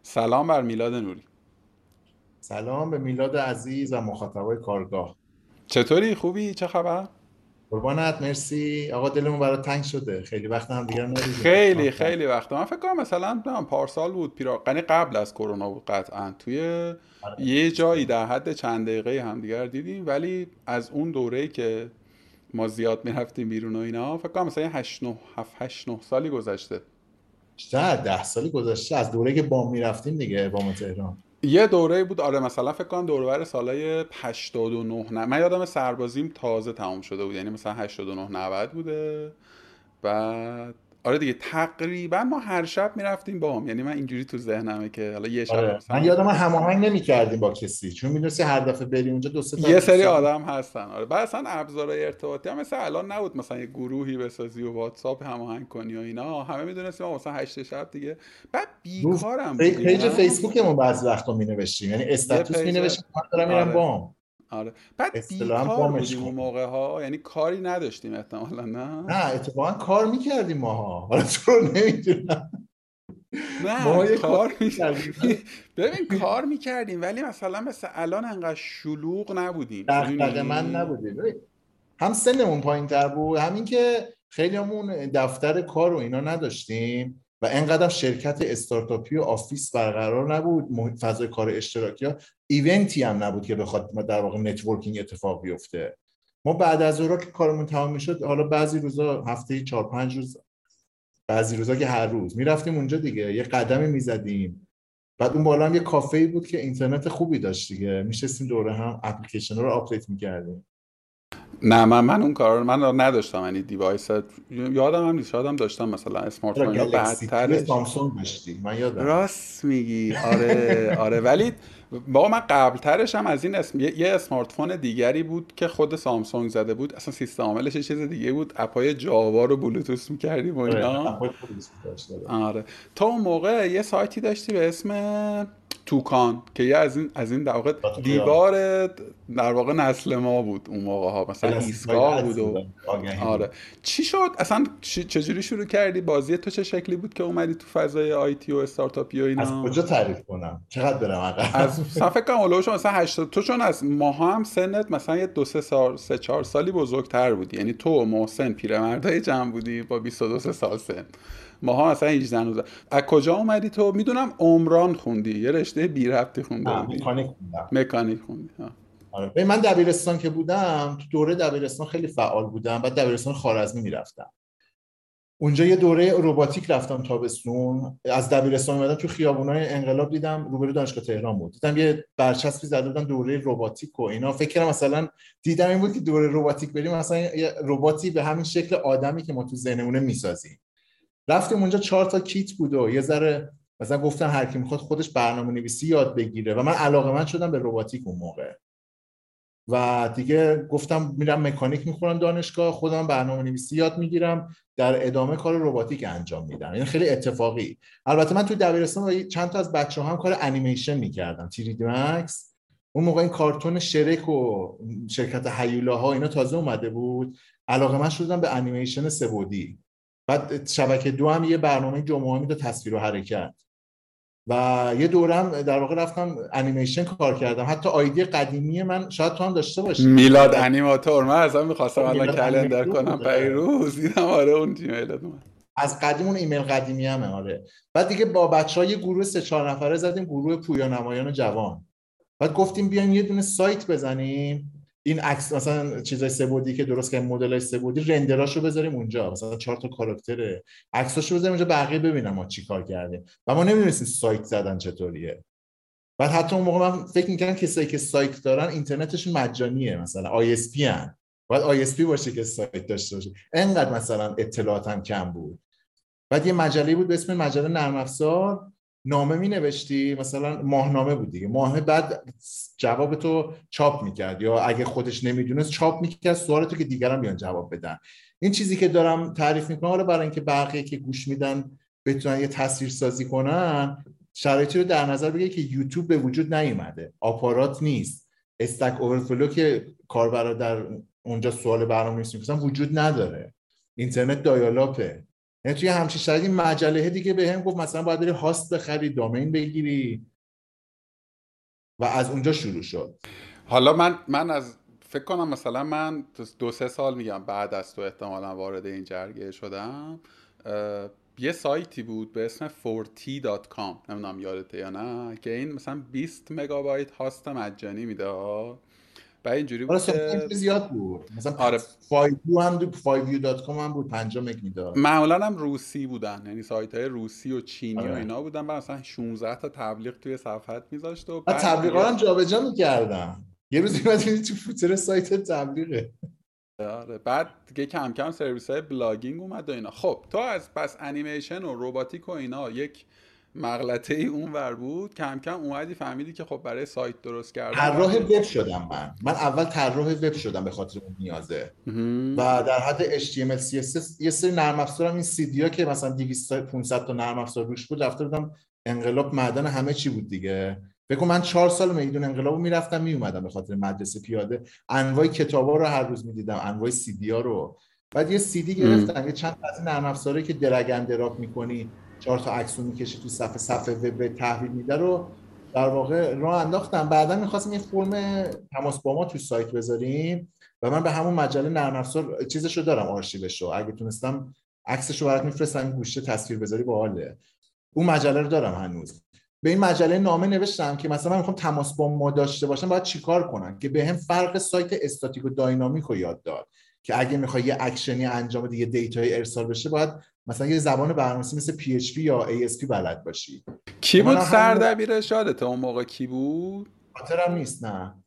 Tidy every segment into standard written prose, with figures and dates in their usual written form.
سلام بر میلاد نوری. سلام به میلاد عزیز و مخاطبای کارگاه. چطوری؟ خوبی؟ چه خبر؟ قربانت، مرسی آقا. دلمون برات تنگ شده، خیلی وقت هم دیگه رو ندیدیم. خیلی خیلی وقته. من فکر کنم مثلا نمیدونم پارسال بود، یعنی قبل از کرونا بود قطعا. توی یه جایی در حد چند دقیقه همدیگه رو دیدیم، ولی از اون دوره‌ای که ما زیاد میرفتیم بیرون و اینا فکر کنم مثلا 8 9 7 8 9 سالی گذشته. بیشتر 10 سالی گذشته از دوره که بام میرفتیم دیگه، بام تهران. یه دوره بود، آره، مثلا فکر کنم دوربر سالای 89 نه، من یادم سربازیم تازه تموم شده بود، یعنی مثلا 89 90 بوده. بعد آره دیگه، تقریبا ما هر شب میرفتیم با هم، یعنی من اینجوری تو ذهنمه که حالا یه شب آره، من مثلا یادم هماهنگ نمی‌کردیم با کسی، چون میدونستی هر دفعه بری اونجا دو سه تا یه سری دوستان. آدم هستن. آره، بعد اصلا ابزارهای ارتباطی هم مثل الان نبود، مثلا یه گروهی بسازی و واتساپ هماهنگ کنی و اینا. همه میدونستیم ما مثلا 8 شب دیگه. بعد رو بیکارم بودیم پیج نه. فیسبوکمون بعضی وقتا مینوشتیم، یعنی یه استاتوس پیج. مینوشتیم من دارم میرم آره. بام. آره، بعد اصطلاحا بیکار بامش بودیم اون کن. موقع ها، یعنی کاری نداشتیم احتمالا نه. نه، اتفاقا کار میکردیم ماها، حالا تو رو نمیدونم. نه ما یه کار کار میکردیم. ببین کار میکردیم، ولی مثلا مثل الان انقدر شلوغ نبودیم، دغدغه من میدونی. نبودیم. هم سنمون پایین تر بود، همین که خیلیامون دفتر کار و اینا نداشتیم و انقدر شرکت استارتاپی و آفیس برقرار نبود. فضای کار اشتراکی ها ایونتی هم نبود که بخواد ما در واقع نتورکینگ اتفاق بیفته. ما بعد از اون که کارمون تمام میشد، حالا بعضی روزا هفته 4 5 روز، بعضی روزا که هر روز میرفتیم اونجا دیگه، یه قدمی میزدیم. بعد اون بالا هم یه کافه‌ای بود که اینترنت خوبی داشت دیگه، میشستیم دوره هم اپلیکیشن رو آپدیت میکردیم. نه من اون کار رو من نداشتم، یعنی دیوایس یادم هم نیست، شادم داشتم مثلا اسمارت فون چرا اینا گلکسی تو بعدترش. سامسونگ داشتی؟ من یادمه. راست میگی، آره آره، ولی با من قبل ترش هم از این یه اسمارت فون دیگری بود که خود سامسونگ زده بود، اصلا سیستم عاملش یه چیز دیگه بود، اپای جاوا رو بلوتوث میکردیم و آره، اینا. اپل خیلی دوست داشت. آره. آره. تا اون موقع یه سایتی داشتی به اسم توکان که یه از این در واقع لاتویا دیوار در واقع نسل ما بود اون موقع ها، مثلا کلاسیک های ایستگاه بود عصر و بودن، آگهی آره. بود. چی شد اصلا؟ چجوری شروع کردی بازی؟ تو چه شکلی بود که اومدی تو فضای آیتی و استارتاپی و از اینا؟ کجا تعریف کنم؟ چقدر برم از عقب؟ مثلا فکر کنم اولوش مثلا 80، تو چون از ماها هم سنت مثلا یه 2 3 سال 3 4 سالی بزرگتر بودی، یعنی تو و محسن پیرمردای جمع بودی با 22 سال سن. ماها مثلا 18 19. از کجا اومدی تو؟ میدونم عمران خوندی، یه رشته بی ربطی خونده نه، بودی. مکانیک بودم. مکانیک خوندی ها. آره، ببین، من دبیرستان که بودم، تو دوره دبیرستان خیلی فعال بودم. بعد دبیرستان خارزمی میرفتم، اونجا یه دوره رباتیک رفتم تابستون. از دبیرستان اومدم تو خیابونای انقلاب، دیدم روبرو دانشگاه تهران بود، دیدم یه برچسبی زده بودن دوره رباتیک و اینا. فکر کردم مثلا، دیدم این بود که دوره رباتیک بریم مثلا یه رباتی به همین شکل آدمی که ما تو ذهنمون میسازیم. رفتیم اونجا 4 تا کیت بود و یه ذره مثلا گفتن هر کی میخواد خودش برنامه نویسی یاد بگیره و من علاقه‌مند شدم به رباتیک اون موقع. و دیگه گفتم میرم مکانیک میخونم دانشگاه، خودم برنامه نویسی یاد میگیرم، در ادامه کار رباتیک انجام میدم. یعنی خیلی اتفاقی. البته من تو دبیرستان با چند تا از بچه‌ها هم کار انیمیشن میکردم، 3D مکس. اون موقع این کارتون شرک و شرکت هیولاها اینا تازه اومده بود. علاقه من شدم به انیمیشن سه‌بعدی. بعد شبکه دو هم یه برنامه جمعه میده، تصویر و حرکت. و یه دورم در واقع رفتم انیمیشن کار کردم. حتی آیدی قدیمی من شاید تو هم داشته باشی، میلاد میلاد. انیماتور، من اصلا میخواستم الان میلاد کلندر انیمیتور کنم بوده. پیروز، دیدم آره اون جیمیلت اومد. از قدیم اون ایمیل قدیمی همه. آره. بعد دیگه با بچه یه گروه 3 4 نفره زدیم، گروه پویا نمایان جوان. بعد گفتیم بیایم یه دونه سایت بزنیم، این عکس مثلا چیزای سه‌بعدی که درست کردیم، مدلای سه‌بعدی رندراشو بذاریم اونجا، مثلا 4 تا کاراکتر عکساشو بذاریم اونجا، بقیه ببینم ما چی کار کردیم. و ما نمیدونستیم سایت زدن چطوریه. بعد حتی اون موقع من فکر می‌کردم کسایی که سایت دارن اینترنتشون مجانیه، مثلا آی اس پی ان. باید آی اس پی باشه که سایت داشته باشه. انقدر مثلا اطلاعاتم کم بود. بعد یه مجله بود به اسم مجله نرم افزار، نامه می نوشتی، مثلا ماهنامه بود دیگه، ماه بعد جواب تو چاپ میکرد، یا اگه خودش نمیدونست چاپ میکرد سوالتو که دیگران بیان جواب بدن. این چیزی که دارم تعریف میکنم حالا برای اینکه بقیه که گوش میدن بتونن یه تصویر سازی کنن، شرایطی رو در نظر بگیر که یوتیوب به وجود نیومده، آپارات نیست، استک اوورفلو که کاربرا در اونجا سوال برنامه‌نویسی می‌کنن وجود نداره، اینترنت دایالاپه. یعنی توی همچین شرایطی مجله دیگه بهم گفت مثلا باید بری هاست بخری، دامین بگیری و از اونجا شروع شد. حالا من از فکر کنم مثلا من 2-3 سال میگم بعد از تو احتمالا وارد این جرگه شدم. یه سایتی بود به اسم 4t.com، نمیدونم یادته یا نه، که این مثلا 20 مگابایت هاست مجانی میده و اینجوری حالا بود سایت‌های که زیاد بود، مثلا آره 5U هم بود، 5U.com هم بود 5 مگ میداد. معمولا هم روسی بودن، یعنی سایت های روسی و چینی و آره. اینا بودن، بعد مثلا 16 تا تبلیغ توی صفحت میذاشت و و بعد تبلیغات دیگه هم جابجا می‌کردم. یه روز میاد تو فوتر سایت تبلیغه. آره بعد دیگه کم کم سرویس های بلاگینگ اومد و اینا. خب تو از پس انیمیشن و روباتیک و اینا یک مغلطه ای اون ور بود، کم کم اومدی فهمیدی که خب برای سایت درست کردن طراح باید یه وب شدم من اول طراح وب شدم به خاطر اون نیازه. و مهم. در حد HTML CSS یه سری نرم افزارم، این CD ها که مثلا 200 تا 500 تا نرم افزار روش بود، رفته بودم انقلاب معدن همه چی بود دیگه. بگو من 4 سال میدون انقلابو میرفتم میومدم به خاطر مدرسه پیاده، انواع کتابا رو هر روز میدیدم، انواع CD ها رو. بعد یه CD مهم. گرفتم، یه چند تا از نرم افزاری که درگ اند دراپ میکنی، 4 تا عکسو میکشی تو صفحه وب تحویل میده رو در واقع راه انداختم. بعدا می‌خواستیم یه فرم تماس با ما تو سایت بذاریم و من به همون مجله نرم افزار چیزشو دارم، آرشیوشو، اگه تونستم عکسشو برات میفرستم، این گوشه تصویر بذاری باحاله. اون مجله رو دارم هنوز. به این مجله نامه نوشتم که مثلا من میخوام تماس با ما داشته باشم، باید چیکار کنم، که بهم فرق سایت استاتیک و داینامیک رو یاد داد که اگه میخوای یه اکشنی انجام بدی، یه دیتای ارسال بشه، باید مثلا یه زبان برنامه‌نویسی مثل PHP یا ASP بلد باشی. کی و بود منم همین سردبیرش؟ یادته اون موقع کی بود؟ خاطرم نیست. نه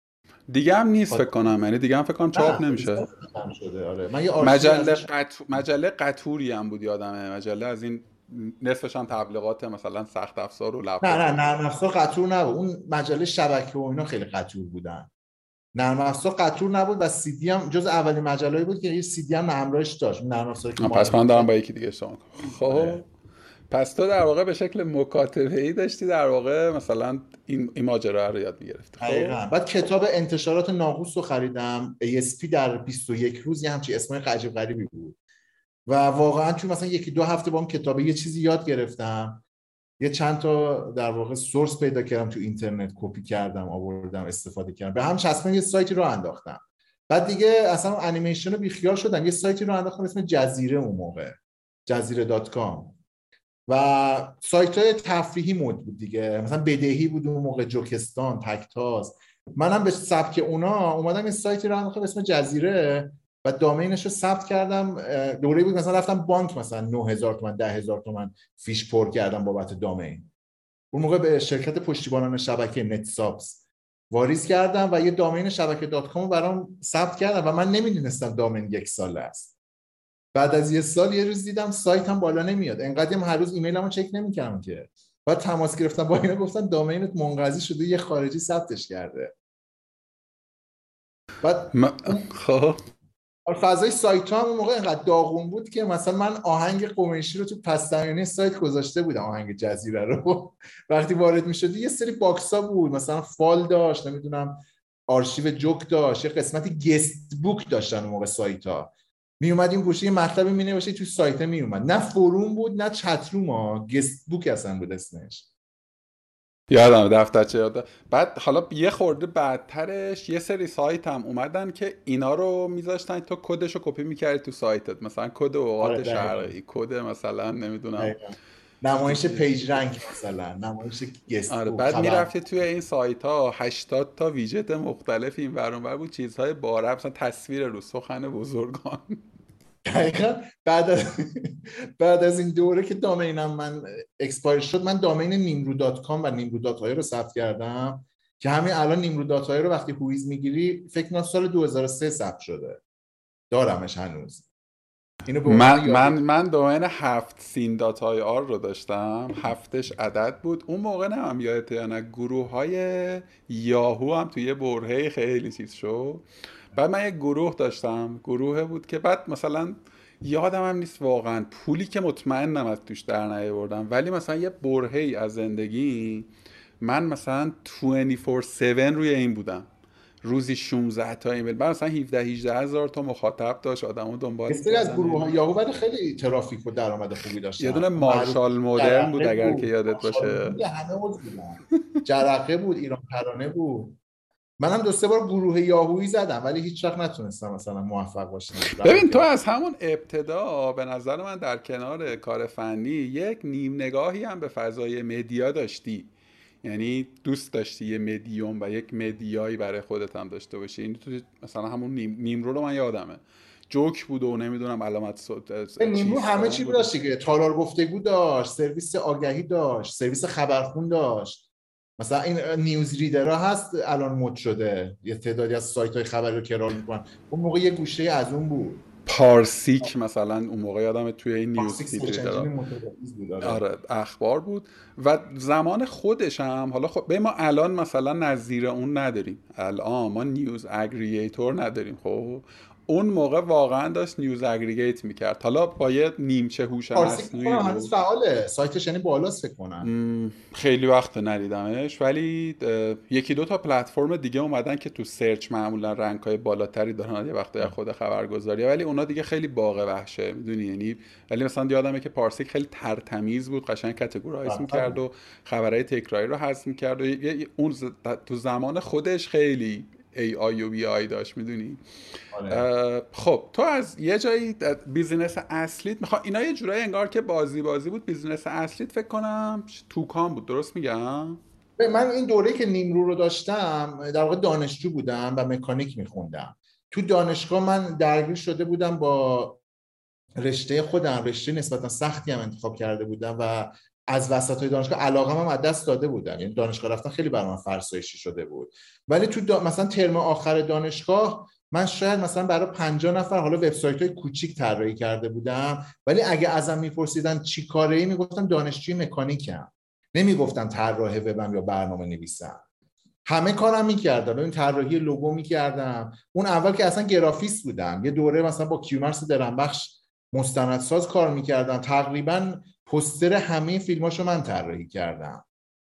دیگه هم نیست فکر کنم، یعنی دیگه هم فکر کنم چاپ نه نمیشه. ختم شده. آره من یه آرشیو ازش. مجله قطوری هم بود یادمه، مجله از این نصفش هم تبلیغات مثلا سخت افزار و نه لپتاپ نه و اینا. نرم افزار قطور نبود، اون مجله شبکه و اینا خیلی قطور بودن. نرم افزار قطور نبود و سی دی هم جز اولین مجله‌ای بود که یه سی دی هم همراهش داشت، نرم افزاری که پس من معرفی دارم کرد. با یکی دیگه اشتباه می‌کنم. خب آره. پس تو در واقع به شکل مکاتبه ای داشتی در واقع مثلا این ماجرا رو یاد میگرفتی. خب دقیقاً. بعد کتاب انتشارات ناقوس رو خریدم، ASP در 21 روز، یه همچین اسمای عجیب غریبی بود. و واقعا تو مثلا 1-2 هفته با اون کتاب یه چیزی یاد گرفتم. یه چند تا در واقع سورس پیدا کردم تو اینترنت، کپی کردم آوردم استفاده کردم، به هم چسبون یه سایتی رو انداختم. بعد دیگه اصلا انیمیشن رو بیخیال شدم، یه سایتی رو انداختم اسم جزیره، اون موقع جزیره دات کام. و سایت های تفریحی مود بود دیگه، مثلا بدهی بود اون موقع، جوکستان، تکتاز. منم به سبک اونا اومدم یه سایتی رو انداختم اسم جزیره و دامینش رو ثبت کردم. دوره بود مثلا رفتم بانک مثلا 9000 تومان 10000 تومان فیش پر کردم بابت دامین. اون موقع به شرکت پشتیبانان شبکه نتسابس واریز کردم و یه دامین شبکه دات کام برام ثبت کردم و من نمیدونستم دامین 1 ساله است. بعد از 1 سال یه روز دیدم سایت هم بالا نمیاد، انقدرم هر روز ایمیلمو چک نمیکردم که. بعد تماس گرفتم با اینا، گفتن دامینت منقضی شده، یه خارجی ثبتش کرده. بعد اون خب فضای سایت هم اون موقع اینقدر داغون بود که مثلا من آهنگ قمیشی رو تو پس زمینه سایت گذاشته بودم، آهنگ جزیره رو. وقتی وارد می‌شدی یه سری باکسا بود، مثلا فال داشت، نمیدونم آرشیو جوک داشت، یه قسمتی گست بوک داشتن اون موقع سایت‌ها. می اومد این گوشه یه مطلبی می نوشتی تو سایت می اومد، نه فروم بود نه چت روم ها، گست بوک اصلا بود اسمش. یادم دفترچه یاد. بعد حالا یه خورده بعدترش یه سری سایت هم اومدن که اینا رو میذاشتن تو کدش رو کپی میکردی تو سایتت، مثلا کد آره اوقات دقیقاً. شرقی، کد مثلا نمیدونم دقیقاً. نمایش پیج رنگ مثلا، نمایش گست آره بوک، بعد خبر. میرفتی توی این سایت ها 80 تا ویژت مختلف این ور اون ور بود، چیزهای باره مثلا تصویر رو سخن بزرگان. دقیقا. بعد از این دوره که دامینم من اکسپایر شد، من دامین نیمرو دات کام و نیمرو دات آی رو ثبت کردم که همین الان نیمرو دات آی رو وقتی هویز میگیری فکر کنم سال 2003 ثبت شده، دارمش هنوز. اینو به عنوان یادگاری. من دومین 7sin.ir رو داشتم، هفتش عدد بود اون موقع، نه هم یادته یا نه، گروه های یاهو هم توی یه برهه خیلی چیز شد. بعد من یه گروه داشتم، گروه بود که بعد مثلا یادم هم نیست واقعا پولی که مطمئنم از توش در نیاوردم، ولی مثلا یه برهه از زندگی من مثلا 24/7 روی این بودم، روزی 16 تا ایمیل، بعد مثلا 17 18 هزار تا مخاطب داشت، آدمو دنبال یه سری از می‌کردن و گروه های اینا. یاهو ولی خیلی ترافیک و درآمد خوبی یه داشتن. دونه معروف مارشال مدرن بود جرقه اگر که بود، یادت مارشال باشه. بود، همه عضو بودن. جرقه بود، ایران ترانه بود. منم دو سه بار گروه یاهویی زدم ولی هیچ وقت نتونستم مثلا موفق باشم. رفتم ببین تو که از همون ابتدا به نظر من در کنار کار فنی یک نیم نگاهی هم به فضای مدیا داشتی، یعنی دوست داشتی یه مدیوم و یک مدیایی برای خودت هم داشته باشی. این تو مثلا همون نیم رو من یادمه جوک بود و نمیدونم علامت نیمرو چیز همه سازان چی بود. داشت دیگه، تالار گفتگو داشت، سرویس آگهی داشت، سرویس خبرخون داشت. مثلا این نیوز ریدرها هست الان مد شده، یه تعدادی از سایت های خبری رو کرال میکنن. اون موقع یه گوشه از اون بود. پارسیک مثلا اون موقع یادم توی این نیوز پارسیک فید سرچ انجین ریدرها متمرکز بود. آره. آره اخبار بود. و زمان خودش هم حالا خب به ما الان مثلا نظیر اون نداریم، الان ما نیوز اگریگیتور نداریم. خب اون موقع واقعا داشت نیوز اگریگیت میکرد، حالا با یه نیمچه هوش پارسیک مصنوعی میکنم هنوز بود. فعاله، سایتش یعنی بالاست فکر کنم. خیلی وقت ندیدمش، ولی یکی دو تا پلتفرم دیگه اومدن که تو سرچ معمولا رنک های بالاتری دارن، یه وقتی خود خبرگزاری، ولی اونا دیگه خیلی باغ وحشه میدونی یعنی. ولی مثلا یادمه که پارسیک خیلی ترتمیز بود، قشنگ کاتگورایز میکرد و خبرهای تکراری رو حذف میکرد و اون تو زمان خودش خیلی ای آی و بی آی داشت میدونی. آره. خب تو از یه جایی بیزینس اصلیت میخوا اینا یه جورایی انگار که بازی بود، بیزینس اصلیت فکر کنم توکان بود، درست میگم؟ من این دوره که نیمرو رو داشتم در واقع دانشجو بودم و مکانیک میخوندم. تو دانشگاه من درگیر شده بودم با رشته خودم، رشته نسبتا سختی هم انتخاب کرده بودم و از وسطای دانشگاه علاقه‌م هم از دست داده بودم، یعنی دانشگاه رفتن خیلی برای من فرسایشی شده بود. ولی تو مثلا ترم آخر دانشگاه من شاید مثلا برای 50 نفر حالا وبسایت‌های کوچیک طراحی کرده بودم، ولی اگه ازم میپرسیدن چی کاره‌ای میگفتم دانشجوی مکانیکم، نمیگفتم طراح وبم یا برنامه نویسم. همه کارم میکردم. ببین طراحی لوگو میکردم، اون اول که اصلا گرافیست بودم، یه دوره مثلا با کیومرس درنبخش مستندساز کار میکردم، تقریبا پوستر همه فیلماشو من طراحی کردم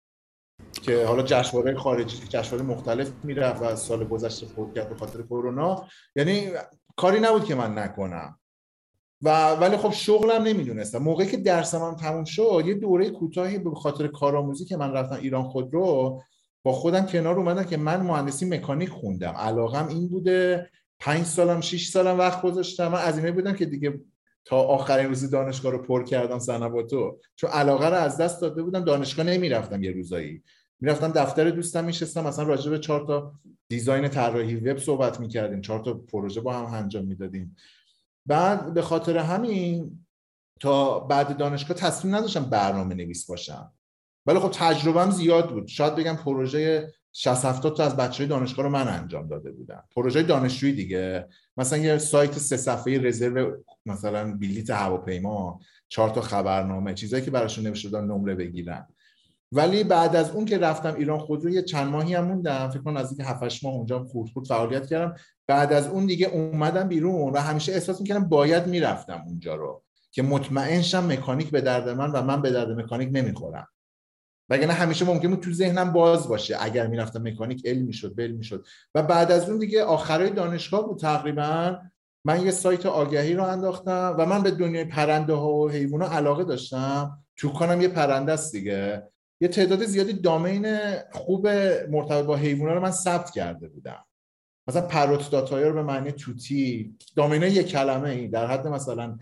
که حالا جشنواره خارجی، جشنواره مختلف میرفت و سال گذشته فوت کرد به خاطر کرونا. یعنی کاری نبود که من نکنم. ولی خب شغلم نمیدونستم. موقعی که درسم هم تموم شد یه دوره کوتاهی به خاطر کارآموزی که من رفتم ایران خودرو، با خودم کنار اومدم که من مهندسی مکانیک خوندم، علاقم این بوده. 5 سالم 6 سالم وقت گذاشتم. من از اینایی بودم که دیگه تا آخرین روز دانشگاه رو پر کردم صنواتو، چون علاقه رو از دست داده بودم. دانشگاه نمیرفتم، یه روزایی میرفتم دفتر دوستم میشستم مثلا راجع به 4 تا دیزاین طراحی وب صحبت میکردیم، 4 تا پروژه با هم انجام میدادیم. بعد به خاطر همین تا بعد دانشگاه تصمیم نداشتم برنامه نویس باشم، ولی خب تجربهم زیاد بود. شاید بگم پروژه 60 70 تا از بچهای دانشگاه رو من انجام داده بودم، پروژه دانشجویی دیگه. مثلا یه سایت 3 صفحه‌ای رزرو مثلا بلیط هواپیما، 4 تا خبرنامه، چیزایی که براشون نوشته بودن نمره بگیرن. ولی بعد از اون که رفتم ایران خودرو یه چند ماهی هم موندم، فکر کنم نزدیک 7 8 ماه اونجا خود فعالیت کردم. بعد از اون دیگه اومدم بیرون و همیشه احساس می‌کردم باید میرفتم اونجا رو که مطمئن شم مکانیک به درد من و من به درد مکانیک نمیخورم. وگرنه همیشه ممکنه تو ذهنم باز باشه اگر میرفتم مکانیک علم میشد بل میشد. و بعد از اون دیگه آخرای دانشگاه بود تقریبا، من یه سایت آگهی رو انداختم و من به دنیای پرنده ها و حیونا علاقه داشتم. توکانم یه پرنده است دیگه. یه تعداد زیادی دامین خوب مرتبط با حیونا رو من ثبت کرده بودم. مثلا پروت داتایا رو به معنی توتی، دامینه یک کلمه ای در حد مثلا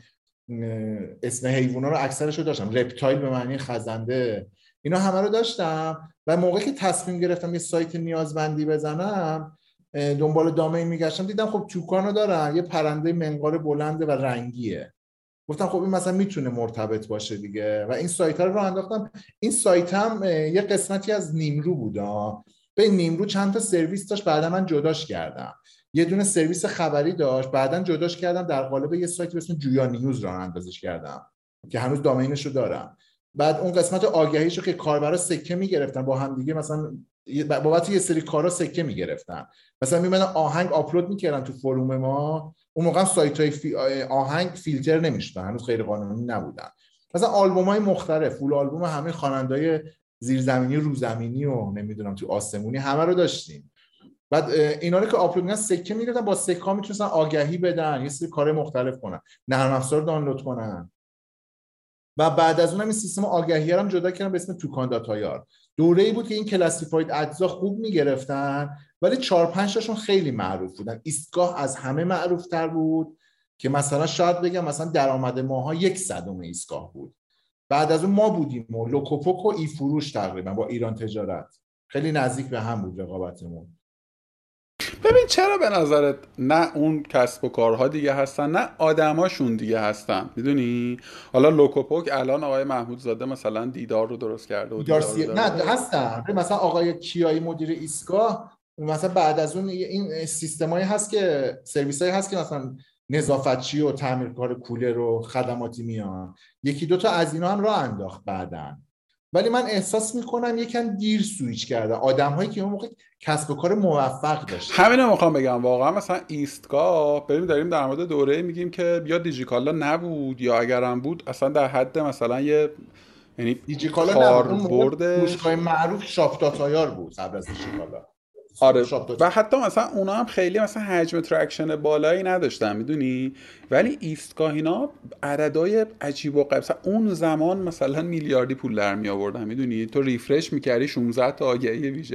اسم حیونا رو اکثرش رو داشتم، رپتایل به معنی خزنده، اینا همه رو داشتم. و موقعی که تصمیم گرفتم یه سایت نیازمندی بزنم دنبال دامین میگشتم، دیدم خب توکانو دارن، یه پرنده منقار بلنده و رنگیه. گفتم خب این مثلا میتونه مرتبط باشه دیگه و این سایت ها رو انداختم. این سایت هم یه قسمتی از نیمرو بود. به نیمرو چند تا سرویس داشت، بعدا من جداش کردم. یه دونه سرویس خبری داشت، بعدا جداش کردم در قالب یه سایت به اسم جویا نیوز راه اندازیش کردم که هنوز دامینش رو دارم. بعد اون قسمت آگهیشو که کاربرا سکه میگرفتن با هم دیگه، مثلا بابت یه سری کارا سکه میگرفتن، مثلا میمدن آهنگ آپلود میکردن تو فروم ما. اون موقع سایت‌های آهنگ فیلتر نمیشدن، هنوز غیر قانونی نبودن. مثلا آلبوم‌های مختلف، فول آلبوم همه خواننده‌های زیرزمینی، روزمینی و نمیدونم تو آسمونی همه رو داشتیم. بعد اینا رو که آپلود می‌کردن سکه می‌دادن، با سکه ها میتونستن آگهی بدن، یه سری کار مختلف کنن، نرم افزار دانلود کنن. و بعد از اونم این سیستم آگهی هم جدا کردن به اسم توکان داتایار. دوره‌ای بود که این کلاسیفاید اجزا خوب میگرفتن، ولی 4-5 تاشون خیلی معروف بودن. ایستگاه از همه معروف‌تر بود که مثلا شاید بگم مثلا درآمد ماها 1/100 ایستگاه بود. بعد از اون ما بودیم و لوکوپوک و ای فروش تقریبا با ایران تجارت خیلی نزدیک به هم بود رقابتمون. ببین چرا به نظرت نه اون کسب و کارها دیگه هستن نه آدماشون دیگه هستن؟ میدونی حالا لوکوپوک الان آقای محمود زاده مثلا دیدار رو درست کرده و دیدار رو نه داره. هستن، مثلا آقای کیایی مدیر ایستگاه مثلا بعد از اون این سیستمایی هست که سرویسایی هست که مثلا نظافتچی و تعمیرکار کولر و خدماتی میان، یکی دو تا از اینا هم راه انداخت بعدن. ولی من احساس میکنم یکم دیر سویچ کرده آدم‌هایی که اون موقع کسب و کار موفق داشتن. همینو میخوام بگم، واقعا مثلا ایستگاه بریم داریم در مورد دوره میگیم که یا دیجیکالا نبود یا اگرم بود اصلا در حد مثلا یه یعنی دیجیکالا نبود اون موقع، کاربردش. فروشگاه معروف شاپ داتایار بود قبل از دیجیکالا. آره شاپ و حتی مثلا اونا هم خیلی مثلا حجم ترکشن بالایی نداشتن میدونی، ولی ایستگاه اینا عددهای عجیب و غریب، مثلا اون زمان مثلا میلیاردی پول در می آوردن میدونی، تو ریفرش میکردی 16 تا آگهی ویژه.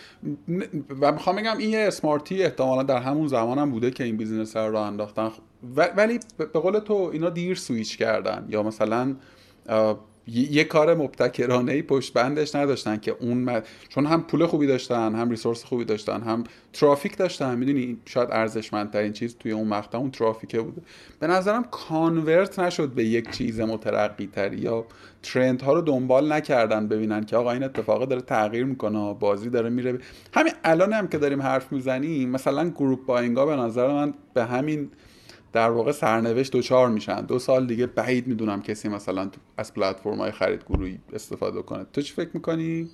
و میخوام بگم این یه اسمارتی احتمالا در همون زمان هم بوده که این بیزینس رو راه انداختن، ولی به قول تو اینا دیر سویچ کردن یا مثلا یه کار مبتکرانه‌ای پشت بندش نداشتن که چون هم پول خوبی داشتن هم ریسورس خوبی داشتن هم ترافیک داشتن میدونی، شاید ارزشمندترین چیز توی اون مقطع اون ترافیکه بوده. به نظرم کانورت نشد به یک چیز مترقی تری یا ترند ها رو دنبال نکردن ببینن که آقا این اتفاق داره تغییر میکنه، بازی داره میره. همین الان هم که داریم حرف میزنیم مثلا گروپ باینگا به نظر من به همین در واقع سرنوشت دوچار میشن. 2 سال دیگه بعید میدونم کسی مثلا از پلتفرم‌های خرید گروهی استفاده کنه. تو چی فکر میکنی؟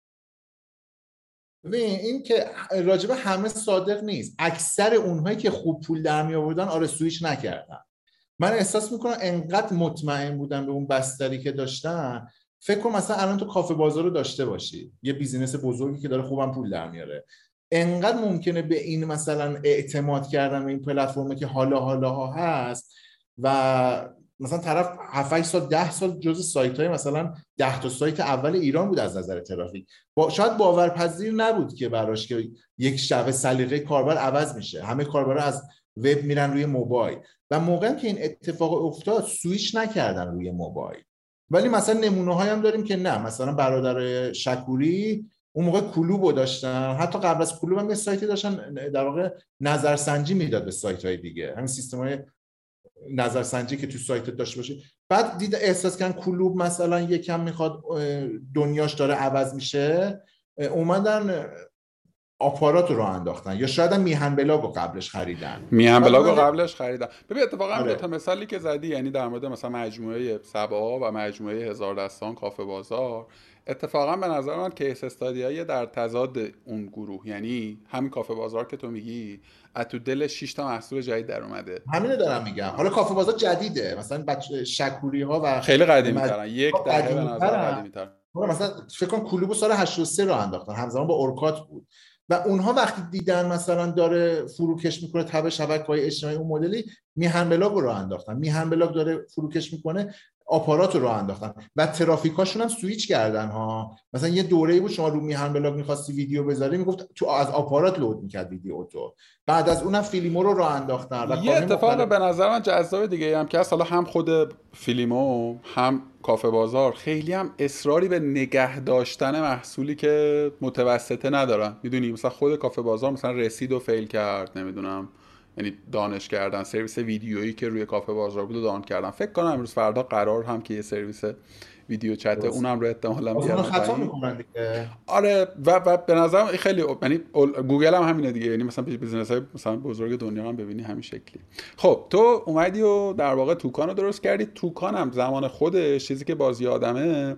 ببین این که راجبه همه صادق نیست، اکثر اونهایی که خوب پول در می آوردن آره سویچ نکردن. من احساس میکنم انقدر مطمئن بودن به اون بستری که داشتن، فکر کنم مثلا الان تو کافه بازار رو داشته باشی، یه بیزینس بزرگی که داره خوبم پول در میاره، انقدر ممکنه به این مثلا اعتماد کردن به این پلتفرمی که حالا هست و مثلا طرف 7 سال 10 سال جز سایت های مثلا 10 تا سایت اول ایران بود از نظر ترافیک، شاید باورپذیر نبود که براش که یک شب سلیقه کاربر عوض میشه، همه کاربرا از وب میرن روی موبایل و موقعی که این اتفاق افتاد سویچ نکردن روی موبایل. ولی مثلا نمونه هایی هم داریم که نه، مثلا برادر شکوری اون موقع کلوبو داشتن، حتی قبل از کلوب هم یه سایتی داشتن در واقع نظرسنجی میداد به سایت های دیگه، همین سیستم های نظرسنجی که تو سایت داشته باشه. بعد دید احساس کردن کلوب مثلا یکم میخواد دنیاش داره عوض میشه، اومدن آپارات رو انداختن یا شاید هم میهن بلاگ رو قبلش خریدن. میهن بعد بلاگ رو اومدن قبلش خریدن. ببین اتفاقا هم 2 تا آره مثالی که زدی یعنی در مورد مثلا مجموعه سبا و مجموعه هزار دستان کافه بازار، اتفاقا به نظر من کیس استادیای در تضاد اون گروه، یعنی همین کافه بازار که تو میگی از تو دل 6 تا محصول جدید در اومده. همینو دارم میگم. حالا کافه بازار جدیده، مثلا بچه شکوری ها و خیلی قدیمی مجموعه ترن، یک ها دهه به قدیمی نظر ترن. قدیمی تر. مثلا فکر کنم کلوبو سال 83 رو انداختن، همزمان با اورکات بود و اونها وقتی دیدن مثلا داره فروکش میکنه تبع شبکه‌های اجتماعی اون مدلی، میهن بلاگ رو انداختن. میهن بلاگ داره فروکش میکنه، آپارات رو انداختن و ترافیکاشون هم سویچ کردن ها. مثلا یه دوره‌ای بود شما رو میهن بلاگ می‌خواستی ویدیو بذاری میگفت تو از آپارات لود میکرد ویدیو تو، بعد از اونم فیلیمو رو راه انداختن و یه کارهای اتفاق مختلف. به نظر من جذاب دیگه هم که حالا هم خود فیلیمو هم کافه بازار خیلی هم اصراری به نگه داشتن محصولی که متوسطه ندارن میدونی، مثلا خود کافه بازار مثلا رسید و فیل کرد نمیدونم، یعنی دانش کردن سرویس ویدیویی که روی کافه بازار بود و دان کردن. فکر کنم امروز فردا قرار هم که یه سرویس ویدیو چته درست، اونم رو احتمالاً از اون بیارن خطا پایین. میکنن دیگه. آره و به نظرم خیلی یعنی گوگل هم همینه دیگه، یعنی مثلا بیزنس های مثلا بزرگ دنیا هم ببینی همین شکلی. خب تو اومدی و در واقع توکان رو درست کردی. توکان هم زمان خودش چیزی که باز یادمه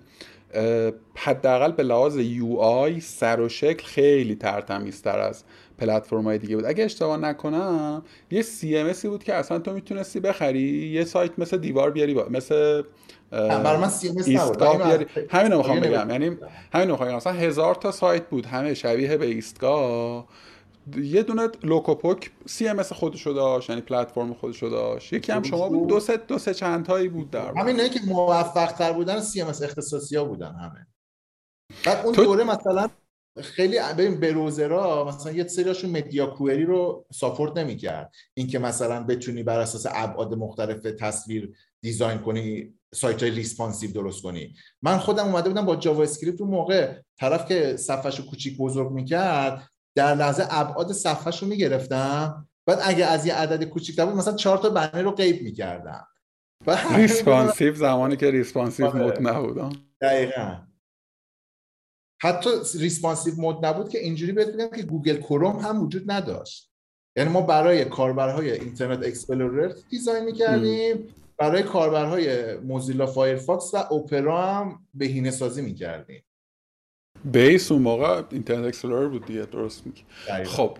حداقل به لحاظ یو آی سر و شکل خیلی ترتمیزتر از پلتفرم‌های دیگه بود. اگه اشتباه نکنم یه سی ام اسی بود که اصلا تو میتونستی بخری یه سایت مثل دیوار بیاری مثل برای من سی ام اس نبود، من ایستگاه اینو از بیاری. همین رو میخوام نوشته بگم، یعنی بودم. همین رو میخوام بگم مثلا 1000 تا سایت بود همه شبیه به ایستگاه، یه دونه لوکوپوک CMS خودشو داشت، یعنی پلتفرم خودشو داشت. یکی هم شما بود، دو سه چند تایی بود در واقع. همینایی که موفق تر بودن CMS اختصاصی ها بودن همه. بعد اون تو دوره مثلا خیلی ببین بروزرها مثلا یه سریاشون مدیا کوئری رو ساپورت نمی‌کرد، اینکه مثلا بتونی بر اساس ابعاد مختلف تصویر دیزاین کنی، سایت‌های ریسپانسیو درست کنی. من خودم اومده بودم با جاوا اسکریپت، اون موقع طرف که صفحه‌شو کوچیک بزرگ می‌کرد در لحظه ابعاد صفحه‌شو می‌گرفتم، بعد اگه از یه عدد کوچیک‌تر بود مثلا 4 تا بنر رو غیب می‌کردم. ریسپانسیو زمانی که ریسپانسیو مود نبود. دقیقاً حتی ریسپانسیو مود نبود که اینجوری بهت بگم که گوگل کروم هم وجود نداشت. یعنی ما برای کاربرهای اینترنت اکسپلورر دیزاین می‌کردیم، برای کاربرهای موزیلا فایرفاکس و اپرا هم بهینه سازی می‌کردیم. بیس اون موقع اینترنت اکسپلورر بود دیگه، درست میگی. خب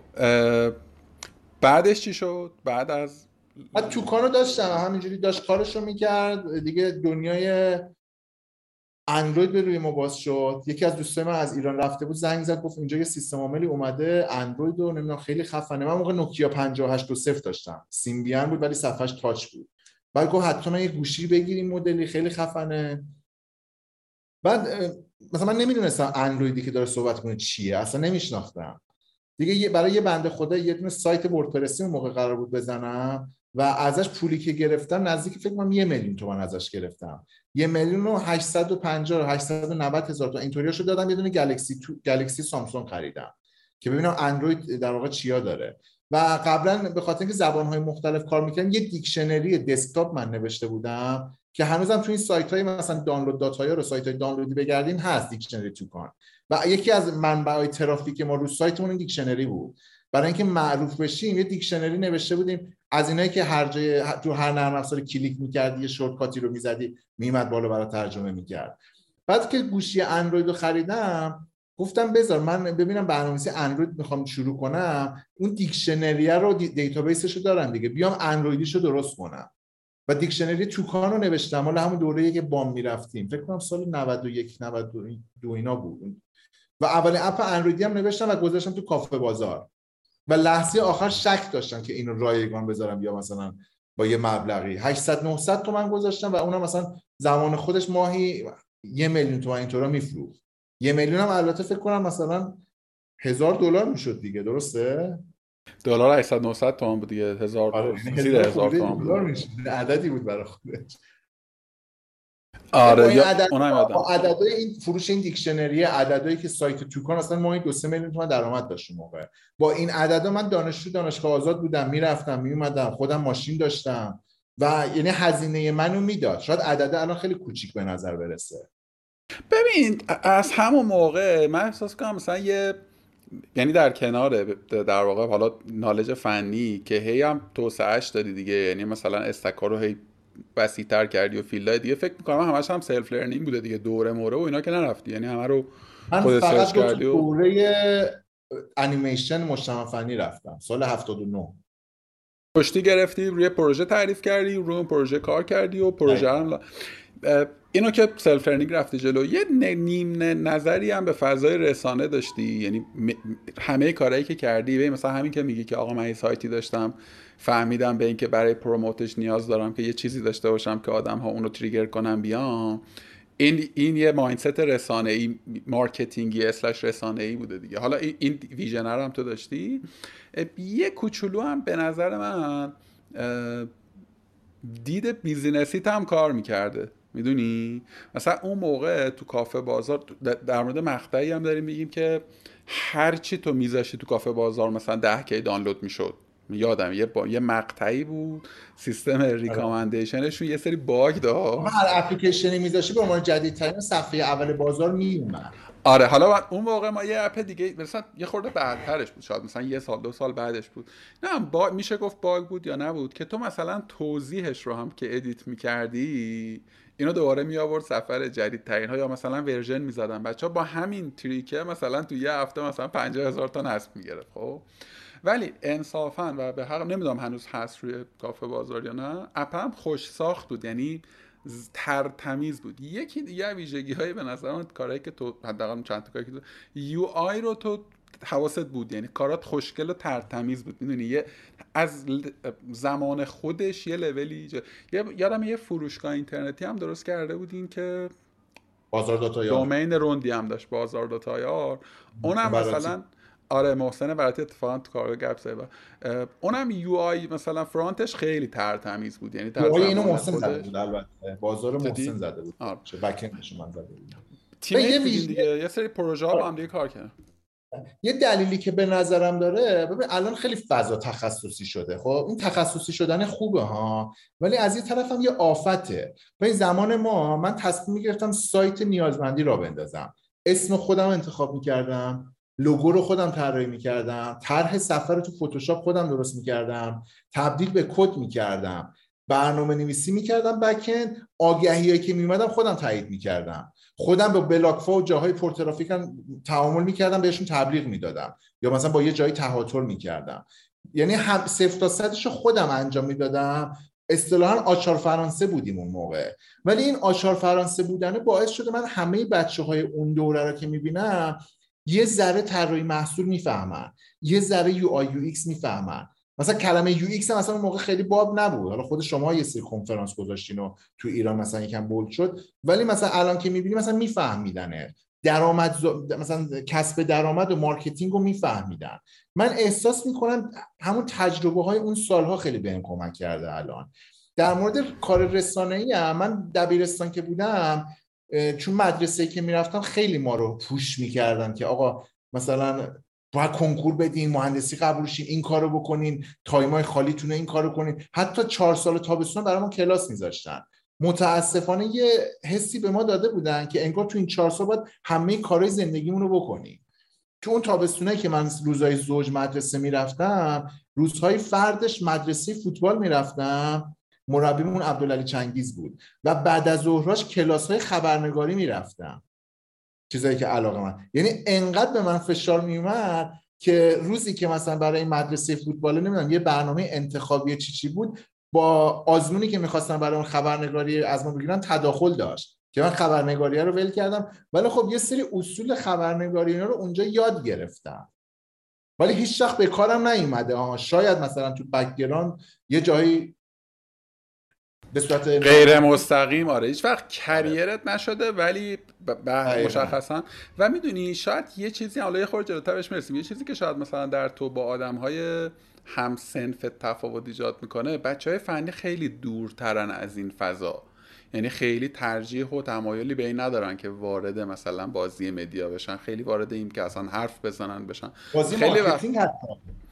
بعدش چی شد؟ بعد توکانو داشتم همینجوری داشت کارشو می‌کرد دیگه. دنیای اندروید به روی ما باز شد. یکی از دوستای من از ایران رفته بود، زنگ زد گفت اینجا یه سیستم عاملی اومده اندروید رو نمیدونم خیلی خفنه. من موقع نوکیا 5820 داشتم، سیمبیان بود ولی صفحش تاچ بود. بعد گفت حتما یه گوشی بگیریم مدلی خیلی خفنه. بعد مثلا من نمیدونستم اندرویدی که داره صحبت کنه چیه، اصلا نمیشناختم دیگه. برای یه بنده خدا یه دونه سایت وردپرسی اون موقع قرار بود بزنم و ازش پولی که گرفتم نزدیک فکر کنم 1,000,000 تومان ازش گرفتم. 1,850,000 890,000 تا اینطوریاشو دادم. یه دونه گلکسی سامسونگ خریدم که ببینم اندروید در واقع چیا داره. و قبلا به خاطر اینکه زبان‌های مختلف کار می‌کردم یه دیکشنری دسکتاپ من نوشته بودم که هنوزم تو این سایت‌های مثلا دانلود داتایا رو سایت‌های دانلودی بگردین هست دیکشنری توکان. و یکی از منبع‌های ترافیک ما رو سایتمون این دیکشنری بود. برای اینکه معروف بشیم یه دیکشنری نوشته بودیم، از اینایی که هر جای تو هر نرم افزاری کلیک می‌کردی یه شورتکاتی رو می‌زدی میومد بالا برای ترجمه می‌کرد. بعد که گوشی اندروید رو خریدم گفتم بذار من ببینم برنامه‌نویسی اندروید می‌خوام شروع کنم، اون دیکشنری رو دیتابیسش رو دارم دیگه، بیام اندرویدیشو درست کنم. و دیکشنری توکان رو نوشتم. حالا همون دوره‌ای که بام می‌رفتیم فکر کنم سال 91 92 اینا بود. و اولین اپ اندرویدی هم نوشتم و گذاشتم تو کافه بازار و لحظه آخر شک داشتم که اینو رایگان بذارم یا مثلا با یه مبلغی 800 900 تومن گذاشتم و اونم مثلا زمان خودش ماهی 1,000,000 تومن اینطورا میفروخت. 1,000,000 هم البته فکر کنم مثلا $1,000 میشد دیگه، درسته؟ دلار 800 900 تومان بود دیگه، 1000 زیر 1000 تومان بود. عددی بود برای خودش. آره یا اونم یادم. عددهای این فروش این دیکشنری، عددهایی که سایت توکان اصلا ماهی 2-3 میلیون تومان درآمد داشت موقع. با این عددا من دانشگاه آزاد بودم، میرفتم میومدم، خودم ماشین داشتم و یعنی هزینه منو میداد. شاید عدد الان خیلی کوچیک به نظر برسه. ببین از همون موقع من احساس کنم مثلا یعنی در کنار در واقع حالا نالج فنی که هی هم توسعهش دادی دیگه، یعنی مثلا استکا رو هی وسیع‌تر کردی و فیلدهای دیگه، فکر می‌کنم همش هم سلف لرنینگ بوده دیگه، دوره موره و اینا که نرفتی، یعنی همه رو من خودت فقط سرچ دو تا کردی و دوره انیمیشن مجتمع فنی رفتم سال 79. پشتی گرفتی روی پروژه تعریف کردی، روی اون پروژه کار کردی و پروژه هم اینو که سلف لرنینگ رفتی جلو. یه نیم نظری هم به فضای رسانه داشتی، یعنی همه کارهایی که کردی، ببین مثلا همین که میگی که آقا من یه سایتی داشتم فهمیدم به این که برای پروموتش نیاز دارم که یه چیزی داشته باشم که آدم ها اونو تریگر کنن بیان. این یه مایندست رسانه‌ای مارکتینگی اسلش رسانه‌ای بوده دیگه. حالا این ویژنر هم تو داشتی. یه کوچولو هم به نظر من دید بیزینسی هم کار میکرده، میدونی مثلا اون موقع تو کافه بازار در مورد مقطعی هم داریم میگیم که هر چی تو میذاشتی تو کافه بازار مثلا 10K دانلود میشد. یادم یه مقطعی بود سیستم ریکامندیشنشون یه سری باگ داشت، هر اپلیکیشنی میذاشی به عنوان جدیدترین صفحه اول بازار میومد. آره حالا اون موقع ما یه اپ دیگه مثلا یه خورده بعدترش بود، شاید مثلا 1-2 سال بعدش بود، نه میشه گفت باگ بود یا نبود که تو مثلا توضیحش رو هم که ادیت میکردی اینو دوباره می آورد سفر جدیدترین ها، یا مثلا ورژن میزدن بچه ها با همین تریکه مثلا تو یه هفته مثلا 50,000 تا نصب میگرفت. خب ولی انصافا و به حق نمیدونم هنوز هست روی کافه بازار یا نه، اپم خوش ساخت بود، یعنی تمیز بود. یکی دیگه ویژگی های به نظر من کارهایی که تو حداقل چند تا کاری که تو یو آی رو تو حواست بود، یعنی کارات خوشگل و ترتمیز بود، میدونی از زمان خودش یه لولی یادم یه فروشگاه اینترنتی هم درست کرده بودین که بازار داتایار دومین روندی هم داشت، بازار داتایار. اونم براتی. مثلا آره محسن براتی اتفاقا تو کارگاه گپ زد. اونم یو آی مثلا فرانتش خیلی ترتمیز بود، یعنی در دعای اینو زمان محسن زده خودش. بود، البته بازار محسن جدی زده بود، آره. چه بکندش من زده بودم. یه تیمیت بودین ویژه دیگه، یه سری پروژه ها با هم دیگه کار کردن. یه دلیلی که به نظرم داره، ببین الان خیلی فضا تخصصی شده. خب این تخصصی شدن خوبه ها، ولی از این طرف هم یه آفته. به این زمان ما من تصمیم میگرفتم سایت نیازمندی را بندازم، اسم خودم انتخاب میکردم، لوگو رو خودم طراحی میکردم، طرح صفحه رو تو فتوشاپ خودم درست میکردم، تبدیل به کد میکردم، برنامه نویسی میکردم، بک‌اند آگهیایی که میومدم خودم تایید میکردم، خودم با بلاک‌ها و جاهای پرترافیک تعامل میکردم، بهشون تبلیغ میدادم، یا مثلا با یه جایی تهاتر میکردم. یعنی هم صفر تا صدش رو خودم انجام میدادم. اصطلاحاً آچار فرانسه بودیم اون موقع. ولی این آچار فرانسه بودنه باعث شده من همه بچه‌های اون دوره رو که میبینم یه ذره طراحی محصول میفهمن، یه ذره یو آی یو ایکس میفهمن. مثلا کلمه یو ایکس هم مثلا اون موقع خیلی باب نبود، حالا خود شما یه سری کنفرانس گذاشتین و تو ایران مثلا یکم بولد شد، ولی مثلا الان که میبینی مثلا میفهمیدنه. مثلا کسب درآمد و مارکتینگ رو میفهمیدن. من احساس میکنم همون تجربه های اون سالها خیلی بهم کمک کرده. الان در مورد کار رسانه‌ای هم، من دبیرستان که بودم، چون مدرسه‌ای که میرفتم خیلی ما رو پوش میکردن که آقا مثلا باید کنکور بدین، مهندسی قبول شین، این کارو بکنین، تایمای خالیتونه این کارو کنین. حتی 4 سال تابستون برامون کلاس میذاشتن. متاسفانه یه حسی به ما داده بودن که انگار تو این 4 سال باید همه کارهای زندگیمون رو بکنیم. تو اون تابستونایی که من روزهای زوج مدرسه میرفتم، روزهای فردش مدرسه فوتبال میرفتم، مربیمون عبدالعلی چنگیز بود، و بعد از ظهرش کلاس‌های خبرنگاری میرفتم، چیزایی که علاقه من. یعنی انقدر به من فشار میومد که روزی که مثلا برای مدرسه فوتبال نمیدونم یه برنامه انتخابی چی بود، با آزمونی که میخواستن برای اون خبرنگاری از ما بگیرن تداخل داشت که من خبرنگاری رو ول کردم. ولی خب یه سری اصول خبرنگاری رو اونجا یاد گرفتم، ولی هیچ وقت به کارم نیومده. شاید مثلا تو بک‌گراند یه جایی به صورت غیر نامرئی. مستقیم آره هیچ وقت آره. کریرت نشده، ولی مشخصا. و میدونی شاید یه چیزی، حالا یه خورده جلوتر بهش میرسیم، یه چیزی که شاید مثلا در تو با آدم‌های هم سنف تفاوت ایجاد میکنه، بچهای فنی خیلی دورترن از این فضا، یعنی خیلی ترجیح و تمایلی به این ندارن که وارد مثلا بازی مدیا بشن، خیلی وارد این که اصلا حرف بزنن بشن. بازی خیلی وقت مارکتینگ حتی.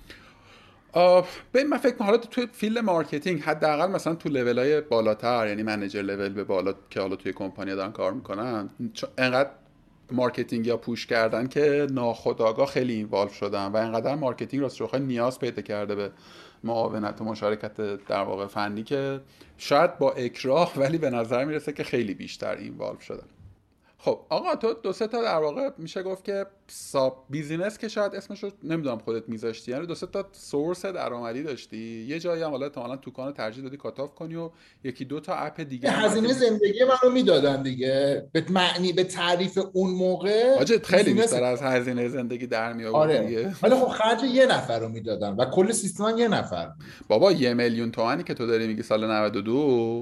به من فکر کنم حالا توی فیلد مارکتینگ حداقل مثلا تو لول‌های بالاتر، یعنی منیجر لول به بالا که حالا توی کمپانی دارن کار میکنن، انقدر مارکتینگ یا پوش کردن که ناخودآگاه خیلی اینوالو شدن و انقدر مارکتینگ راستش بخوای نیاز پیدا کرده به معاونت و مشارکت در واقع فنی که شاید با اکراه، ولی به نظر میرسه که خیلی بیشتر اینوالو شدن. خب آقا تو دو سه تا در واقع میشه گفت که ساب بیزینس که شاید اسمش رو نمیدونم خودت میذاشتی، یعنی دو سه تا سورس درآمدی داشتی، یه جایی هم حالا احتمالاً توکان ترجیح دادی کاتاف کنی و یکی دو تا اپ دیگه هم هزینه اگه زندگی منو میدادن دیگه، به معنی به تعریف اون موقع واجد خیلی بیزینس. بیشتر از هزینه زندگی در می آوردی آره، دیگه. ولی خب خرج یه نفر رو میدادن و کل سیستم هم یه نفر بود. بابا 1,000,000 تومانی که تو داری میگی سال 92،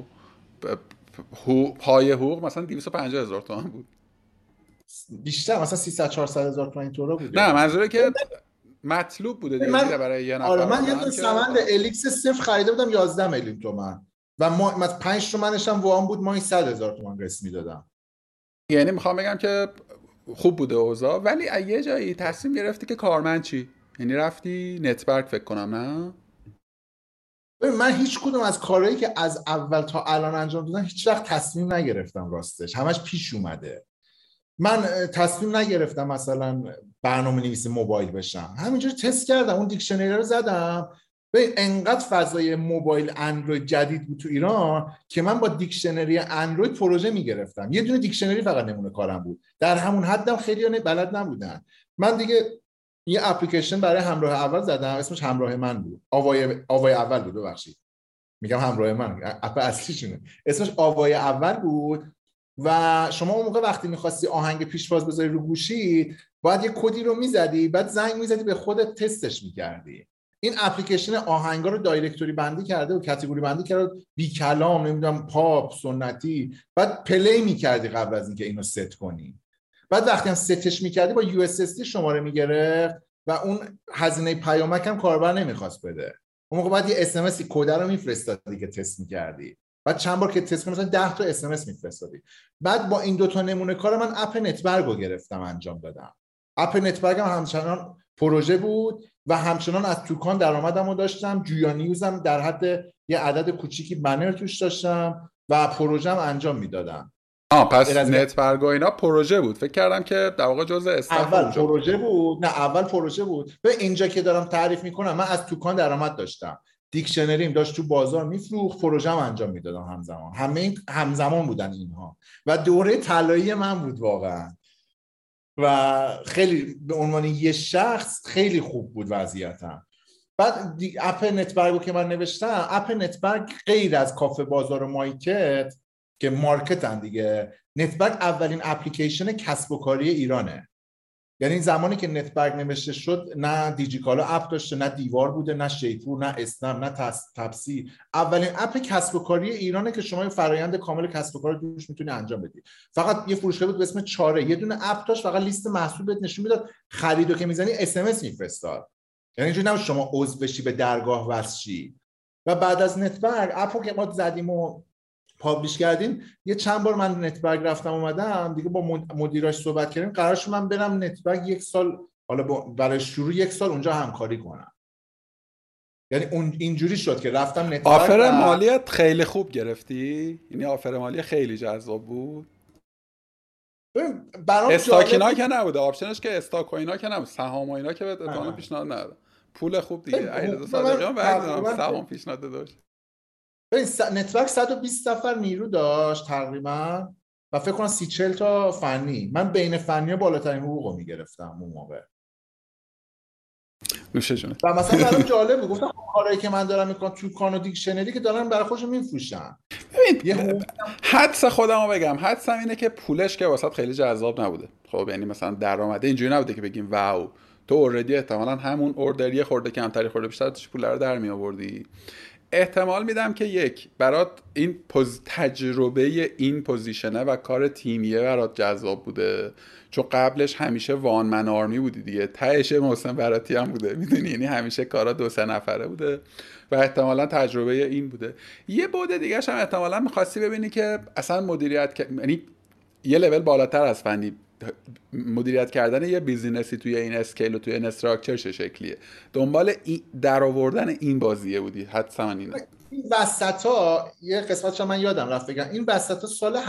پای حقوق مثلا 250,000 تومان بود. بیشتر مثلا 300 400 هزار تومان اینطورا بود نه یادمه. منظوره که مطلوب بوده دیگه، من برای یه آره، نفر من یه آدم دونه که سمند الیکس صفر خریده بودم 11 میلیون تومان و ما مثلا 5 تومنش هم وام بود، ماهی 100 هزار تومان قسط میدادم. یعنی میخوام بگم که خوب بوده اوضاع، ولی یه جایی تصمیم گرفتی که کارمند چی، یعنی رفتی نتورک فکر کنم نه؟ ببین من هیچ کدوم از کارهایی که از اول تا الان انجام دادم هیچ وقت تصمیم نگرفتم، راستش همش پیش اومده. من تصمیم نگرفتم مثلا برنامه نویس موبایل بشم، همینجوری تست کردم، اون دیکشنری رو زدم. به انقدر فضای موبایل اندروید جدید بود تو ایران که من با دیکشنری اندروید پروژه میگرفتم. یه دونه دیکشنری فقط نمونه کارم بود، در همون حدم خیلی بلد نبودن. من دیگه یه اپلیکیشن برای همراه اول زدم، اسمش همراه من بود، آوای اول بود، ببخشید میگم همراه من، اپ اصلیشونه اسمش آوای اول بود. و شما اون موقع وقتی می‌خواستی آهنگ پیشواز بذاری رو گوشی، باید یه کدی رو میزدی، بعد زنگ میزدی به خودت تستش میکردی. این اپلیکیشن آهنگا رو دایرکتوری بندی کرده و کاتگوری بندی کرده، بی کلام، نمیدونم پاپ، سنتی، بعد پلی میکردی قبل از اینکه اینو ست کنی. بعد وقتی هم ستش میکردی با یو اس اس دی شماره میگرفت و اون هزینه پیامک هم کاربر نمیخواست بده. اون موقع بعد یه اس ام اس کد رو میفرستادی که تست میکردی، بعد چند بار که تست کنی مثلا 10 تا اس ام اس میفرستادی. بعد با این دو تا نمونه کار من اپ نتبرگ رو گرفتم انجام دادم. اپ نتبرگ هم همچنان پروژه بود و همچنان از توکان درآمدمو داشتم. جویا نیوزم در حد یه عدد کوچیکی بنر توش داشتم و پروژه‌ام انجام میدادم. پس نتبرگ و اینا پروژه بود. فکر کردم که در واقع جزء استاف اول پروژه بود. نه اول پروژه بود. به اینجا که دارم تعریف میکنم من از توکان درآمد داشتم، دیکشنریم داشت تو بازار میفروخت، پروژه‌ام انجام میدادم همزمان. همه این همزمان بودن اینها و دوره طلایی من بود واقعا و خیلی به عنوان یه شخص خیلی خوب بود وضعیتم. بعد اپ نتبرگو که من نوشتم، اپ نتبرگ غیر از کافه بازار و مایکت که مارکتن دیگه، نتبرگ اولین اپلیکیشن کسب و کاری ایرانه. یعنی زمانی که نتبرگ نوشته شد نه دیجیکالا اپ داشته، نه دیوار بوده، نه شیپور، نه اسنپ، نه تپسی. اولین اپ کسب و کاری ایرانه که شما فرآیند کامل کسب و کار روش میتونی انجام بدی. فقط یه فروشگاه بود به اسم چاره، یه دونه اپ داشت، فقط لیست محصول بهت نشون میداد، خریدو که میزنی اس ام اس میفرستاد. یعنی اینجوری نبود شما عضو بشی به درگاه وصل شی. و بعد از نتبرگ اپو که ما زدیم و پابلیش کردیم، یه چند بار من نتبرگ رفتم اومدم دیگه، با مدیراش صحبت کردیم، قرار شد من برم نتبرگ یک سال، حالا برای شروع یک سال اونجا همکاری کنم. یعنی اون اینجوری شد که رفتم نتبرگ. آفر مالیت خیلی خوب گرفتی؟ یعنی آفر مالی خیلی جذاب بود؟ استاک اینا که نبوده، آپشنش که استاک و اینا که نبود، سهام و اینا که بهت احتمالاً پیشنهاد نداد. پول خوب دیگه. علیرضا صادقیان بعد سهام پیشنهاد داشت. نتورک 120 نفر نیرو داشت تقریبا و فکر کنم 30-40 تا فنی. من بین فنی ها بالاترین حقوق رو میگرفتم اون موقع. نوشه جونه. و مثلا برام جالب بود، گفتم کارهایی که من دارم میکنم تو کان و دیکشنری که دارن برای خودشون میفروشن. ببین حدس خودمو بگم، حدسم اینه که پولش که واسط خیلی جذاب نبوده. خب یعنی مثلا درآمده اینجوری نبوده که بگیم واو تو اوردی احتمالاً همون اوردری خورده کمتری خورده بیشتر توش پول رو در می آوردی. احتمال میدم که یک برات این تجربه این پوزیشنه و کار تیمیه برات جذاب بوده، چون قبلش همیشه وان من آرمی بودی دیگه، تهش محسن براتی هم بوده میدونی، یعنی همیشه کارا 2-3 نفره بوده و احتمالا تجربه این بوده. یه بعد دیگه هم احتمالا می‌خواستی ببینی که اصلا مدیریت یعنی یه لول بالاتر از فنی مدیریت کردن یه بیزینسی توی این اسکیل و توی این استراکچر چه شکلیه، دنبال در آوردن این بازیه بودی. حدساً اینه. این وسطا یه قسمتش من یادم رفت بگم، این وسطا سال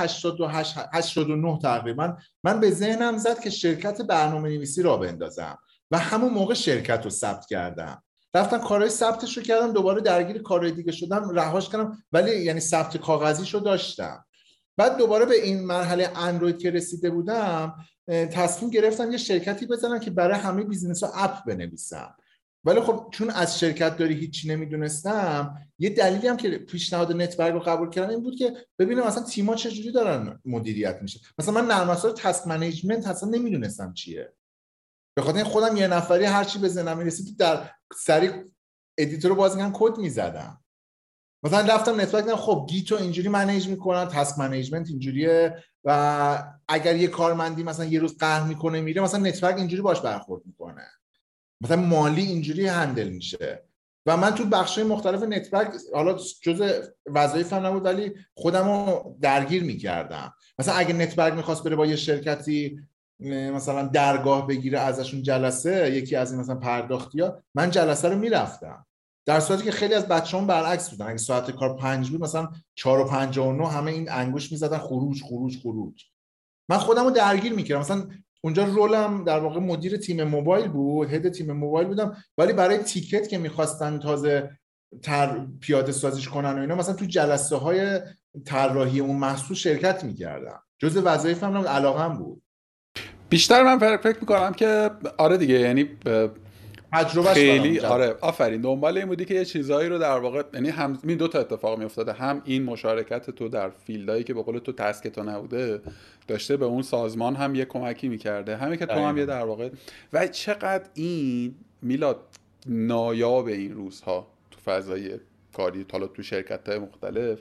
89 تقریبا من به ذهنم زد که شرکت برنامه‌نویسی را بندازم و همون موقع شرکت رو ثبت کردم. رفتم کارهای ثبتش رو کردم، دوباره درگیر کارهای دیگه شدم، رهاش کردم، ولی یعنی ثبت کاغذیش رو داشتم. بعد دوباره به این مرحله اندروید که رسیده بودم تصمیم گرفتم یه شرکتی بزنم که برای همه بیزینس ها اپ بنویسم. ولی خب چون از شرکت داری هیچی نمیدونستم، یه دلیلی هم که پیشنهاد نتبرگ رو قبول کردم این بود که ببینم مثلا تیم‌ها چجوری دارن مدیریت میشه. مثلا من نرم افزار تاسک منیجمنت اصلا نمیدونستم چیه، به خاطر خودم یه نفری هر چی به ذهنم میرسید در سریع ادیتور رو باز می‌کردم کد می‌زدم. مثلا رفتم نتورک دیدم خب گیتو اینجوری منیج میکنن، تاسک منیجمنت اینجوریه و اگر یه کارمندی مثلا یه روز قهر میکنه میره، مثلا نتورک اینجوری باش برخورد میکنه، مثلا مالی اینجوری هندل میشه. و من تو بخشای مختلف نتورک، حالا جزء وظایفم نبود ولی خودمو درگیر میکردم. مثلا اگه نتورک میخواست بره با یه شرکتی مثلا درگاه بگیره ازشون جلسه، یکی از این مثلا پرداختی‌ها، من جلسه رو میرفتم، در صورتی که خیلی از بچه‌ها برعکس بودن. اگه ساعت کار 5 بود مثلا 4:59 همه این انگوش می‌زدن خروج خروج خروج. من خودم رو درگیر می‌کردم. مثلا اونجا رولم در واقع مدیر تیم موبایل بود، هد تیم موبایل بودم، ولی برای تیکت که می‌خواستن تازه پیاده سازیش کنن و اینا، مثلا تو جلسه‌های طراحی اون محصول شرکت می‌کردم. جزء وظایفم نبود، علاقه‌ام بود. بیشتر من فکر می‌کنم که آره دیگه، یعنی تجربهش برام خیلی جذاب. آره آفرین، دنبال این بودی که یه چیزایی رو در واقع، یعنی هم این دو تا اتفاق میافتاده، هم این مشارکت تو در فیلدایی که به قول تو تسک تو نبوده داشته به اون سازمان هم یه کمکی میکرده، همین که تو هم یه دقیقاً. در واقع. و چقدر این میلاد نایاب این روزها تو فضای کاری، حالا تو شرکت های مختلف،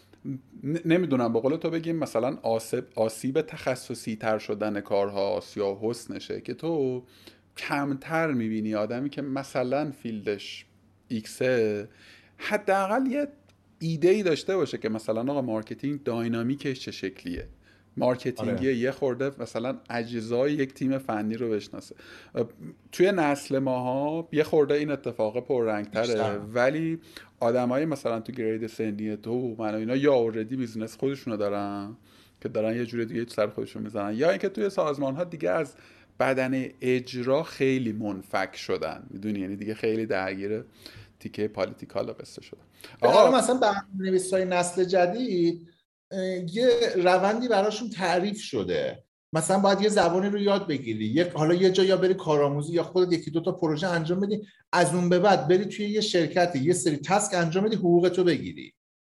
نمیدونم به قول تو بگیم مثلا آسیب تخصصی تر شدن کارهاست یا حسنشه که تو کمتر میبینی آدمی که مثلا فیلدش ایکسه حداقل یه ایده ای داشته باشه که مثلا آقا مارکتینگ داینامیکش چه شکلیه، مارکتینگی آره یه خورده مثلا اجزای یک تیم فنی رو بشناسه. توی نسل ماها یه خورده این اتفاق پررنگتره، بیشتر. ولی آدمایی مثلا تو گرید سنی تو و من و اینا یا اوردی بیزنس خودشونو دارن که دارن یه جوری دیگه سر خودشون میزنن، یا اینکه توی سازمان ها دیگه از بدن اجرا خیلی منفک شدن، میدونی، یعنی دیگه خیلی درگیر تیکه پالیتیکال قصه شدن. الان آقا مثلا برنامه‌نویسای نسل جدید یه روندی براشون تعریف شده، مثلا باید یه زبانی رو یاد بگیری، حالا یه جا یا بری کارآموزی یا خودت یکی دو تا پروژه انجام بدی، از اون به بعد بری توی یه شرکتی یه سری تسک انجام بدی، حقوقتو بگیری.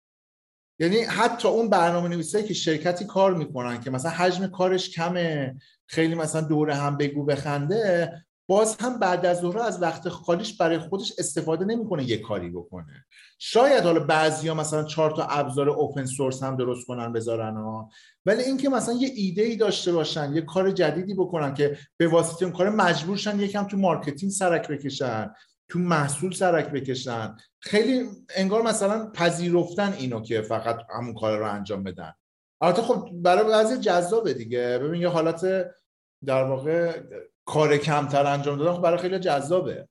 یعنی حتی اون برنامه‌نویسایی که شرکتی کار میکنن که مثلا حجم کارش کمه، خیلی مثلا دوره هم بگو بخنده، باز هم بعد از ظهر از وقت خالیش برای خودش استفاده نمیکنه یه کاری بکنه. شاید حالا بعضیا مثلا 4 تا ابزار اوپن سورس هم درست کنن بذارن ها، ولی اینکه مثلا یه ایده ای داشته باشن، یه کار جدیدی بکنن که به واسطه اون کار مجبورشن یکم تو مارکتینگ سرک بکشن، تو محصول سرک بکشن، خیلی انگار مثلا پذیرفتن اینو که فقط همون کار رو انجام بدن. البته خب برای بعضی جذابه دیگه، ببین یه حالت در واقع کار کمتر انجام دادن خب برای خیلی جذابه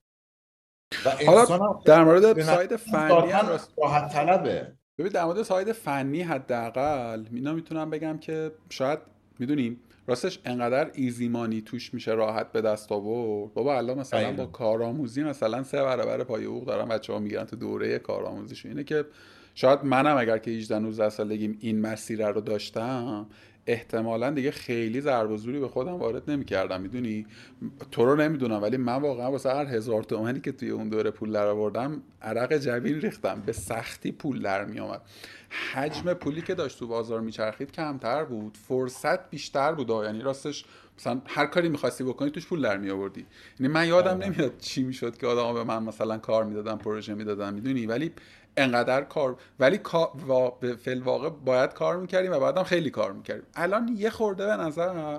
و حالا انسان هم در مورد به نظر ساید فنی هم ذاتاً راست، راحت طلبه. ببین در مورد ساید فنی حداقل اینا میتونم بگم که شاید میدونیم راستش انقدر ایزی مانی توش میشه راحت به دست آورد. بابا الان مثلا با دقیقاً. کارآموزی مثلا 3 برابر پای حقوق دارن بچه‌ها میگیرن تو دوره کارآموزیشون. اینه که شاید منم اگر که 18 19 سالگیم این مسیر رو داشتم احتمالا دیگه خیلی ضرب و زوری به خودم وارد نمی‌کردم، میدونی. تو رو نمیدونم ولی من واقعا واسه هر 1000 تومانی که توی اون دوره پول در آوردم عرق جبین ریختم، به سختی پول در میومد. حجم پولی که داشت تو بازار میچرخید کمتر بود، فرصت بیشتر بود، یعنی راستش مثلا هر کاری میخواستی بکنی توش پول در می آوردی. یعنی من یادم دقیقاً. نمیاد چی میشد که آدما به من مثلا کار میدادن، پروژه میدادن، میدونی، ولی انقدر کار، ولی به فی‌الواقع باید کار میکردیم و بعدم خیلی کار میکردیم. الان یه خورده به نظر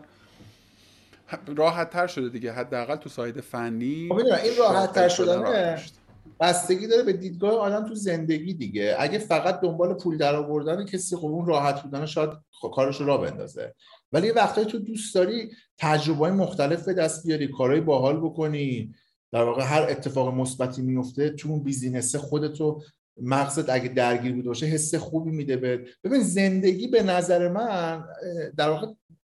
راحت تر شده دیگه، حداقل تو ساید خب فنی میدونم این راحت شاغل تر شدن راحت تر شدنه شد. بستگی داره به دیدگاه آدم تو زندگی دیگه. اگه فقط دنبال پول در آوردن کسی، خب اون راحت بودن شاید کارش رو راه بندازه، ولی یه وقتایی تو دوست داری تجربه‌های مختلف به دست بیاری، کارهای باحال بکنی، در واقع هر اتفاق مثبتی میفته تو اون بیزینس خودتو، مغزت اگه درگیر بود باشه حس خوبی میده بهت. ببین زندگی به نظر من در واقع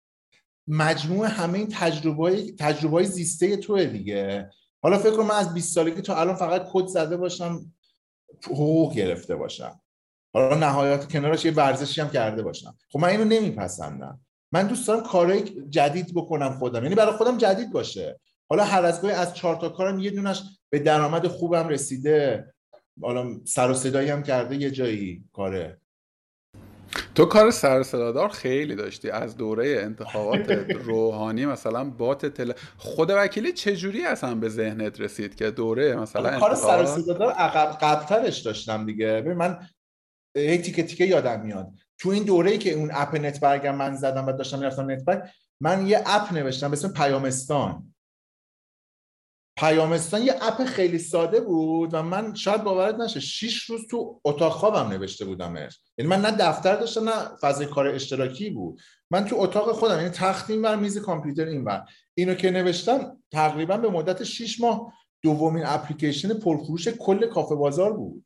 مجموع همه این تجربه‌های زیسته توه دیگه. حالا فکر کنم من از 20 سالگی تا الان فقط کد زده باشم، حقوق گرفته باشم، حالا نهایت کنارش یه ورزشی هم کرده باشم، خب من اینو نمیپسندم. من دوست دارم کارهای جدید بکنم خودم، یعنی برای خودم جدید باشه. حالا هر از گاهی از 4 تا کارم یه دونش به درآمد خوبم رسیده، حالا سر و صدایی هم کرده یه جایی کاره. تو کار سر و صدادار خیلی داشتی از دوره انتخابات روحانی، مثلا خود وکیلی چجوری اصلا به ذهنت رسید که دوره مثلا حالا کار سر و انتخابات؟ صدادار قبلترش داشتم دیگه. ببین من هی تیکه تیکه یادم میاد تو این دوره‌ای که اون اپ نتبرگم من زدم و داشتم میرفتم نتبرگ، من یه اپ نوشتم به اسم پیامستان. پیامستان یه اپ خیلی ساده بود و من شاید باورت نشه 6 روز تو اتاق خوابم نوشته بودمش. یعنی من نه دفتر داشتم نه فضای کار اشتراکی بود، من تو اتاق خودم، یعنی تخت اینور میز کامپیوتر اینور، اینو که نوشتم تقریبا به مدت 6 ماه دومین اپلیکیشن پرفروش کل کافه بازار بود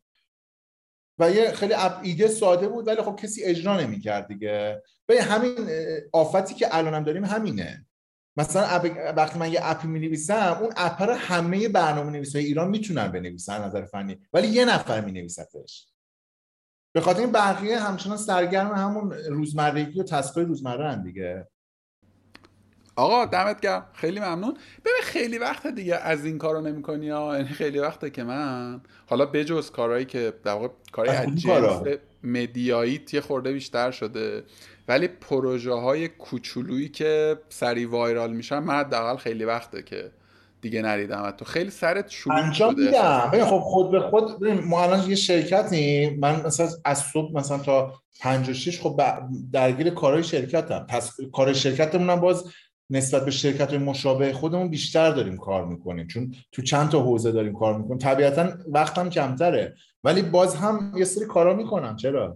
و یه خیلی ایده ساده بود ولی خب کسی اجرا نمی‌کرد دیگه. به همین آفتی که الانم داریم همینه. مثلا وقتی من یه اپی می‌نویسم، اون اپ رو همه برنامه‌نویسای ایران میتونن بنویسن از نظر فنی، ولی یه نفر مینویسدش. به خاطر این بقیه همچنان سرگرم همون روزمرگی و تسکای روزمره ان دیگه. آقا دمت گرم، خیلی ممنون. ببین خیلی وقت دیگه از این کارو نمی‌کنی ها، یعنی خیلی وقته که من حالا بجز کارهایی که در واقع کارهای از از کدوم جنس کارا؟ مدیاییت یه خورده بیشتر شده، ولی پروژه های کوچولویی که سری وایرال میشن من حداقل خیلی وقته که دیگه ندیدم. تو خیلی سرت شلوغ انجام شده میدم. احساس ببین میکنم. خب خود به خود، ببین ما الان یه شرکتیم، من مثلا از صبح مثلا تا 5 و 6 خب درگیر کارهای شرکتم. پس کار شرکتمون هم باز نسبت به شرکت مشابه خودمون بیشتر داریم کار میکنیم، چون تو چند تا حوزه داریم کار میکنیم. طبیعتا وقتم کمتره، ولی باز هم یه سری کارا میکنم. چرا؟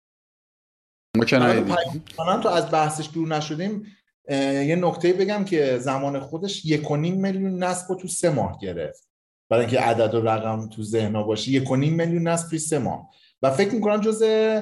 ما که فقط ندیدیم. پیام تو از بحثش دور نشدیم. یه نکته بگم که زمان خودش 1.5 میلیون نصب رو تو 3 ماه گرفت. برای اینکه عدد و رقم تو ذهنها باشه، 1.5 میلیون نصب توی 3 ماه. و فکر میکنم جز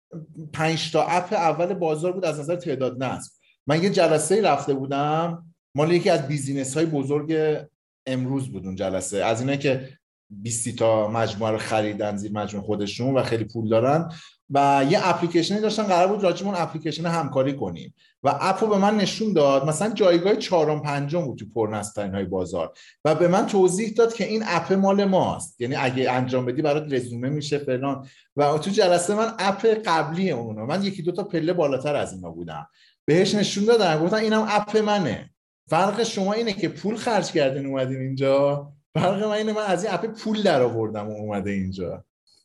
5 تا اپ اول بازار بود از نظر تعداد نصب. من یه جلسه رفته بودم مال یکی از بیزینس های بزرگ امروز بود. اون جلسه از اینه که 20 تا مجموعه رو خریدن زیر مجموعه خودشون و خیلی پول دارن، و یه اپلیکیشنی داشتن قرار بود راجع به اون اپلیکیشن همکاری کنیم و اپو به من نشون داد، مثلا جایگاه چهارم پنجم بود تو پرنصب‌ترین های بازار، و به من توضیح داد که این اپ مال ماست، یعنی اگه انجام بدی برات رزومه میشه فلان. و تو جلسه من اپ قبلی اونو، من یکی دو تا پله بالاتر از اینا بودم، بهش نشون دادم، گفتن اینم اپ منه. فرق شما اینه که پول خرج کردین اومدین اینجا، فرق من اینه من از این اپ پول در آوردم و اومده اینجا.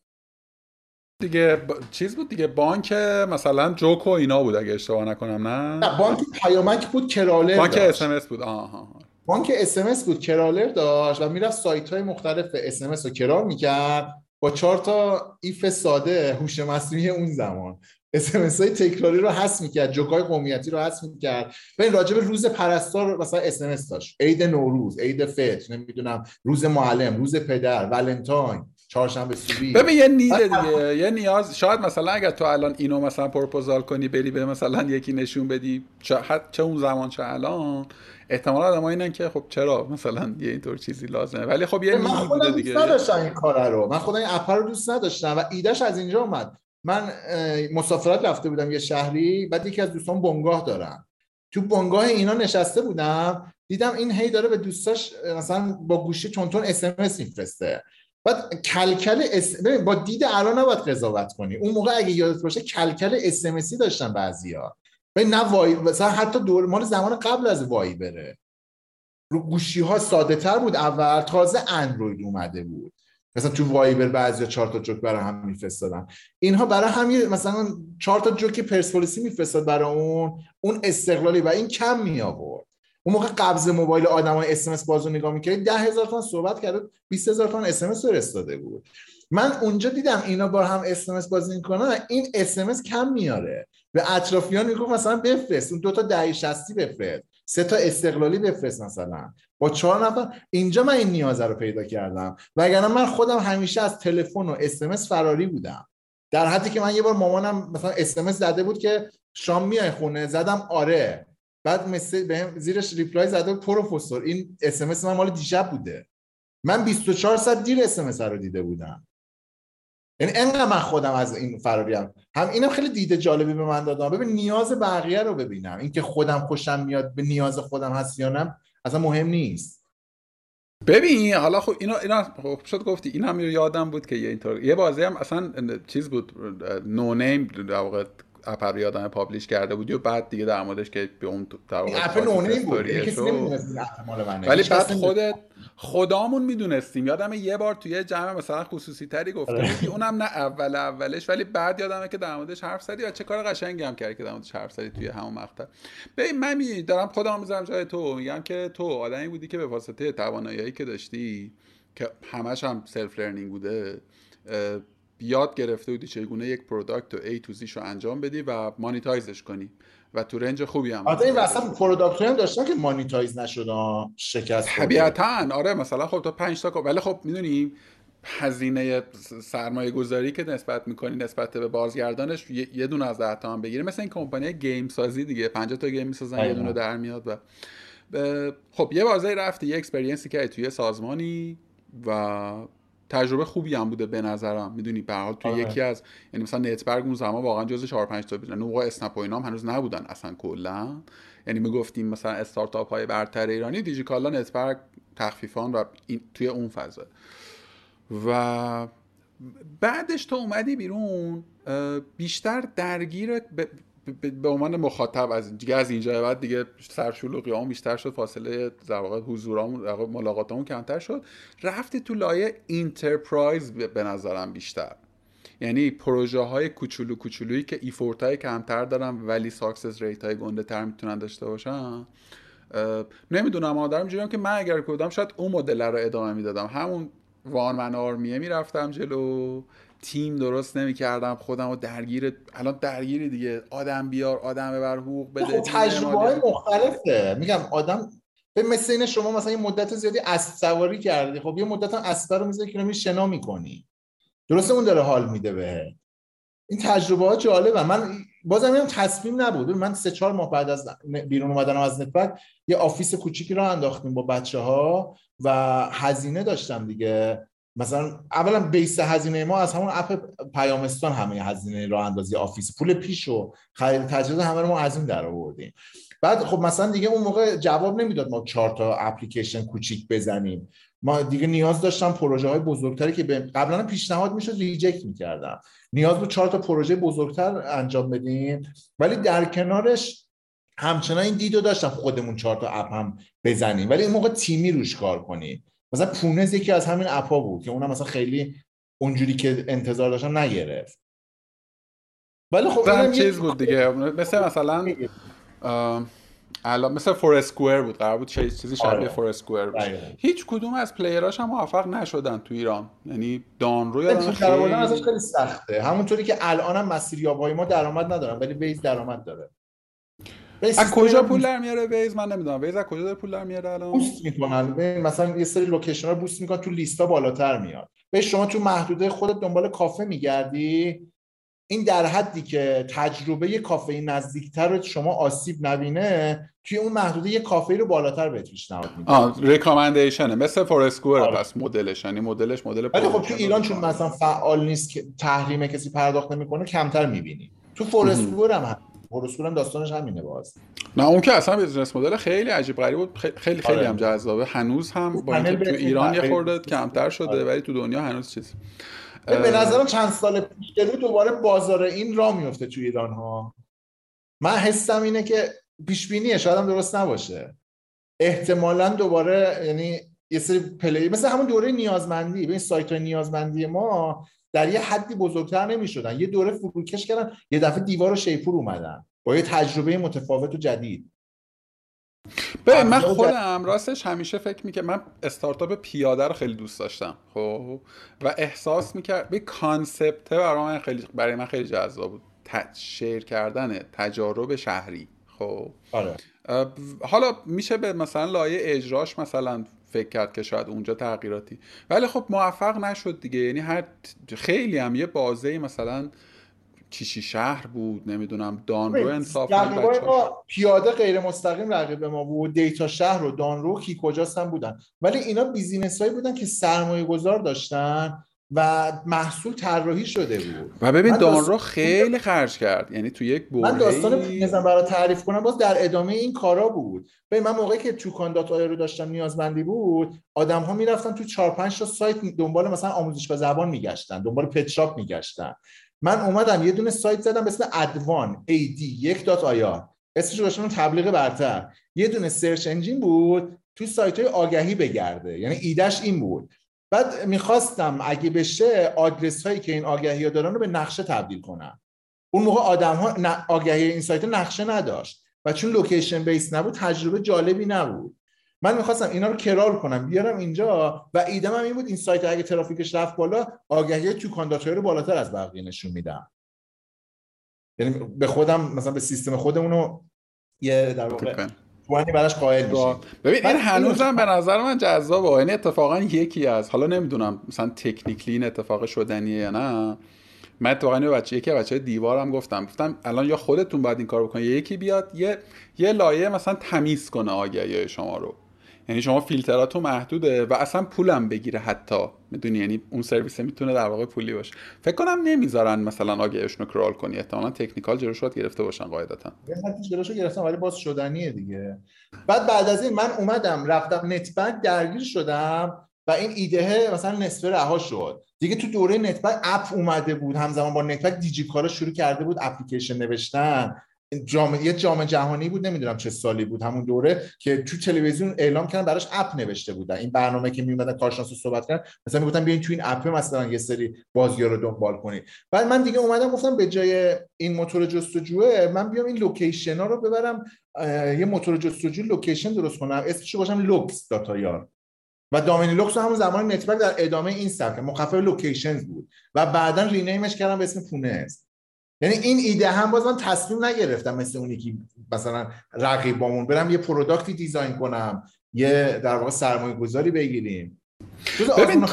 دیگه چیز بود دیگه، بانک مثلا جوکو اینا بود اگه اشتباه نکنم، نه؟ نه، بانک پیامک بود، کرالر بانک اس ام داشت. اس بود. آها. بانک اس ام اس بود، کرالر داشت و میرفت سایت های مختلف اس ام اس رو کرال میکرد با 4 تا ایف ساده هوش مصنوعی اون زمان. اس ام اس های تکراری رو حذف میکرد، جوکای قومیتی رو حذف میکرد. ببین راجع به روز پرستار مثلا اس ام اس داشت، عید نوروز، عید فطر، نمیدونم روز معلم، روز پدر، ولنتاین، چهارشنبه سوری. ببین یه نیده دیگه، یه نیاز. شاید مثلا اگر تو الان اینو مثلا پروپوزال کنی بری به مثلا یکی نشون بدی، چه اون زمان چه الان، احتمال آدم اینن که خب چرا مثلا یه اینطور چیزی لازمه، ولی خب یه من نیدی بوده خودم دوست دیگه. نداشتم این کار رو، من خودم این اپ رو دوست نداشتم و ایدهش از اینجا اومد. من مسافرت رفته بودم یه شهری، بعد یکی از دوستان بنگاه دارن، تو بنگاه اینا نشسته بودم، دیدم این هی داره به دوستاش مثلا با گوشی تونتون اس ام اس میفرسته. بعد کلکل ببین با دید الان نباید قضاوت کنی، اون موقع اگه یادت باشه کلکل اس ام اسی داشتن بعضیا. ببین نه مثلا حتی دور مال زمان قبل از وای بره، رو گوشی ها ساده تر بود اول، تازه اندروید اومده بود. مثلا تو وایبر بعضیا 4 تا جوک برای هم میفرستادن، اینها برای همین مثلا 4 تا جوک پرسپولیسی میفرستاد برای اون استقلالی و این کم می آورد. اون موقع قبض موبایل آدمای اس ام اس بازو نگاه میکردی 10,000 تومان صحبت کرده، 20,000 تومان اس ام اس فرستاده بود. من اونجا دیدم اینا با هم اس ام اس بازی میکنن، این اس ام اس کم میاره، به اطرافیان میگم مثلا بفرست اون 2 تا 1060 بفرست، 3 تا استقلالی بفرست مثلا با 4 نفر. اینجا من این نیازه رو پیدا کردم، وگرنه من خودم همیشه از تلفن و اس ام اس فراری بودم. در حدی که من یه بار مامانم مثلا اس ام اس زده بود که شام میای خونه، زدم آره، بعد مسیج بهم زیرش ریپلای زده بود پروفسور این اس ام اس من مال دیشب بوده. من 24 ساعت دیر اس ام اس رو دیده بودم. یعنی انقدر من خودم از این فراریم. هم اینم خیلی دیده جالبی به من دادم، ببین نیاز بقیه رو ببینم، اینکه خودم خوشم میاد به نیاز خودم هست یا نه اصلا مهم نیست. ببین حالا خب اینا خب شد گفتی، این هم یادم بود که یه اینطور یه بازی هم اصلا چیز بود، نو نیم در واقع اپ رو یادم پابلیش کرده بودی و بعد دیگه در موردش که به اون در این واقع اپ تاکید نونی بود، یعنی استوریه کسی شو. نمیدونست این اپ مال منه، ولی هیچ بعد کس نمیدونست. خدامون میدونستیم. یادم یه بار توی جمع مثلا خصوصی تری گفته بودی، اونم نه اولش، ولی بعد یادمه که در موردش حرف زدی و چه کار قشنگی هم کردی که در موردش حرف زدی توی همون مقطع. ببین من دارم خودم میذارم جای تو، میگم که تو آدمی بودی که به واسطه توانایی که داشتی که همش هم سلف لرنینگ بوده، یاد گرفته بودی چگونه یک پروداکت رو A تو زیش رو انجام بدی و مانیتایزش کنی و تو رنج خوبی هم البته این مانیتایزش وسط بکنی. پروداکت هم داشتن که مانیتایز نشد، شکست خورده. طبیعتا آره، مثلا خب تا 5 تا ولی خب میدونی هزینه سرمایه گذاری که نسبت میکنی نسبت به بازگردانش یه دونه از 10 تا هم بگیره، مثل این کمپانی گیم سازی دیگه 50 تا گیم میسازن یه دونه دقیقاً. در میاد. و خب یه بازی رفتی، یه اکسپریانسی که توی سازمانی و تجربه خوبی هم بوده به نظرم. میدونی به هر حال تو آره. یکی از، یعنی مثلا نتبرگ اون زمان واقعا جزو 4 5 تا بیزنس، اون موقع اسنپ و اینا هم هنوز نبودن اصلا کلا. یعنی میگفتیم مثلا استارتاپ های برتر ایرانی دیجیکالا، نتبرگ، تخفیفان و توی اون فضا. و بعدش تو اومدی بیرون بیشتر درگیر به عنوان مخاطب از دیگه، از اینجا بعد دیگه سرشلوغیامون بیشتر شد، فاصله در واقع حضورامون، در واقع ملاقاتامون کمتر شد، رفتی تو لایه اینترپرایز به نظرم بیشتر. یعنی پروژه های کوچولو کوچولویی که ایفورت های کمتر دارن ولی ساکسس ریت های گنده تر میتونن داشته باشن. نمیدونم، آدم جوریام که من اگر کودم شاید اون مدل رو ادامه میدادم، همون وان من آرمیه میرفتم جلو، تیم درست نمیکردم، خودم رو درگیر، الان درگیری دیگه، آدم بیار، آدم ببر، حقوق بده، خب تجربه های مختلفه. میگم آدم به مثل این شما مثلا یه مدت زیادی اسب سواری کردی، خب یه مدت هم اسب رو میذاری که شنا میکنی، درسته اون داره حال میده به این تجربه ها. جالبه. من بازم میگم تصمیم نبود، من 3-4 ماه بعد از بیرون اومدنم از نتورک یه آفیس کوچیکی رو انداختیم با بچه‌ها و هزینه داشتم دیگه. مثلا اولا بیس هزینه ما از همون اپ پیامستان همه هزینه راه اندازی آفیس، پول پیش و خرید تجهیزات همه رو ما از این در آوردیم. بعد خب مثلا دیگه اون موقع جواب نمیداد ما 4 تا اپلیکیشن کوچیک بزنیم، ما دیگه نیاز داشتم پروژه های بزرگتری که قبلا پیشنهاد میشد ریجکت میکردم، نیاز بود 4 تا پروژه بزرگتر انجام بدیم. ولی در کنارش همچنان این دیدو داشتم خودمون 4 تا اپ هم بزنیم، ولی این موقع تیمی روش کار کنیم. مثلا پونز یکی از همین اپا بود که اونم مثلا خیلی اونجوری که انتظار داشتم نگرفت. ولی خب اینم چیز بود دیگه، مثلا الان مثل فورسکوئر بود، قرار بود چیزی شبیه فورسکوئر بشه. هیچ کدوم از پلیراش هم موفق نشدن تو ایران. یعنی دانرو یادم خیلی ازش خیلی سخته، همونطوری که الانم مسیریابای ما درآمد ندارن ولی ویز درآمد داره. از کجا پول در میاره ویز؟ من نمیدونم ویز از کجا داره پول در میاره الان. بوست میکنن، مثلا یه سری لوکیشن ها بوست میکنن، تو لیستا بالاتر میاد. به شما تو محدوده خودت دنبال کافه میگردی، این در حدی که تجربه کافه نزدیکتر رو شما آسیب نبینه، توی اون محدوده یه کافه رو بالاتر بهت پیشنهاد میده. ریکامندیشنه مثل فورسکوئر. پس مدلش، یعنی مدلش مدل، ولی خب تو ایران چون مثلا فعال نیست که تحریم کسی پرداخت نمیکنه کمتر میبینی. تو فورسکوئر هم فورسکوئر هم داستانش همینه باز. نه اون که اصلا بیزنس مدل خیلی عجیب غریب بود، خیلی هم جذابه هنوز هم، با اینکه تو ایران یه خورده کمتر شده ولی تو دنیا هنوز چیز. به نظرم چند سال پیش دوباره بازار این راه میفته تو ایران ها. من حسم اینه که پیش بینیه، شاید هم درست نباشه، احتمالاً دوباره یعنی یه سری پلی مثل همون دوره نیازمندی، ببین سایت های نیازمندی ما در یه حدی بزرگتر نمی‌شدن، یه دوره فروکش کردن، یه دفعه دیوار و شیپور اومدن با یه تجربه متفاوت و جدید. به من خودم راستش همیشه فکر می‌کردم، من استارتاپ پیاده رو خیلی دوست داشتم خب، و احساس می‌کردم به کانسپت برای من خیلی جذاب بود، شیر کردن تجارب شهری خب. آره. حالا میشه به مثلا لایه اجراش مثلا فکر کرد که شاید اونجا تغییراتی، ولی خب موفق نشد دیگه. یعنی خیلی هم یه بازه مثلا کیشی شهر بود، نمیدونم دانرو انصاف ما پیاده غیر مستقیم رقیب ما بود، دیتا شهر و دانرو کی کجاست هم بودن، ولی اینا بیزینس هایی بودن که سرمایه گذار داشتن و محصول طراحی شده بود. و ببین دانرو خیلی خرج کرد، یعنی تو یک برهه‌ای. من داستان پینزم برای تعریف کنم باز در ادامه این کارا بود. ببین من موقعی که توکان.ai رو داشتم نیازمندی بود، آدم ها میرفتن تو 4-5 تا سایت دنبال مثلا آموزشگاه زبان میگشتن، دنبال پت شاپ میگشتن. من اومدم یه دونه سایت زدم به اسم ادوان ad1.ir، اسمش رو داشتم تبلیغ برتر، یه دونه سرچ انجین بود تو سایت های آگهی بگرده، یعنی ایدهش این بود. بعد میخواستم اگه بشه آدرس هایی که این آگهی ها دارن رو به نقشه تبدیل کنم. اون موقع آدم ها آگهی این سایت نقشه نداشت و چون لوکیشن بیس نبود تجربه جالبی نبود. من میخواستم اینا رو کرال کنم بیارم اینجا و ایدم هم این بود این سایت اگه ترافیکش رفت بالا، آگهی توکان.ai رو بالاتر از بقیه نشون میدم. یعنی به خودم مثلا به سیستم خودمونو یه در واقع وانی براش قائل میشیم. ببین این هنوزم به نظر من جذابه، یعنی اتفاقا یکی از، حالا نمیدونم مثلا تکنیکلی این اتفاق شدنیه یا نه، من اتفاقا یکی بچه دیوارم گفتم الان یا خودتون باید این کارو بکنید یا یکی بیاد یه لایه مثلا تمیز کنه آگهی شما رو. یعنی شما فیلتراتو محدوده و اصلا پولم بگیره حتی، میدونی، یعنی اون سرویس میتونه در واقع پولی باشه. فکر کنم نمیذارن مثلا آگهشون رو کرال کنی، احتمالاً تکنیکال جلوش گرفته باشن قاعدتا. یه حدی جلوشو گرفتم ولی باز شدنیه دیگه. بعد از این من اومدم رفتم نت بانک درگیر شدم و این ایده مثلا نصف رها شد دیگه. تو دوره نت بانک اپ اومده بود، همزمان با نت بانک دیجیکالا شروع کرده بود اپلیکیشن نوشتن. یه جام جهانی بود، نمیدونم چه سالی بود همون دوره، که تو تلویزیون اعلام کردن براش اپ نوشته بودن. این برنامه که میومدن کارشناسا صحبت کردن مثلا میگفتن بیاین تو این اپ مثلا یه سری بازی‌ها رو دنبال کنید. بعد من دیگه اومدم گفتم به جای این موتور جستجوه من بیام این لوکیشن ها رو ببرم یه موتور جستجو لوکیشن درست کنم، اسمش رو باشم لوکس داتایار. و دامین لوکس رو همون زمان نتورک در ادامه این سبک مخفف لوکیشنز بود و بعدا رینیمش کردم به اسم پونز. یعنی این ایده هم باز من تصمیم نگرفتم مثل اونی که مثلا رقیبامون برم یه پروداکتی دیزاین کنم، یه در واقع سرمایه گذاری بگیریم. ببین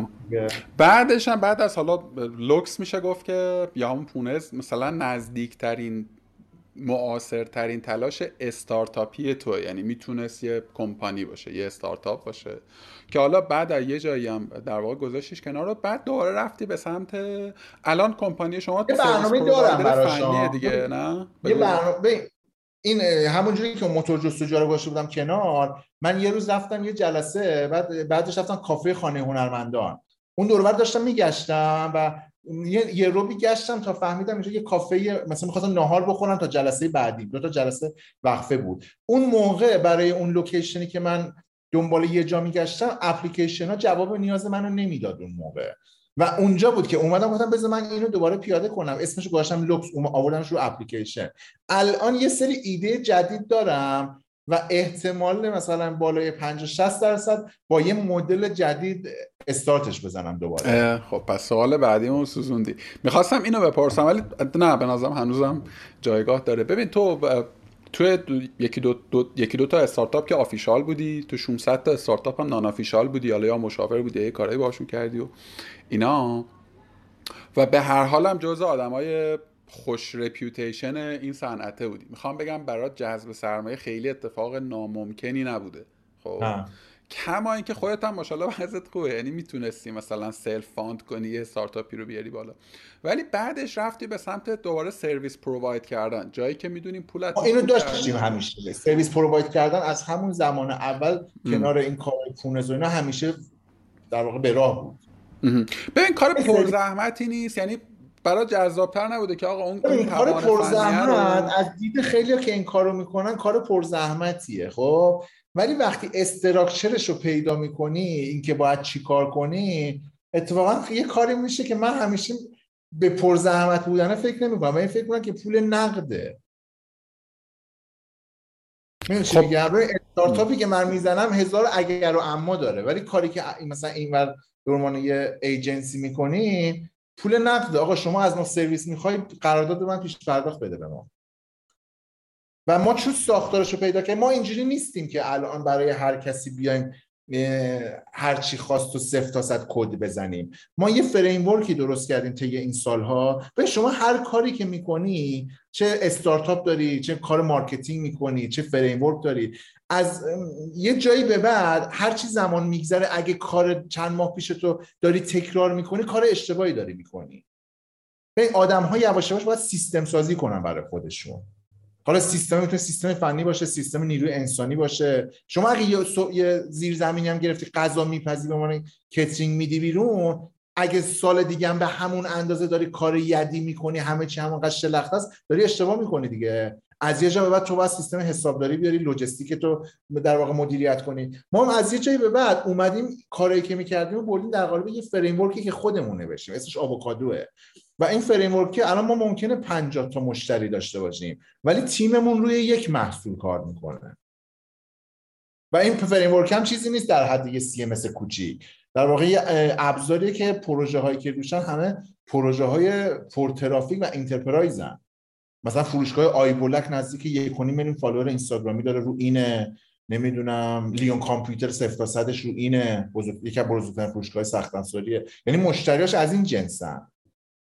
بعدش هم بعد از حالا لوکس میشه گفت که یا همون پونز مثلا نزدیکترین معاصرترین تلاش استارتاپی تو، یعنی میتونست یه کمپانی باشه، یه استارتاپ باشه که حالا بعد از یه جایی هم در واقع گذاشتیش کنار رو، بعد دوباره رفتی به سمت الان کمپانی شما یه برنامه دارم فنیه دیگه، نه؟ یه برنامه این همونجوری که موتور جستجو رو گذاشته بودم کنار، من یه روز رفتم یه جلسه، بعدش رفتم کافه خانه هنرمندان، اون دور و بر داشتم میگشتم و یه رو میگشتم تا فهمیدم اینجا یه کافه مثلا می‌خواستم ناهار بخورم تا جلسه بعدی، 2 تا جلسه وقفه بود. اون موقع برای اون لوکیشنی که من دنبال یه جا میگشتم اپلیکیشن ها جواب نیاز منو نمیداد اون موقع و اونجا بود که اومدم گفتم بذار من اینو دوباره پیاده کنم، اسمش رو گذاشتم لوکس، آوردمش رو اپلیکیشن. الان یه سری ایده جدید دارم و احتمال مثلا بالای 50-60% با یه مدل جدید استارتش بزنم دوباره. خب پس سوال بعدیمون سوزوندی. میخواستم اینو بپرسم ولی نه، به نظرم هنوزم جایگاه داره. ببین تو یکی دو تا استارتاپ که آفیشال بودی، تو 600 تا استارتاپ هم نان آفیشال بودی، حالا یا مشاور بودی یه کارایی باشون کردی و اینا، و به هر حال هم جزء آدمای خوش رپیوتیشن این صنعته بودی. میخوام بگم برات جذب سرمایه خیلی اتفاق ناممکنی نبوده. خب کما اینکه خودت هم ماشاءالله وضعت خوبه، یعنی میتونستی مثلا سلف فاند کنی یه استارتاپی رو بیاری بالا، ولی بعدش رفتی به سمت دوباره سرویس پروواید کردن، جایی که میدونیم پولت اینو داشتیم همیشه. سرویس پروواید کردن از همون زمان اول کنار این کار پونز و اینا همیشه در واقع به راه بود. ببین کار پرزحمتی نیست، یعنی برای جذابتر نبوده که آقا اون کار پرزحمت از دید خیلی که این کارو میکنن کار پرزحمتیه، خب ولی وقتی استراکچرش رو پیدا میکنی، اینکه باید چی کار کنی، اتفاقا یه کاری میشه که من همیشه به پرزحمت بودن فکر نمیکنم، من فکر میکنم که پول نقده. خب استارتاپی که من میزنم 1000 اگر و اما داره، ولی کاری که مثلا اینور به عنوان یه ایجنسی میکنی پول نقده. آقا شما از ما سرویس میخوای، قرارداد من پیش پرداخت بده به ما. و ما چون ساختارش رو پیدا کردیم، ما اینجوری نیستیم که الان برای هر کسی بیایم هر چی خواست و 0 تا 100 کد بزنیم. ما یه فریم ورکی درست کردیم طی این سالها. به شما هر کاری که میکنی، چه استارتاپ داری، چه کار مارکتینگ میکنی، چه فریم ورک داری، از یه جایی به بعد هر چی زمان میگذره، اگه کار چند ماه پیش تو داری تکرار میکنی، کار اشتباهی داری میکنی. به آدم‌ها یواش یواش باید سیستم سازی کنن برای خودشون. حالا سیستم میتونه سیستم فنی باشه، سیستم نیروی انسانی باشه. شما اگه یه زیرزمینی هم گرفتی غذا میپزی به عنوان کیترینگ میدی بیرون، اگه سال دیگه هم به همون اندازه داری کار یدی میکنی، همه چی همونقدر شلخته است، داری اشتباه میکنی دیگه. از یه جا به بعد تو باید سیستم حسابداری بیاری، لوجستیک تو در واقع مدیریت کنی. ما هم از یه جایی به بعد اومدیم کاری که میکردیم و بردیم در قالب یه فریم ورکی که خودمون نوشتیم، اسمش آووکادوه. و این فریم ورک الان ما ممکنه 50 تا مشتری داشته باشیم ولی تیممون روی یک محصول کار میکنه. و این فریم ورک هم چیزی نیست در حد یه CMS کوچیک، در واقع یه ابزاریه که پروژه هایی که روشن همه پروژه های پر ترافیک و انترپرایزن. مثلا فروشگاه آیبولک نزدیک 1.5 میلیون فالوور اینستاگرامی داره، رو اینه. نمیدونم لیون کامپیوتر 0 تا 100ش رو اینه، یکی از بزرگترین فروشگاه سخت افزاریه. یعنی مشتریاش از این جنسن.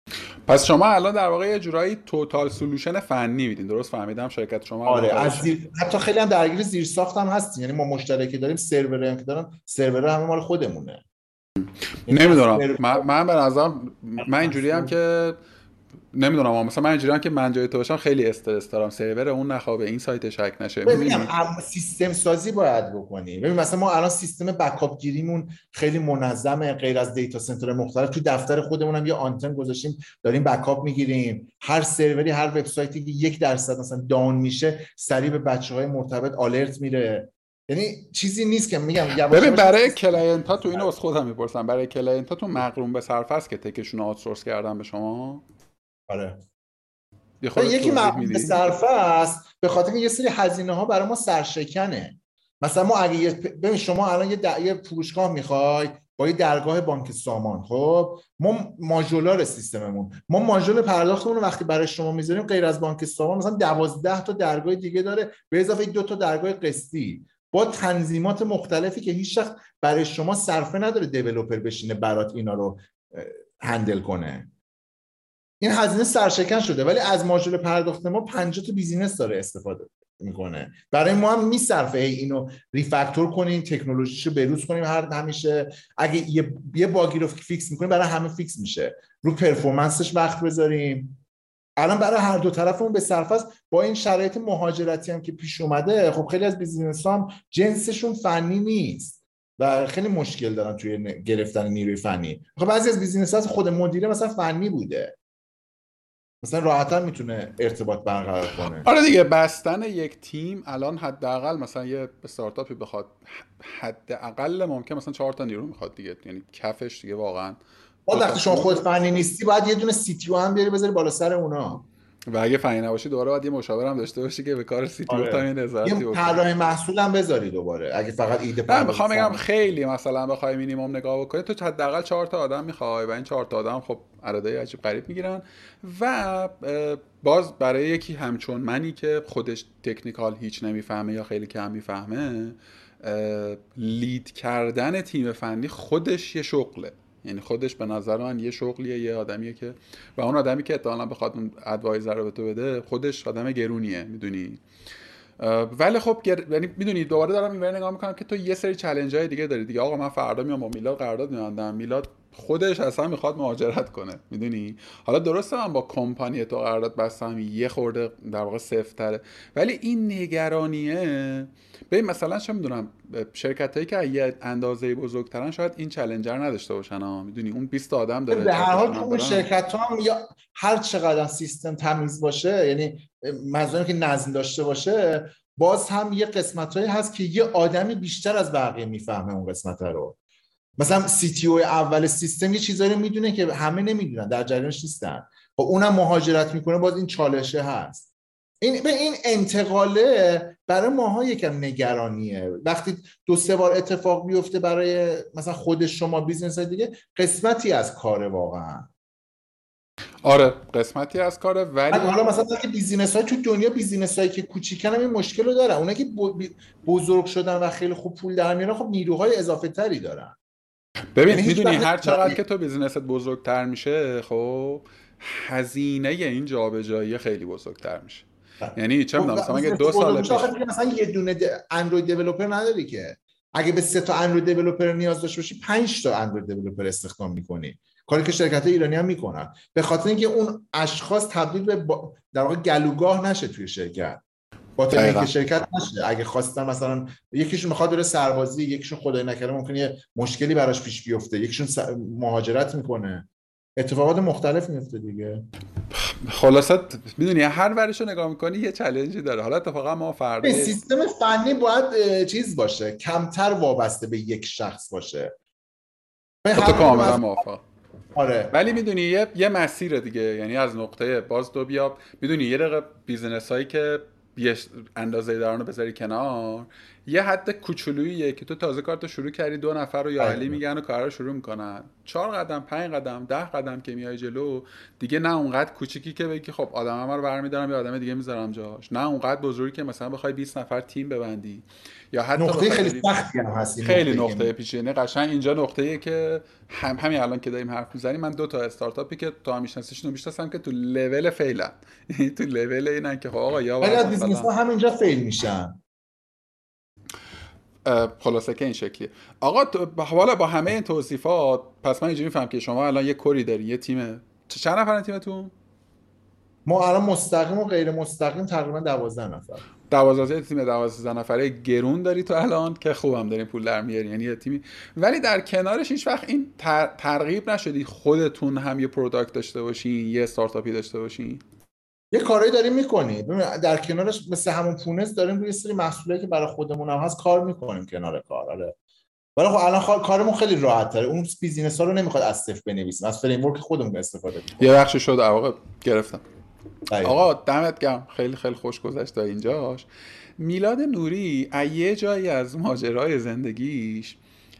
پس شما الان در واقع یه جورایی توتال سولوشن فنی میدین، درست فهمیدم؟ شرکت شما الان آره، کارش حتی خیلی هم درگیر زیر ساخت هم هستیم، یعنی ما مشترکی داریم، سرور هم که دارن، سرور همه مال خودمونه. یعنی نمیدونم. من به نظرم من اینجوری هم که نمیدونم، مثلا من اینجوری هم که من جای تو باشم خیلی استرس دارم، سرور اون نخوابه، این سایت هک نشه، میگم میدونی. سیستم سازی باید بکنی. ببین مثلا ما الان سیستم بکاپ گیریمون خیلی منظمه، غیر از دیتا سنتر مختلف تو دفتر خودمون هم یه آنتن گذاشتیم داریم بکاپ میگیریم. هر سروری، هر وبسایتی که 1% مثلا داون میشه سریع به بچهای مرتبط آلرت میره. یعنی چیزی نیست که میگم ببین برای کلاینت ها تو اینو از خودم میپرسم، برای کلاینت ها تو مقرون به صرفه است که تکشون رو آوتسورس کردن به شما؟ آره، یه خورده یکی توضیح مقرون به میدی؟ صرفه است به خاطر اینکه یه سری هزینه ها برای ما سرشکنه. مثلا ما اگه ببین شما الان یه فروشگاه میخوای با یه درگاه بانک سامان، خب ما ماژولار سیستممون، ما ماژول پرداختمون رو وقتی برای شما میذاریم غیر از بانک سامان مثلا 12 تا درگاه دیگه داره به اضافه 2 تا درگاه قسطی با تنظیمات مختلفی که هیچ وقت برای شما صرفه نداره دیولپر بشینه برات اینا رو هندل کنه. این هزینه سرشکن شده، ولی از ماژول پرداخت ما 50 تا بیزینس داره استفاده میکنه. برای ما هم میصرفه اینو ریفکتور کنیم، تکنولوژیشو بروز کنیم، همیشه اگه یه باگی رو فیکس میکنیم برای همه فیکس میشه، رو پرفورمنسش وقت بذاریم. الان برای هر دو طرفمون به صرفه است. با این شرایط مهاجرتی هم که پیش اومده، خب خیلی از بیزینس هم جنسشون فنی نیست و خیلی مشکل دارن توی گرفتن نیروی فنی. خب بعضی از بیزینس ها خود مدیره مثلا فنی بوده، مثلا راحت‌تر میتونه ارتباط برقرار کنه. آره دیگه، بستن یک تیم الان حداقل مثلا یه استارتاپی بخواد حداقل ممکن مثلا 4 تا نیرو میخواد دیگه، یعنی کفش دیگه واقعا بعد 2 تا وقتی شما فول. خود فنی نیستی باید یه دونه سی تی او هم بیاری بذاری بالا سر اونا. و اگه فنی نباشی دوباره باید یه مشاور هم داشته باشی که به کار سی تی او آره، هم نظارتی یه بکنه. طراح محصول هم بذاری دوباره اگه فقط ایده نه پردازی میخوام بگم فنی. خیلی مثلا بخوای مینیمم نگاه بکنی تو حداقل 4 تا آدم میخوای و این 4 تا آدم خب عددهای عجیب غریب میگیرن. و باز برای یکی همچون منی که خودش تکنیکال هیچ نمیفهمه یا خیلی کم میفهمه، لید کردن تیم فنی خودش یه شغله. یعنی خودش به نظر من یه شغلیه، یه آدمیه که و اون آدمی که احتمالاً بخواد اون ادوایزر رو به تو بده خودش آدم گرونیه، میدونی. ولی خب یعنی میدونی دوباره دارم اینور نگاه میکنم که تو یه سری چالش های دیگه داری دیگه. آقا من فردا میام با میلاد قرارداد میبندم، میلاد خودش اصلا میخواد مهاجرت کنه، میدونی. حالا درسته من با کمپانی تو قرارداد بستم یه خورده در واقع سفت تره، ولی این نگرانیه. ببین مثلا چه میدونم شرکت هایی که یه اندازه بزرگترن شاید این چالنجر نداشته باشن ها، میدونی اون 20 تا آدم داره به هر حال 4 تو تاشون هم اون برن. شرکت ها هم یا هر چقدر سیستم تمیز باشه، یعنی منظورم که نظم داشته باشه، باز هم یه قسمتایی هست که یه آدمی بیشتر از بقیه میفهمه اون قسمت رو. مثلا سی تی او اول سیستم یه چیزایی رو میدونه که همه نمیدونن، در جریانش نیستن. خب اونم مهاجرت میکنه، باز این چالشه هست. این انتقاله برای ماها یکم نگرانیه. وقتی 2-3 بار اتفاق بیفته برای مثلا خود شما بیزنس های دیگه، قسمتی از کاره واقعا. آره قسمتی از کاره، ولی حالا مثلا که بیزینس های تو دنیا، بیزینس هایی که کوچیکن هم این مشکل رو دارن. اونایی که بزرگ شدن و خیلی خوب پول در میارن خب نیروهای اضافه تری دارن. ببین یعنی هیچ میدونی وقت هر چقدر که تو بیزینست بزرگتر میشه خب هزینه این جابجایی خیلی بزرگتر میشه. یعنی چه میدونم مثلا اگه 2 سال میشه پیش آخه مثلا یه دونه اندروید دیولپر نداری که. اگه به 3 تا اندروید دیولپر نیاز داشته باشی 5 تا اندروید دیولپر استخدام میکنی، کاری که شرکت ایرانی هم میکنن، به خاطر اینکه اون اشخاص تبدیل به در واقع گلوگاه نشه توی شرکت، باتلنک دقیقا شرکت نشه. اگه خواستن مثلا یکیشون میخواد بره سربازی، یکیشون خدای نکرده ممکنه یه مشکلی براش پیش بیفته، یکیشون مهاجرت میکنه، اتفاقات مختلف میفته دیگه. خلاصت میدونی هر ورش رو نگاه میکنی یه چالنجی داره. حالا اتفاقا ما فردا سیستم فنی باید چیز باشه، کمتر وابسته به یک شخص باشه. به با تو هر کدوم کاملا از موافقم. آره ولی میدونی یه مسیر دیگه، یعنی از نقطه باز دو بیا، میدونی یه دقیقه بیزنس هایی که یه اندازه دارن رو بذاری کنار، یه حد کوچولوییه که تو تازه کارتو شروع کردی، 2 نفر رو یا علی دقیقاً. میگن و کارا رو شروع میکنن. 4 قدم، 5 قدم، 10 قدم که میای جلو دیگه، نه اونقدر کوچیکی که بگی خب آدم همه رو برمیدارم یا آدم دیگه میذارم جاش، نه اونقدر بزرگی که مثلا بخوای 20 نفر تیم ببندی، یا حتی نقطه بخوای خیلی بری. سختی هم هست این خیلی نقطه‌ای که نقطه پیچیده، قشنگ اینجا نقطه‌ایه که همین الان که داریم حرف میزنیم، من 2 تا استارتاپی که تو هم میشناسیشون میشناسم که تو لول فعلا تو لول اینن که خب آقا یا خیلی باید از بیزنس مثلا ها همینجا فیل میشن. خلاصه که این شکلیه. آقا حالا با همه این توصیفات، پس من اینجوری میفهم که شما الان یه کوری داری، یه تیم، چند نفرن تیمتون؟ ما الان مستقیم و غیر مستقیم تقریبا 12 نفر. 12 تیم 12 نفره گرون داری تو الان که خوبم دارین پول در میاری، یعنی یه تیمی. ولی در کنارش هیچ وقت این ترغیب نشدی خودتون هم یه پروداکت داشته باشین، یه استارتاپی داشته باشین؟ یه کارایی داریم میکنیم، در کنارش مثل همون پونز داریم روی سری محصولاتی که برای خودمون هم هست کار میکنیم کنار کار. آره، ولی خب الان کارمون خیلی راحت تره. اون بیزینس ها رو نمیخواد از صفر بنویسیم، از فریم ورک خودمون استفاده یه میکنیم. بخشی شد در واقع گرفتم. دقیقاً. آقا دمت گرم، خیلی خیلی خوش گذشت تا اینجاش. میلاد نوری یه جایی از ماجرای زندگیش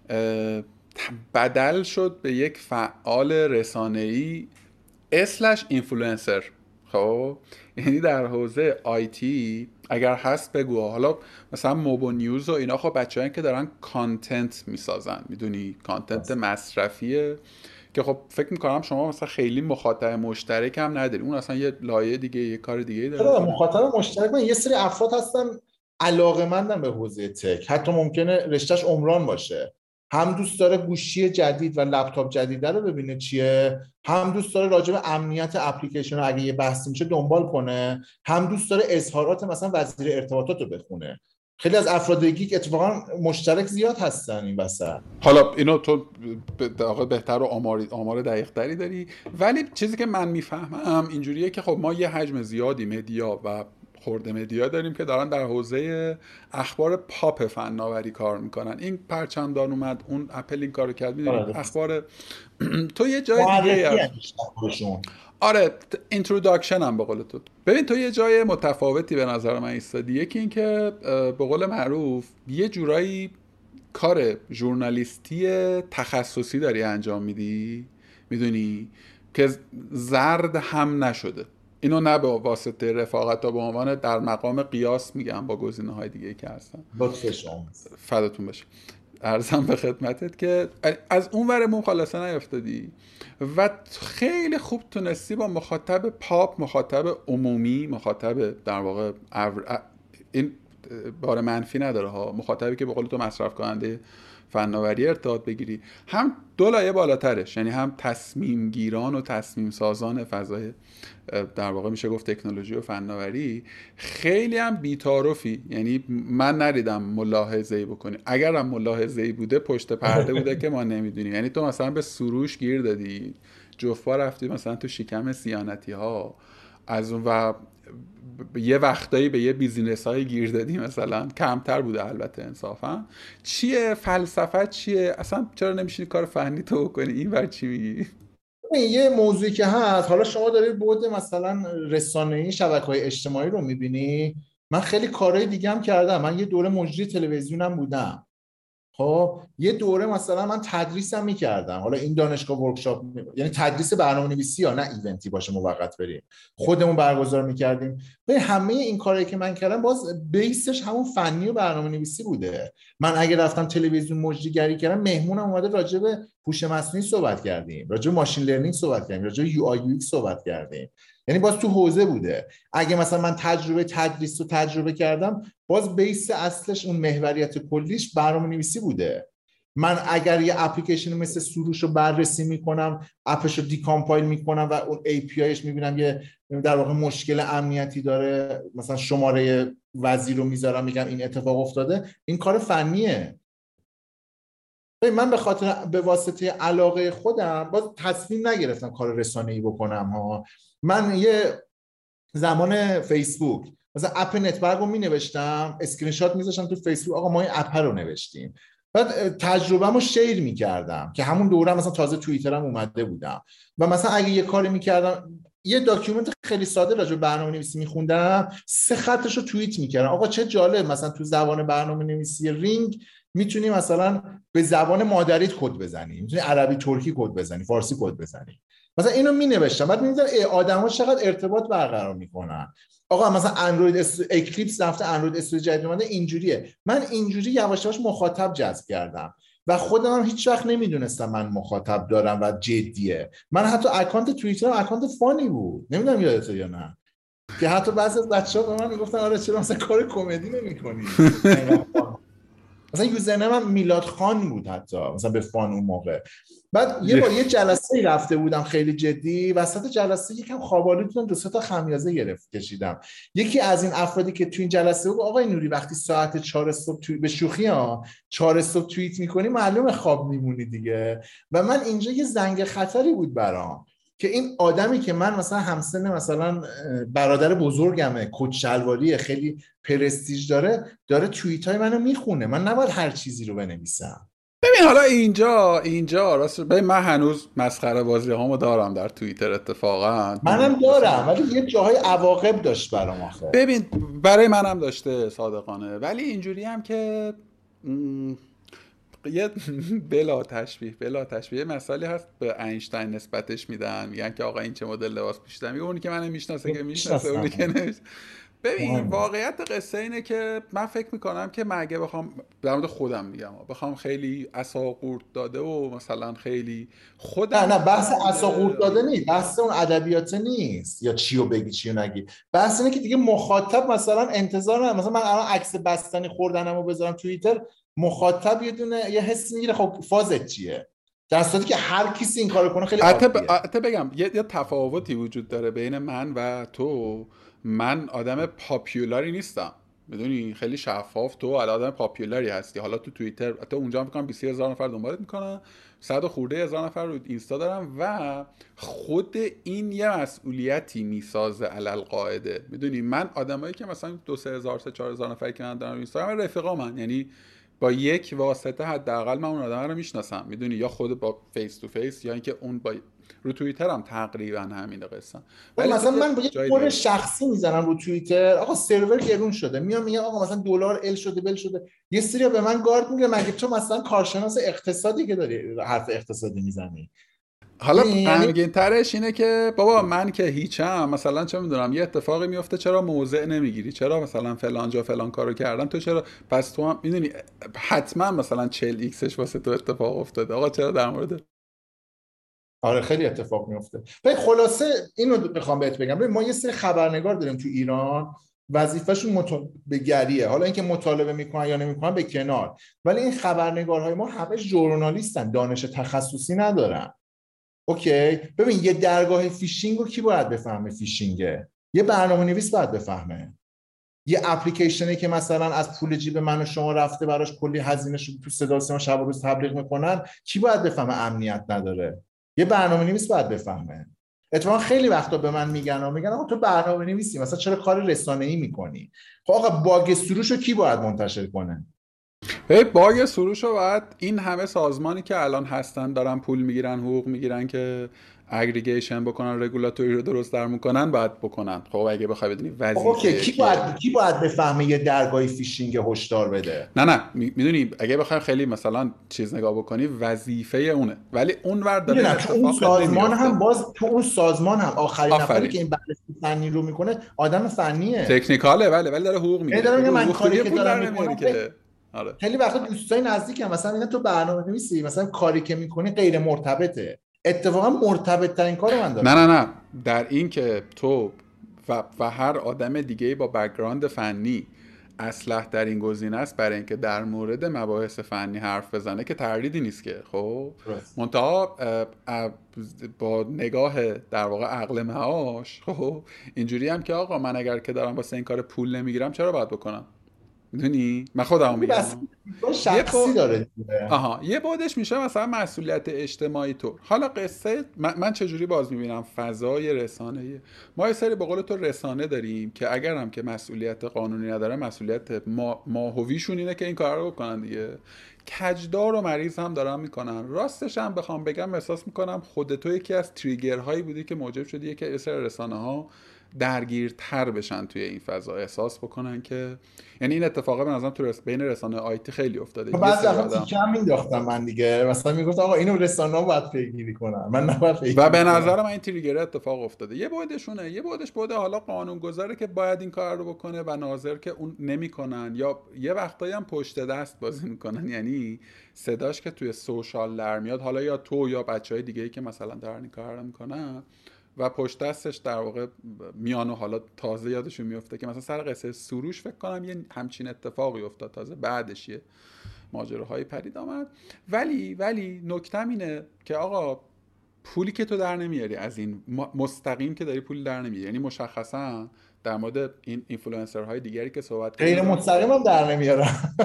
بدل شد به یک فعال رسانه‌ای اسلش اینفلوئنسر. خب یعنی در حوزه آیتی اگر هست بگو. حالا مثلا موبو نیوز و اینا، خب بچه‌ای که دارن کانتنت میسازن، میدونی کانتنت مصرفیه که خب فکر میکنم شما مثلا خیلی مخاطب مشترک هم نداری، اون اصلا یه لایه دیگه، یه کار دیگه داره چرا میکنه. مخاطب مشترک من یه سری افراد هستن علاقه‌مندن به حوزه تک، حتی ممکنه رشتهش عمران باشه، هم دوست داره گوشی جدید و لپتاپ جدیده رو ببینه چیه، هم دوست داره راجع به امنیت اپلیکیشن اگه یه بحثی میشه دنبال کنه، هم دوست داره اظهارات مثلا وزیر ارتباطات رو بخونه. خیلی از افراد گیگ اتفاقا مشترک زیاد هستن این وسط. حالا اینو تو بهتر و آمار دقیق تری داری، ولی چیزی که من میفهمم اینجوریه که خب ما یه حجم زیادی مدیا و خورده مدیا داریم که دارن در حوزه اخبار پاپ فناوری کار میکنن. این پرچمدان اومد، اون اپل این کارو کرد، میدونی اخبار تو یه جای دیگه معرفی از خودشون. آره اینتروداکشن هم به قول تو. ببین تو یه جای متفاوتی به نظر من ایستادی. یکی این که به قول معروف یه جورایی کار ژورنالیستی تخصصی داری انجام میدی، میدونی که زرد هم نشده. اینو نه به واسطه رفاقت تا به عنوان در مقام قیاس میگم با گزینه‌های دیگه که هستن. لطف شما. فداتون بشه. ارزم به خدمتت که از اون ورمون خلاصه نیافتادی و خیلی خوب تونستی با مخاطب پاپ، مخاطب عمومی، مخاطب در واقع این بار منفی نداره ها، مخاطبی که به قول تو مصرف کننده فناوری ارتباط بگیری، هم دو لایه بالاترش، یعنی هم تصمیم گیران و تصمیم سازان فضای در واقع میشه گفت تکنولوژی و فناوری، خیلی هم بی‌تعارفی. یعنی من ندیدم ملاحظه‌ای بکنی، اگرم ملاحظه‌ای بوده پشت پرده بوده که ما نمیدونیم. یعنی تو مثلا به سروش گیر دادی، جفا رفتی مثلا تو شکم سیانتی ها، از اون و یه وقتایی به یه بیزینس های گیر دادی، مثلا کمتر بوده البته انصافا. چیه فلسفه، چیه اصلا؟ چرا نمیشینی کار فنی تو بکنی؟ این ور چی میگی؟ یه موضوعی که هست، حالا شما دارید بعد مثلا رسانه‌ای شبکه‌های اجتماعی رو می‌بینی، من خیلی کارهای دیگه هم کردم. من یه دوره مجری تلویزیونم بودم. خب یه دوره مثلا من تدریسم میکردم، حالا این دانشگاه ورکشاپ، یعنی تدریس برنامه‌نویسی یا نه ایونتی باشه موقت بریم، خودمون برگزار میکردیم. به همه این کارهایی که من کردم باز بیسش همون فنی و برنامه‌نویسی بوده. من اگه رفتم تلویزیون مجریگری کردم، مهمونم اومده راجع به هوش مصنوعی صحبت کردیم، راجع به ماشین لرنینگ صحبت کردیم، راجع به یو آی یو ایکس صحبت کردیم. یعنی باز تو حوزه بوده. اگه مثلا من تجربه تدریس رو تجربه کردم، باز بیس اصلش اون محوریت کلیش برنامه‌نویسی بوده. من اگر یه اپلیکیشن مثل سروش رو بررسی میکنم، اپش رو دیکامپایل میکنم و اون ای پی آیش میبینم یه در واقع مشکل امنیتی داره، مثلا شماره وزیر رو میذارم میگم این اتفاق افتاده، این کار فنیه. من به خاطر به واسطه علاقه خودم باز تصمیم نگرفتم کار رسانه‌ای بکنم ها. من یه زمان فیسبوک مثلا اپ نتورک رو می نوشتم، اسکرین شات میذاشتم تو فیسبوک، آقا ما این اپ رو نوشتیم. بعد تجربه‌مو شیر می‌کردم که همون دوره مثلا تازه توییترم اومده بودم و مثلا اگه یه کاری می‌کردم یه داکیومنت خیلی ساده راجع به برنامه‌نویسی می‌خوندم، 3 خطش رو توییت می‌کردم. آقا چه جالب، مثلا تو زبان برنامه‌نویسی رینگ میتونی مثلا به زبان مادریت کد بزنی، میتونی عربی ترکی کد بزنی، فارسی کد بزنی. مثلا اینو مینوشتم، بعد می‌دیدم آدم‌ها چقدر ارتباط برقرار می‌کنن. آقا مثلا اکلیپس رفته اندروید استودیو جدید اومده اینجوریه. من اینجوری یواش یواش مخاطب جذب کردم و خودم هم هیچ وقت نمیدونستم من مخاطب دارم و جدیه. من حتی اکانت توییترم اکانت فانی بود، نمیدونم یادته یا نه، که حتی بعضی از بچه‌ها به من میگفتن آره چرا مثلا کار کمدی نمی‌کنی. مثلا یوزرنیم هم میلاد خان بود، حتی مثلا به فان اون موقع. بعد یه بار یه جلسه رفته بودم خیلی جدی، وسط جلسه یکم خواب‌آلود بودم، 2 تا خمیازه کشیدم. یکی از این افرادی که تو این جلسه بود، آقای نوری وقتی ساعت 4 صبح به شوخی 4 صبح توییت می‌کنی معلومه خواب می‌مونی دیگه. و من اینجا یه زنگ خطری بود برام که این آدمی که من مثلا همسن مثلا برادر بزرگمه، کت شلواری خیلی پرستیژ داره توییت های منو میخونه، من نباید هر چیزی رو بنویسم. ببین حالا اینجا راست ببین، من هنوز مسخره بازی هامو دارم در توییتر اتفاقا. منم دارم ولی یه جاهای عواقب داشت برام آخه. ببین برای منم داشته صادقانه، ولی اینجوری هم که یه بلا تشبیه مثالی هست به اینشتین نسبتش میدن، میگن که آقا این چه مدل لباس پوشیدن، میگه اونی که منو میشناسه که میشناسه، اونی که نمیشناسه. ببین واقعیت قصه اینه که من فکر میکنم که من اگه بخوام در مورد خودم میگم، بخوام خیلی عصا قورت داده و مثلا خیلی خودم، نه بحث عصا قورت داده نیست، بحث اون ادبیات نیست یا چیو بگی چیو نگی، بحث اینه که دیگه مخاطب مثلا انتظار نداره. مثلا من الان عکس بستنی خوردنمو بذارم توییتر، مخاطب یه حس میگیره خب فازت چیه، در صورتی که هر کسی این کارو کنه خیلی عادیه. البته بگم یه تفاوتی وجود داره بین من و تو. من آدم پاپیولاری نیستم، میدونی، خیلی شفاف. تو آدم پاپیولاری هستی، حالا تو توییتر تو اونجا میکنم 20000 نفر دنبالت میکنن، 100 خورده هزار نفر رو اینستا دارم و خود این یه مسئولیتی میسازه علل قاعده. میدونی من آدمایی که مثلا 2-3000 3-4000 نفری که من دارم اینستاگرام رفقا من، یعنی با یک واسطه حداقل من اون آدم رو میشناسم، میدونی، یا خود با فیس تو فیس یا اینکه اون با رو توییتر هم تقریبا همینه قصه. ولی مثلا من با یه کد شخصی میزنم رو توییتر، آقا سرور گرون شده، میام میگم آقا مثلا دلار ال شده بل شده، یه سری به من گارد میگه مگه تو مثلا کارشناس اقتصادی که داری حرف اقتصادی میزنی؟ حالا غمگین ترش اینه که بابا من که هیچم، مثلا چه میدونم یه اتفاقی میفته چرا موضع نمیگیری، چرا مثلا فلان جا فلان کارو کردم تو چرا، پس تو هم میدونی حتما مثلا 40 ایکسش واسه تو اتفاق افتاده، آقا چرا در مورد. آره خیلی اتفاق میفته. ولی خلاصه اینو میخوام بهت بگم، ما یه سری خبرنگار داریم تو ایران، وظیفه‌شون مطالبه‌گریه، حالا اینکه مطالبه میکنن یا نمیکنن به کنار، ولی این خبرنگارهای ما همه ژورنالیستن، دانش تخصصی ندارن. اوکی ببین یه درگاه فیشینگ رو کی باید بفهمه فیشینگه؟ یه برنامه‌نویس باید بفهمه. یه اپلیکیشنی که مثلا از پول جیب من و شما رفته براش کلی هزینه شده تو صدا و سیما شب و روز تبلیغ میکنن، کی باید بفهمه امنیت نداره؟ یه برنامه‌نویس باید بفهمه. اتفاقا خیلی وقتا به من میگن آقا تو برنامه‌نویسی مثلا چرا کار رسانه‌ای میکنی؟ خب آقا باگ سروش رو کی باید منتشر کنه؟ باگ سروش رو باید این همه سازمانی که الان هستن دارن پول میگیرن، حقوق میگیرن که اگریگیشن بکنن، رگولاتوری رو درست در میکنن، باید بکنن. خب اگه بخوای بدونی وظیفه کی باید بفهمه یه درگاه فیشینگ هشدار بده؟ نه میدونی اگه بخوای خیلی مثلا چیز نگاه بکنی وظیفه اونه، ولی اون ور داره تو اون سازمان هم تو اون سازمان هم آخرین نفری که این بررسی فنی رو میکنه آدم فنیه، تکنیکاله، ولی داره حقوق میگیره. داره من کاری که دارم میکنم که آره. خیلی وقتا دوستای نزدیکم مثلا میگن تو برنامه‌نویسی مثلا کاری که میکنی غیر مرتبطه، اتفاقا مرتبط ترین کارو من دارم. نه در این که تو و هر آدم دیگه با بک‌گراند فنی اصلح در این گزینه است برای اینکه در مورد مباحث فنی حرف بزنه که تردیدی نیست که. خب منتها با نگاه در واقع عقل معاش، خب اینجوری هم که آقا من اگر که دارم واسه این کار پول نمیگیرم چرا باید بکنم؟ میدونی من خودمو بس میگم. یه شخصی داره دیگه. یه بعدش میشه مثلا مسئولیت اجتماعی تو. حالا قصه من چجوری باز میبینم فضای رسانه‌ای. ما یه سری به قول تو رسانه داریم که اگر هم که مسئولیت قانونی نداره، مسئولیت ماهویشون اینه که این کار رو بکنن دیگه. کجدار و مریض هم دارن میکنن. راستش هم بخوام بگم احساس میکنم خود تو یکی از تریگرهایی بودی که موجب شدی که یه سری رسانه ها درگیرتر بشن توی این فضا، احساس بکنن که یعنی این اتفاقا به نظرم تو بین رسانه آیتی خیلی افتاده. یه بعضی سری وقتا آدم تیکه هم مینداختم من دیگه، مثلا میگفت آقا اینو رسانه‌ها باید پیگیری کنن، من نباید و پیگیری به کنم. نظر من این تریگر اتفاق افتاده. یه بعدشونه، یه بعدش بوده حالا قانونگذاره که باید این کار رو بکنه و ناظر که اون نمیکنن، یا یه وقتایی هم پشت دست بازی میکنن. یعنی صداش که توی سوشال در میاد، حالا یا تو یا بچهای دیگه‌ای که مثلا دارن این کار رو میکنن و پشت دستش در واقع میان. و حالا تازه یادشون میفته که مثلا سر قصه سروش فکر کنم یه همچین اتفاقی افتاد، تازه بعدش یه ماجراهای پدید آمد. ولی نکتم اینه که آقا پولی که تو در نمیاری از این مستقیم که داری پول در نمیاری. یعنی مشخصا در مورد این اینفلوئنسرهای دیگری که صحبت کردیم غیر مستقیم هم در نمیارم.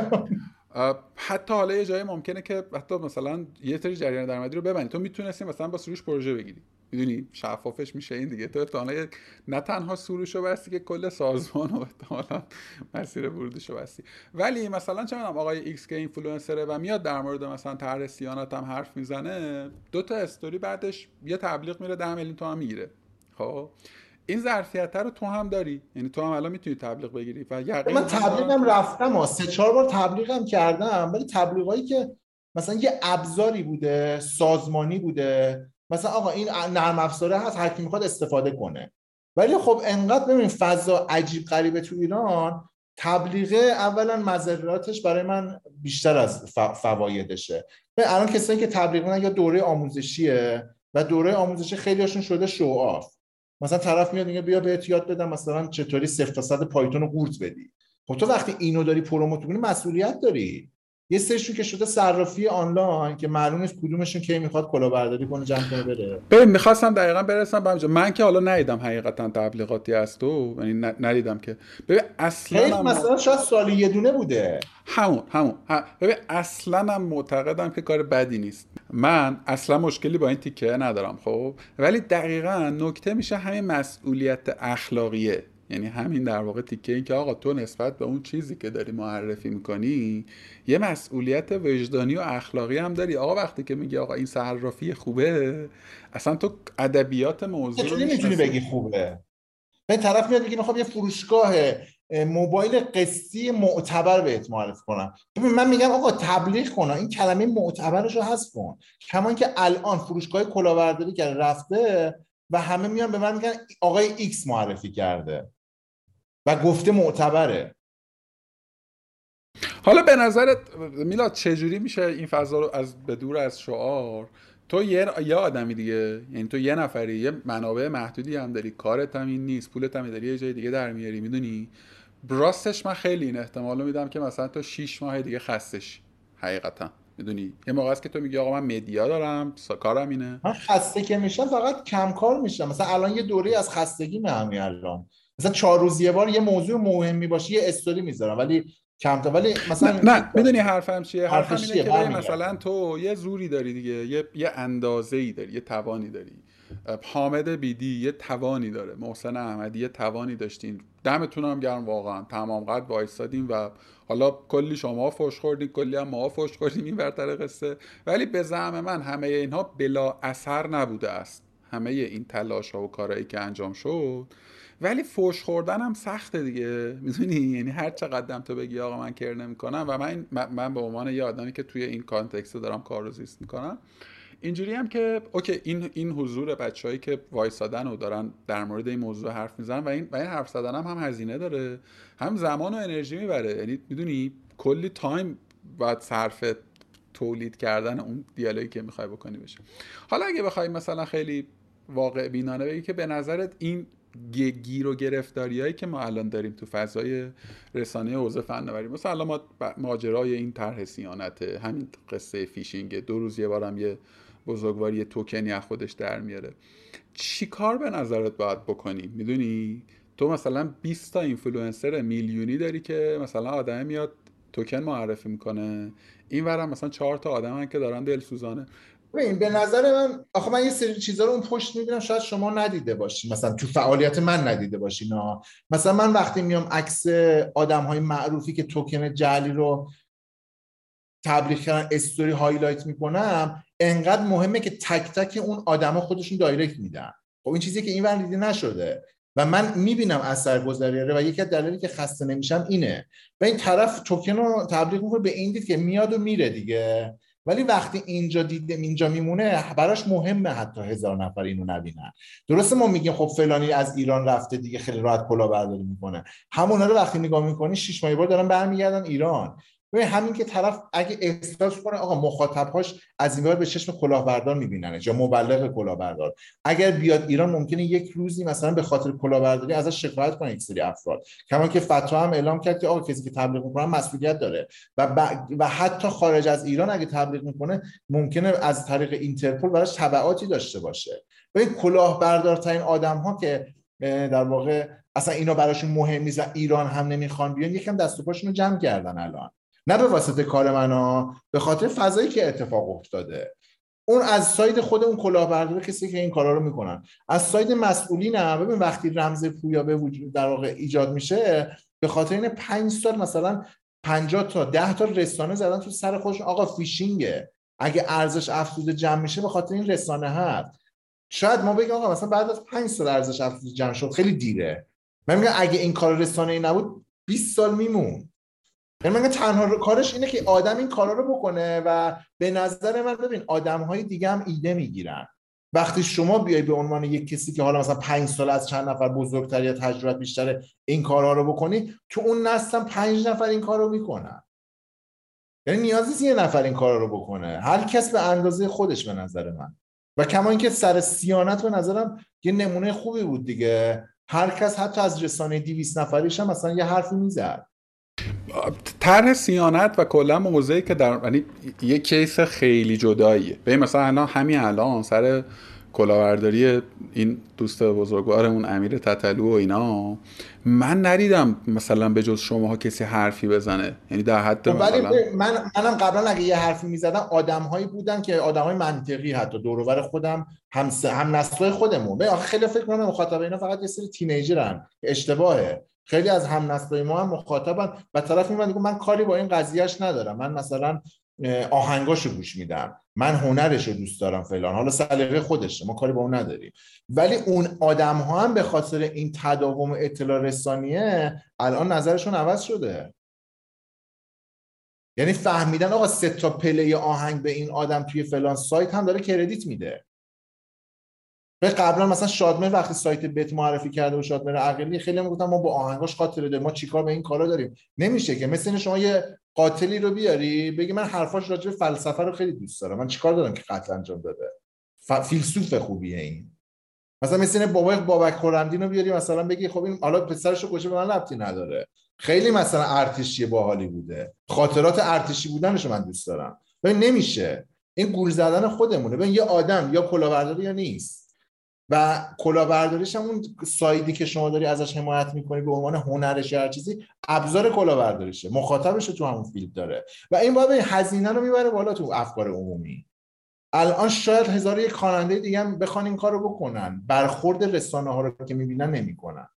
حتی حالا یه جایی ممکنه که حتی مثلا یه سری جریان درآمدی رو ببندی. تو میتونستی مثلا با سروش پروژه بگیری، میدونی شفافش میشه این دیگه. تو احتمالاً نه تنها سروش رو بستی که کل سازمان رو احتمالاً مسیر ورودش رو بستی. ولی مثلا چه میدونم آقای ایکس که اینفلوئنسره و میاد در مورد مثلا طرح صیانت هم حرف میزنه، دو تا استوری بعدش یه تبلیغ میره 10 میلیون تومان میگیره. خب این ظرفیت رو تو هم داری، یعنی تو هم الان میتونی تبلیغ بگیری و من یقین هم دارم تبلیغم که رفتم سه چهار بار تبلیغم کردم، ولی تبلیغایی که مثلا یه ابزاری بوده، سازمانی بوده، مثلا آقا این نرم افزاره هست هر کی میخواد استفاده کنه. ولی خب انقدر ببین فضا عجیب غریبه تو ایران، تبلیغه اولا مضراتش برای من بیشتر از فوایدشه. الان کسایی که تبلیغ میکنن یا دوره آموزشیه و دوره آموزشی خیلی هاشون شده شو آف. مثلا طرف میاد میگه بیا بهت یاد بدم مثلا چطوری 0 تا 100 پایتون رو قورت بدی. خب تو وقتی اینو داری پروموت می‌کنی مسئولیت داری. یه سریشون که شده صرافی آنلاین که معلوم نیست کدومشون کی میخواد کلاهبرداری کنه جمع کنه بره. ببین میخواستم دقیقا برسم به همینجا. من که حالا ندیدم حقیقتا تبلیغاتی از تو، یعنی ندیدم که. ببین اصلا خیلی هم مثلا شاید سالی یه دونه بوده. ببین اصلا هم معتقدم که کار بدی نیست. من اصلا مشکلی با این تیکه ندارم. خب ولی دقیقا نکته میشه همین مسئولیت اخلاقیه. یعنی همین در واقع تیکه این که آقا تو نسبت به اون چیزی که داری معرفی میکنی یه مسئولیت وجدانی و اخلاقی هم داری. آقا وقتی که میگی آقا این صرافی خوبه، اصلا تو ادبیات موضوع رو چطوری میتونی میشناسی. بگی خوبه؟ به طرف میاد میگه خب یه فروشگاه موبایل قسطی معتبر بهت معرفی کنم. ببین من میگم آقا تبلیغ کن، این کلمه معتبرش رو حذف کن. کمان که الان فروشگاه کلاهبرداری کرده رفته و همه میان به من میگن آقای ایکس معرفی کرده و گفته معتبره. حالا به نظرت میلاد چجوری میشه این فضا رو از به دور از شعار؟ تو یه آدمی دیگه، یعنی تو یه نفری، یه منابع محدودی هم داری، کارت هم این نیست، پولت هم داری یه جای دیگه در میاری، میدونی. براستش من خیلی این احتمالو میدم که مثلا تو 6 ماه دیگه خستش حقیقتا. میدونی یه موقع است که تو میگی آقا من مدیا دارم، کارم اینه. من خسته که میشم فقط کم کار میشم. مثلا الان یه دوره از خستگی همین الان مثلا 4 روز یه بار یه موضوع مهمی باشه یه استوری میذارم، ولی کم تا، ولی نه مثلا نه میدونی حرفم چیه؟ حرفم حرفش اینه چیه که ببین مثلا برمیگردم. تو یه زوری داری دیگه، یه اندازه‌ای داری، یه توانی داری. حامد بیدی یه توانی داره، محسن احمدی یه توانی داشتین، دمتون هم گرم واقعا، تمام قد وایسادین و حالا کلی شما فوش خوردین، کلی هم ما فوش خوردیم این ورتر قصه. ولی به زعم من همه اینها بلا اثر نبوده است، همه این تلاش ها و کارهایی که انجام شد. ولی فوش خوردن هم سخته دیگه، میدونی. یعنی هر چقدر تو بگی آقا من کر نمیکنم و من به عنوان یه آدمی که توی این کانتکست دارم کار رو زیست میکنم، اینجوری هم که اوکی این حضور بچه‌هایی که وایسادن و دارن در مورد این موضوع حرف میزنن و این حرف زدن هم هزینه داره، هم زمان و انرژی میبره. یعنی میدونی کلی تایم باید صرف تولید کردن اون دیالوگی که میخوای بکنی بشه. حالا اگه بخوای مثلا خیلی واقع بینانه بگی که به نظرت این گیر و گرفتاری هایی که ما الان داریم تو فضای رسانه حوزه فناوری، مثلا الان ما ماجرای این طرح صیانت، همین قصه فیشینگ، 2 روز یه بارم یه بزرگواری یه توکنی از خودش در میاره، چی کار به نظرت باید بکنیم؟ میدونی تو مثلا 20 تا اینفلوئنسر میلیونی داری که مثلا آدم میاد توکن معرفی میکنه، این ورم مثلا 4 تا آدمن که دارن دلسوزانه. ببین به نظر من آخه من یه سری چیزا رو اون پشت میبینم شاید شما ندیده باشین، مثلا تو فعالیت من ندیده باشین ها. مثلا من وقتی میام عکس آدم‌های معروفی که توکن جعلی رو تبلیغ کردن استوری هایلایت میکنم، انقدر مهمه که تک تک اون آدما خودشون دایرکت میدن. خب این چیزی که این ور دیده نشده و من میبینم اثرگذاریه و یکی از دلایلی که خسته نمیشم اینه. و این طرف توکن رو تبلیغ میکنه به این دید که میاد و میره دیگه، ولی وقتی اینجا دیده اینجا میمونه براش مهمه حتی 1000 نفر اینو نبینن. درسته ما میگیم خب فلانی از ایران رفته دیگه خیلی راحت کلاهبرداری میکنه، همونا رو وقتی نگاه میکنی 6 ماه بار دارن برمیگردن ایران. ببین همین که طرف اگه احساس کنه آقا مخاطبهاش از این ور به چشم کلاهبردار میبیننش یا مبلغ کلاهبردار، اگر بیاد ایران ممکنه یک روزی مثلا به خاطر کلاهبرداری ازش شکایت کنه یک سری افراد. کما که فتوا هم اعلام کرد که آقا کسی که تبلیغ میکنه مسئولیت داره و حتی خارج از ایران اگه تبلیغ میکنه ممکنه از طریق اینترپل براش تبعاتی داشته باشه. ببین کلاهبردارترین آدم‌ها که در واقع اصلا اینا براشون مهم نیست و ایران هم نمیخوان بیان، یکم دست و پاشونو جمع کردن الان، نه به واسطه کار منا، به خاطر فضایی که اتفاق افتاده. اون از ساید خود اون کلاهبردار کسی که این کارا رو میکنن، از ساید مسئولین هم. ببین وقتی رمز پویا به وجود در واقع ایجاد میشه به خاطر این 5 سال مثلا 50 تا 10 تا رسانه زدن تو سر خودشون آقا فیشینگه، اگه ارزش افزوده جمع میشه به خاطر این رسانه هست. شاید ما بگیم آقا مثلا بعد از 5 سال ارزش افزوده جمع شد خیلی دیره. من میگم اگه این کار رسانه‌ای نبود 20 سال میمون. یعنی من تنها کارش اینه که آدم این کارا رو بکنه و به نظر من ببین آدم‌های دیگه هم ایده میگیرن. وقتی شما بیای به عنوان یک کسی که حالا مثلا 5 سال از چند نفر بزرگتر یا تجربه بیشتره این کارا رو بکنی، تو اون نسل 5 نفر این کارو میکنن. یعنی نیازی نیست یه نفر این کارا رو بکنه، هر کس به اندازه خودش به نظر من. و کما اینکه سر صیانت به نظرم یه نمونه خوبی بود دیگه، هر کس حتی از رسانه 200 نفریش هم مثلا یه حرفی میزد. طرح صیانت و کلا موضعی که در یعنی یه کیس خیلی جداییه. ببین مثلا همین الان سر کلاهبرداری این دوست بزرگوارمون امیر تتلو و اینا من ندیدم مثلا به جز شماها کسی حرفی بزنه، یعنی در حد ولی مثلا منم قبلا اگه یه حرفی میزدم آدم‌هایی بودن که آدم‌های منطقی، حتی دور و بر خودم هم نسل‌های خودمون. آخه خیلی فکر کنم مخاطب اینا فقط یه سری تینیجرن، اشتباهه. خیلی از هم نسل‌های ما هم مخاطبن و طرف میگه من کاری با این قضیهش ندارم، من مثلا آهنگاشو گوش میدم، من هنرشو دوست دارم فلان، حالا سلیقه خودشه، ما کاری با اون نداریم. ولی اون آدم‌ها هم به خاطر این تداوم اطلاع رسانیه الان نظرشون عوض شده. یعنی فهمیدن آقا 3 تا پلی آهنگ به این آدم توی فلان سایت هم داره کردیت میده. به قبلا مثلا شادمهر وقتی سایت بت معرفی کرده و شادمهر عقیلی خیلی میگفتن ما با آهنگاش خاطره داریم، ما چیکار به این کارا داریم. نمیشه که مثلا شما یه قاتلی رو بیاری بگی من حرفاش راجع به فلسفه رو خیلی دوست دارم، من چیکار دارم که قتل انجام داده. فیلسوف خوبیه این. مثلا بابک خورمدین رو بیاری مثلا بگی خب این حالا پسرش رو کشه به من ربطی نداره، خیلی مثلا ارتشی باحالی بوده، خاطرات ارتشی بودنش رو من دوست دارم. ببین نمیشه، این گول زدن خودمونه. ببین یه آدم یا کلاهبرداری یا نیست، و کلاهبرداریش هم اون سایدی که شما داری ازش حمایت میکنی به عنوان هنرش یا هر چیزی ابزار کلاهبرداریشه، مخاطبش تو همون فیلد داره و این باید هزینه رو میبره بالا تو افکار عمومی. الان شاید 1001 خواننده دیگه هم بخوان این کارو بکنن، برخورد رسانه ها رو که میبینن نمیکنن.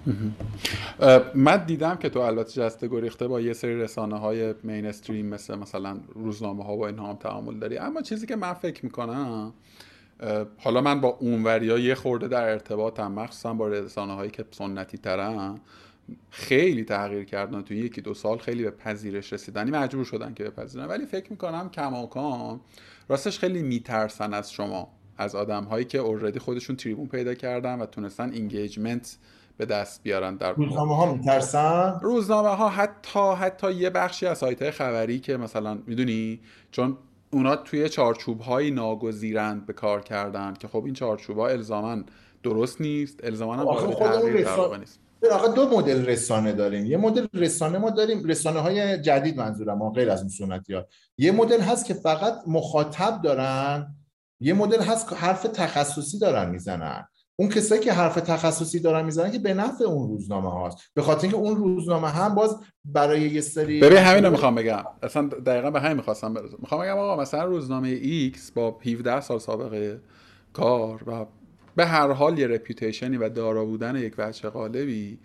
من دیدم که تو البته جسته گریخته با یه سری رسانه های مینستریم مثلا روزنامه ها و اینها هم تعامل داری، اما چیزی که من فکر میکنم، حالا من با اونوریا یه خورده در ارتباطم، مخصوصا با رسانه هایی که سنتی ترن، خیلی تغییر کردن توی 1-2 سال، خیلی به پذیرش رسیدنی مجبور شدن که بپذیرن. ولی فکر میکنم کماکان راستش خیلی میترسن از شما، از آدم هایی که اوردی خودشون تریبون پیدا کردن و تونستن اینگیجمنت به دست بیارن. در روزنامه ها میترسن، روزنامه ها، حتی یه بخشی از سایت های خبری که مثلا میدونی، چون اونا توی چارچوب های ناگزیرند به کار کردن که خب این چارچوب ها الزاماً درست نیست، الزاماً هم قابل تغییر در واقع نیست. آخه 2 مدل رسانه داریم. یه مدل رسانه ما داریم، رسانه های جدید منظورم، ما غیر از اون سنتی ها. یه مدل هست که فقط مخاطب دارن، یه مدل هست که حرف تخصصی دارن میزنن. اون کسایی که حرف تخصصی دارن میزنن که به نفع اون روزنامه هاست، به خاطر اینکه اون روزنامه هم باز برای یه سری ببین همینو میخوام بگم، اصلا دقیقا به همین میخواستم برسم. میخوام بگم آقا مثلا روزنامه ایکس با 17 سال سابقه کار و به هر حال یه رپیوتیشنی و دارا بودن یک بچه قالبی،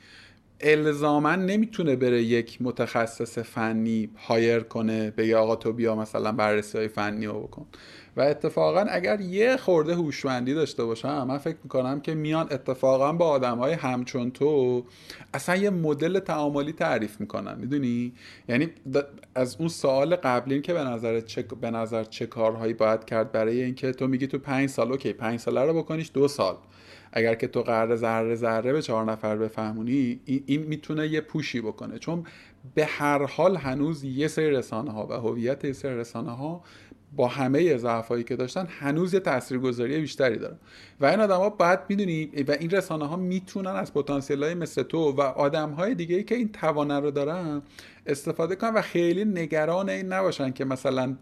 الزاما نمیتونه بره یک متخصص فنی هایر کنه بگه آقا تو بیا مثلا بررسی های فنی رو بکن. و اتفاقا اگر یه خورده هوشمندی داشته باشم، من فکر میکنم که میان اتفاقا با آدم های همچون تو اصلا یه مدل تعاملی تعریف میکنن، میدونی؟ یعنی از اون سوال قبلی که به نظر چه کارهایی باید کرد برای اینکه تو میگی تو 5 سال، اوکی 5 ساله رو بکنیش 2 سال، اگر که تو قرار ذره ذره به 4 نفر بفهمونی، این میتونه یه پوشی بکنه. چون به هر حال هنوز یه سری رسانه ها و هویت یه سری رسانه ها با همه ضعفایی که داشتن هنوز یه تاثیرگذاری بیشتری دارن و این آدما باید میدونی و این رسانه ها میتونن از پتانسیل‌های مثل تو و آدم‌های دیگه‌ای که این توانه رو دارن استفاده کنن و خیلی نگران این نباشن که مثلا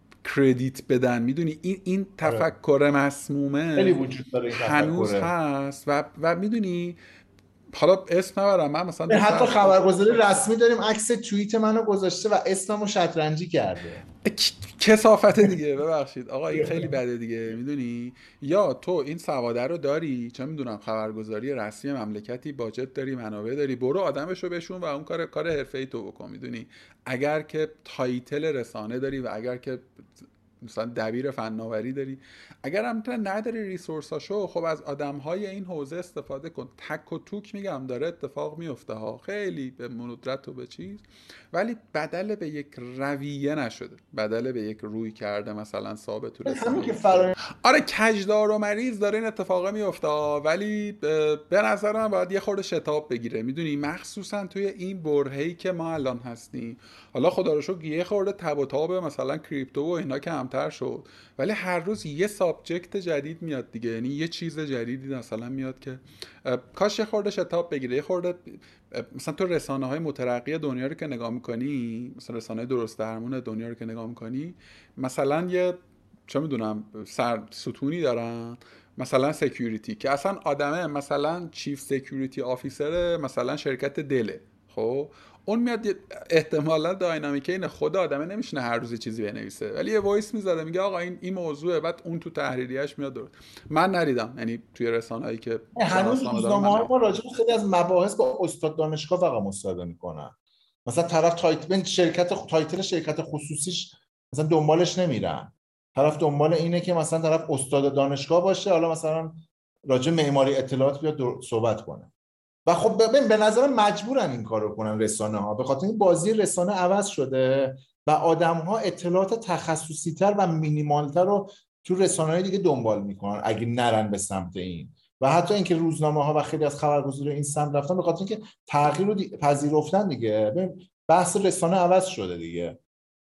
کردیت بدن. میدونی این تفکر خیلی مسمومه وجود داره این هنوز تفکره. هست و میدونی، حالا اسم نبرم، من مثلا دوست حتی دارم خبرگزاری رسمی داریم عکس توییت منو گذاشته و اسممو شطرنجی کرده. کسافت دیگه، ببخشید آقا این خیلی بده دیگه، میدونی؟ یا تو این سواده رو داری، چه میدونم خبرگزاری رسمی مملکتی، باجت داری، منابع داری، برو آدمشو بشون و اون کار حرفه‌ای تو بکن، میدونی؟ اگر که تایتل رسانه داری و اگر که مثلا دبیر فناوری داری، اگر هم نداری ریسورساشو، خب از آدمهای این حوزه استفاده کن. تک و توک میگم داره اتفاق میفته ها، خیلی به ندرت و به چیز، ولی بدل به یک رویه نشده، بدل به یک روی کرده مثلا ثابت تو همین رسانه که ایستاده. آره کجدار و مریض داره این اتفاقه میفته، ولی به نظر من باید یه خورده شتاب بگیره، میدونی؟ مخصوصا توی این برهه‌ای که ما الان هستیم. حالا خدا رو شکر یه خورده تب و تاب مثلا کریپتو و اینا کمتر شد، ولی هر روز یه سابجکت جدید میاد دیگه، یعنی یه چیز جدیدی مثلا میاد که کاش یه خورده شتاب بگیره، یه خورده. مثلا تو رسانه های مترقی دنیا رو که نگاه میکنی، مثلا رسانه درست درمون دنیا رو که نگاه میکنی، مثلا یه چه میدونم ستونی دارن مثلا سکیوریتی که اصلا آدمه، مثلا چیف سکیوریتی آفیسر مثلا شرکت دله، خب اون میاد احتمالا داینامیکه اینه، خدا آدمه نمیشینه هر روز چیزی بنویسه، ولی یه وایس میذاره میگه آقا این موضوعه، بعد اون تو تحریریش میاد درست. من ندیدم، یعنی توی رسانه‌ای که هنوز شناسنامه دارم من روزنامه‌ها ندیدم. ما راجع به خیلی از مباحث با استاد دانشگاه فقط مصاحبه میکنن. مثلا طرف تایتل شرکت خصوصیش مثلا دنبالش نمیرن، طرف دنبال اینه که مثلا طرف استاد دانشگاه باشه، حالا مثلا راجع معماری اطلاعات بیاد صحبت کنه. و خب ببین به نظر مجبورن این کارو کنن رسانه ها، به خاطر این بازی رسانه عوض شده و آدم ها اطلاعات تخصصی تر و مینیمال تر رو تو رسانه های دیگه دنبال میکنن اگه نرن به سمت این. و حتی اینکه روزنامه ها و خیلی از خبرگزاری این سمت رفتن به خاطر اینکه تغییر رو پذیرفتن دیگه. بحث رسانه عوض شده دیگه.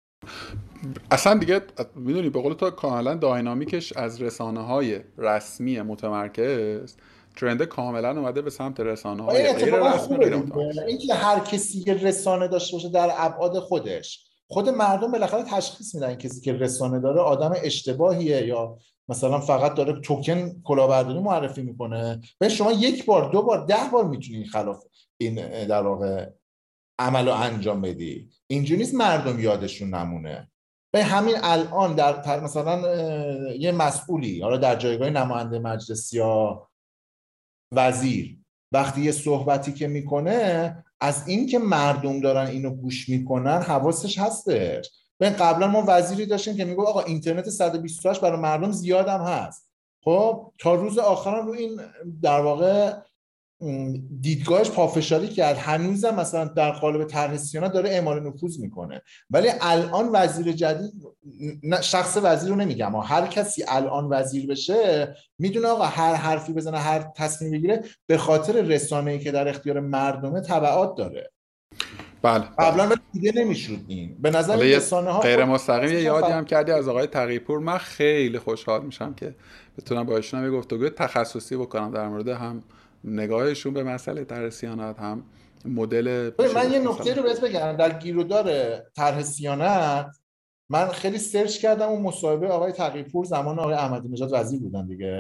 اصلا دیگه میدونی به قول تو کاملا داینامیکش از رسانه های رسمی متمرکز ترند کاملا اومده به سمت رسانه های این غیر اتفاقا رسمی خوبه غیر دیگه، متمرکز. اینکه هر کسی یه رسانه داشته باشه در ابعاد خودش. خود مردم بالاخره تشخیص میدن کسی که رسانه داره آدم اشتباهیه یا مثلا فقط داره توکن کلاهبرداری معرفی میکنه. به شما یک بار، دو بار، 10 بار میتونی خلاف این در واقع عمل رو انجام بدی. اینجوری نیست مردم یادشون نمونه. به همین الان در مثلا یه مسئولی، حالا در جایگاه نماینده مجلس یا وزیر، وقتی یه صحبتی که میکنه از این که مردم دارن اینو گوش میکنن حواسش هستش. ببین قبلا ما وزیری داشتیم که میگه آقا اینترنت 128 برای مردم زیادم هست، خب تا روز آخرم رو این در واقع دیدگاهش پافشاری کرد، هنوزم مثلا در قالب طرح سیانا داره اعمال نفوذ میکنه. ولی الان وزیر جدید، شخص وزیر رو نمیگم، هر کسی الان وزیر بشه میدونه آقا هر حرفی بزنه، هر تصمیم بگیره به خاطر رسانه‌ای که در اختیار مردمه تبعات داره. بله بله. قبلا دیگه نمیشد. این به نظر حالا این یه رسانه ها غیر خود مستقیم یه یادی هم کردی از آقای تقی‌پور، من خیلی خوشحال میشم که بتونم با ایشون یه گفتگوی تخصصی بکنم در مورد هم نگاهشون به مسئله طرح صیانت، هم مدل من یه نکته مثلا. رو بهت بگم در گیرودار طرح صیانت. من خیلی سرچ کردم و مصاحبه آقای تقی‌پور زمان آقای احمدی نژاد وزیر بودن دیگه،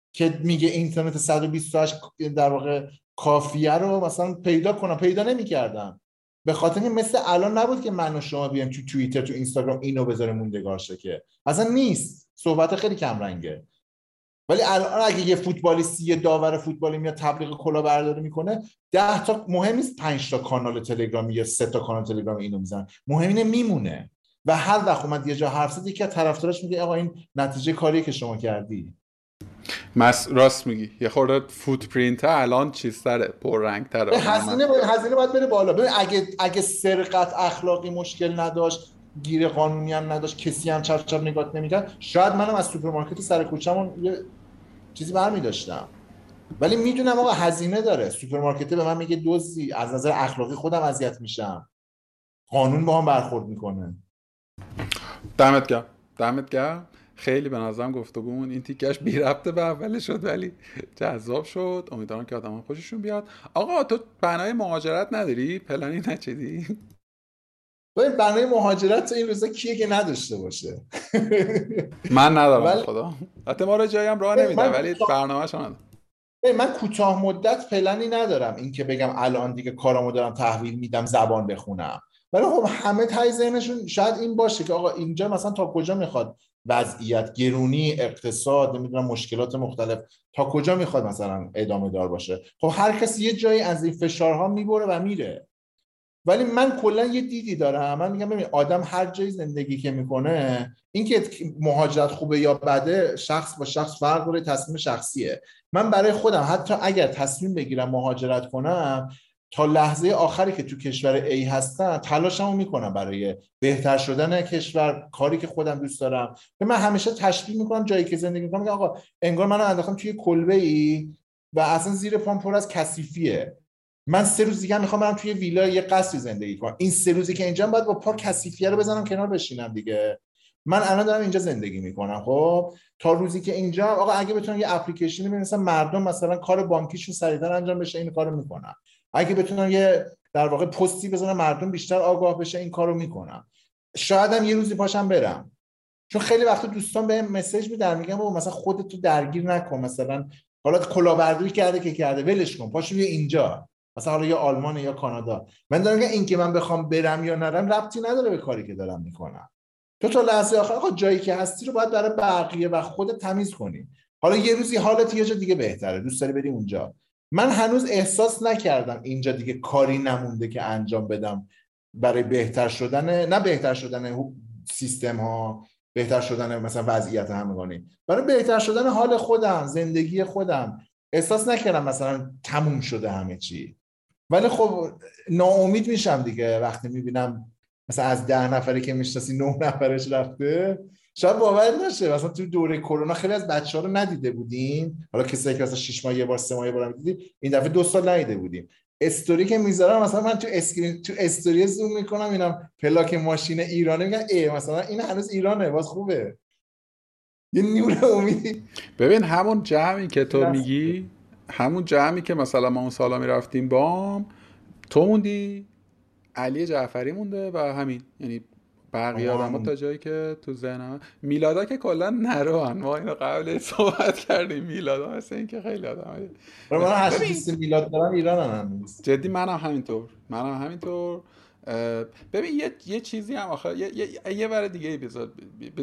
که میگه اینترنت 128 در واقع کافیه رو مثلا پیدا کنم، پیدا نمیکردم. به خاطر اینکه مثل الان نبود که من و شما بیام تو توییتر تو اینستاگرام اینو بذاره موندگار شه، که اصلا نیست، صحبت خیلی کم رنگه. ولی الان اگه یه فوتبالیستی، یه داور فوتبالی میاد تبلیغ کلاهبرداری میکنه، 10 تا مهم نیست، 5 تا کانال تلگرامی یا 3 تا کانال تلگرامی اینو میزنن، مهم اینه میمونه. و هر وقت اومد یه جا حرف زد، یکی از طرفداراش میگه آقا این نتیجه کاریه که شما کردی. راست میگی، یه خورده فوتپرینت الان چیزتره، پررنگتره. هزینه باید بره بالا. ببین اگه سرقت اخلاقی مشکل نداشت، گیر قانونی هم نداشت، کسی هم چپ چپ نگات نمیکرد، شاید منم از سوپرمارکت سر کوچه‌مون یه چیزی برمی داشتم. ولی میدونم آقا هزینه داره. سوپرمارکت به من میگه دزدی، از نظر اخلاقی خودم اذیت میشم، قانون با هم برخورد میکنه. دمت گرم، دمت گرم. خیلی به نظرم گفتگومون این تیکش بی ربطه به اوله شد ولی جذاب شد. امیدوارم که آدم خوششون بیاد. آقا تو بنای مهاجرت نداری؟ پلنی نچیدی؟ ببین بنای مهاجرت این روزا کیه که نداشته باشه؟ من ندارم به ولی خدا. حتی ما رو جایی هم راه نمیده ولی برنامه‌شو ندارم. من کوتاه مدت پلنی ندارم این که بگم الان دیگه کارامو دارم تحویل میدم زبان بخونم. ولی خب همه تای ذهنشون شاید این باشه که آقا اینجا مثلا تا کجا میخواد وضعیت، گرونی، اقتصاد، نمیدونم مشکلات مختلف تا کجا میخواد مثلا ادامه دار باشه. خب هر کسی یه جایی از این فشارها میبره و میره. ولی من کلا یه دیدی دارم، من میگم ببین آدم هر جایی زندگی که میکنه، اینکه مهاجرت خوبه یا بده شخص با شخص فرق داره، تصمیم شخصیه. من برای خودم حتی اگر تصمیم بگیرم مهاجرت کنم، تا لحظه آخری که تو کشور A هستم تلاشمو میکنم برای بهتر شدن کشور، کاری که خودم دوست دارم. به من همیشه تشبیه میکنم جایی که زندگی میکنم، میگم آقا انگار منو انداختم توی کلبه ای و اصلا زیر پام پر از کثیفیه. من 3 روز دیگه میخوام برم توی ویلا یه قصری زندگی کنم، این 3 روزی که اینجام باید با پا کثیفیه رو بزنم کنار بشینم دیگه. من الان دارم اینجا زندگی میکنم، خب تا روزی که اینجا آقا اگه بتونم یه اپلیکیشنی بنویسم مردم مثلا کار بانکیشون سریعتر انجام بشه، این کارو میکنم. اگه بتونم یه در واقع پستی بزنم مردم بیشتر آگاه بشه، این کارو میکنم. شاید هم یه روزی پاشم برم. چون خیلی وقتا دوستان بهم مسیج میدن میگن بابا مثلا خودت تو درگیر نکن، مثلا حالا کلاهبرداری کرده که کرده ولش کن، پاشو بیا اینجا، مثلا حالا یا آلمان یا کانادا. من دارم میگم این که من بخوام برم یا نرم ربطی نداره به کاری که دارم میکنم. تو تا لحظه آخر آقا جایی که هستی رو باید برای بقیه و خودت تمیز کنی. حالا یه روزی حالت یه جا دیگه بهتره، دوست داری بری اونجا. من هنوز احساس نکردم اینجا دیگه کاری نمونده که انجام بدم برای بهتر شدن، نه بهتر شدن سیستم ها، بهتر شدن مثلا وضعیت همگانی، برای بهتر شدن حال خودم، زندگی خودم. احساس نکردم مثلا تموم شده همه چی. ولی خب ناامید میشم دیگه وقتی میبینم مثلا از 10 نفری که میشناسی 9 نفرش رفته. شاید باور نشه مثلا تو دوره کرونا خیلی از بچه‌ها رو ندیده بودیم، حالا کسایی که مثلا 6 ماه یه بار 3 ماه یه بار دیدیم، این دفعه 2 سال ندیده بودیم. استوری که میذارم مثلا من تو اسکرین تو استوری زوم میکنم اینم پلاک ماشین ایرانه، میگن ای مثلا این هنوز ایرانه، باز خوبه، یه نور امیدی. ببین همون جمعی که تو میگی، همون جمعی که مثلا ما اون سالا میرفتیم بام، تو موندی، علی جعفری مونده و همین، یعنی بقیه آدم تا جایی که تو ذهنم. میلادا که کلا نروان، ما اینو قبل صحبت کردیم، میلادا مثل این که خیلی آدم من 8 ببین 20 میلاد دارم ایران هنوز. جدی منم همینطور. ببین یه چیزی هم آخر یه بار دیگه ای بذار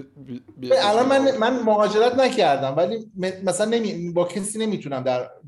الان من مهاجرت نکردم ولی مثلا با کسی نمیتونم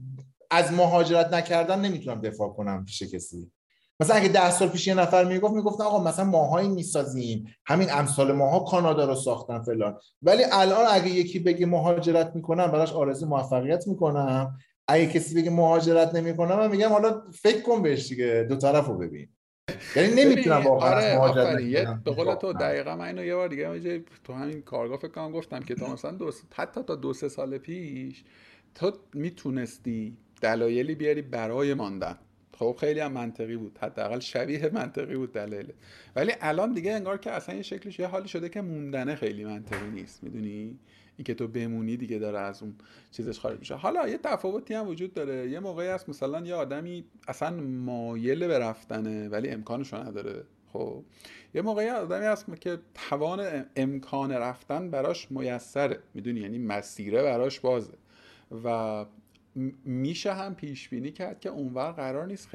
از مهاجرت نکردن نمیتونم دفاع کنم پیش کسی. مثلا اگه 10 سال پیش یه نفر میگفت آقا مثلا ماهایی میسازیم، همین امثال ماها کانادا رو ساختن فلان. ولی الان اگه یکی بگه مهاجرت میکنم براش آرزو موفقیت میکنم، اگه کسی بگه مهاجرت نمیکنم من میگم حالا فکر کن بهش دیگه، دو طرفو ببین. یعنی نمیتونم ببین واقعا از آره مهاجرت آفرین، نکردن به قول دفاع تو کنم. دقیقا من اینو یه بار دیگه تو همین کارگاه فکر کنم گفتم که تا مثلا حتی تا 2-3 سال پیش تو میتونستی دلایلی بیاری برای ماندن، خب خیلی هم منطقی بود، حداقل شبیه منطقی بود دلایل. ولی الان دیگه انگار که اصلا یه شکلش یه حالی شده که موندنه خیلی منطقی نیست، میدونی؟ این که تو بمونی دیگه داره از اون چیزش خارج میشه. حالا یه تفاوتی هم وجود داره، یه موقعی هست مثلا یه آدمی اصلا مایل به رفتنه ولی امکانشو نداره، خب یه موقعی آدمی هست که توان امکان رفتن براش میسره، میدونی، یعنی مسیره براش بازه. و میشه هم پیش بینی کرد که اونور قرار نیست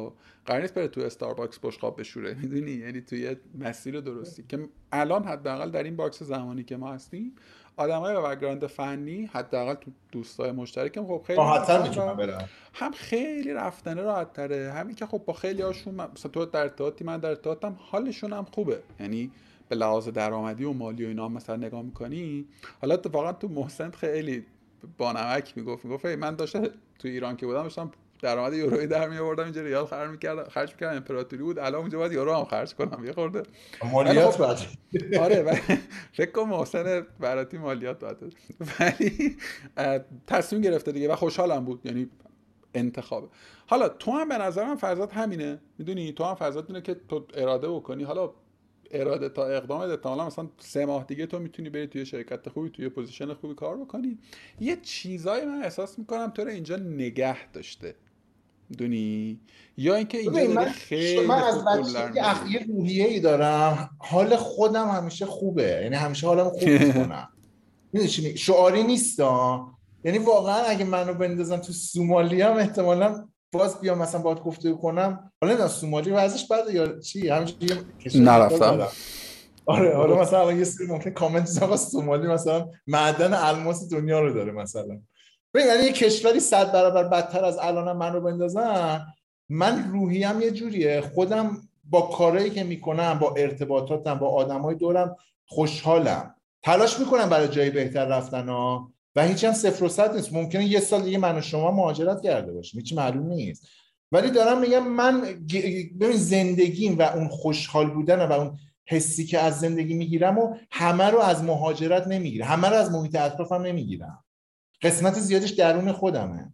بره تو استارباکس بشقاب بشوره، میدونی، یعنی توی مسیر درستی که الان حداقل در این باکس زمانی که ما هستیم آدمای با بک‌گراند فنی حداقل تو دوستای مشترکم خب خیلی راحت‌تر رفتن میتونم برم. هم خیلی رفتنه راحت تره، همین که خب با خیلی هاشون مثلا تو در ارتباطی، من در ارتباطم، حالشون هم خوبه، یعنی به لحاظ درآمدی و مالی و اینا مثلا نگاه میکنی. حالا اتفاقا تو محسن خیلی بانمک میگفت من داشتم تو ایران که بودم داشتم درآمد یورویی در می آوردم، اینجا ریال خرج میکردم، امپراتوری بود، الان اونجا باید یورو هم خرج کنم یه خورده. ولی مالیات خب باید آره فکر کنم محسن براتی مالیات باید ولی تصمیم گرفته دیگه و خوشحالم بود، یعنی انتخابه. حالا تو هم به نظر من فرضت همینه، میدونی، تو هم فرضت اینه که تو اراده بکنی، حالا اراده تا اقدامت احتمالاً مثلا 3 ماه دیگه تو میتونی بری توی شرکت خوبی، توی پوزیشن خوبی کار بکنی. یه چیزایی من احساس میکنم تو رو اینجا نگه داشته، میدونی، یا اینکه اینجا ببین داری من خیلی از خوب پول در بچگی میاری. یه روحیه‌ای دارم، حال خودم همیشه خوبه، یعنی همیشه حالمو خوب میکنم. میدونی چی شعاری نیستا، یعنی واقعا اگه منو بندازن تو سومالیا هم احتمالاً باز بیام مثلا باهات گفتگو کنم. حالا نه سومالی وضعش بده یا چی، همینجوری یه کشور مثال نرفتم. زدم. آره حالا مثلا الان یه سری ممکن کامنت بزنن آقا سومالی مثلا معدن الماس دنیا رو داره مثلا. ببین یعنی یه کشوری 100 برابر بدتر از الانم من رو بندازن، من روحیم یه جوریه، خودم با کارهایی که میکنم، با ارتباطاتم با آدمای دورم خوشحالم، تلاش میکنم برای جای بهتر رفتن ها و هیچ هم 0 و 100 نیست. ممکنه یه سال دیگه من و شما مهاجرت کرده باشیم، هیچ معلوم نیست، ولی دارم میگم من ببین زندگیم و اون خوشحال بودن و اون حسی که از زندگی میگیرم و همه رو از مهاجرت نمیگیرم، همه رو از محیط اطرافم نمیگیرم، قسمت زیادش درون خودمه.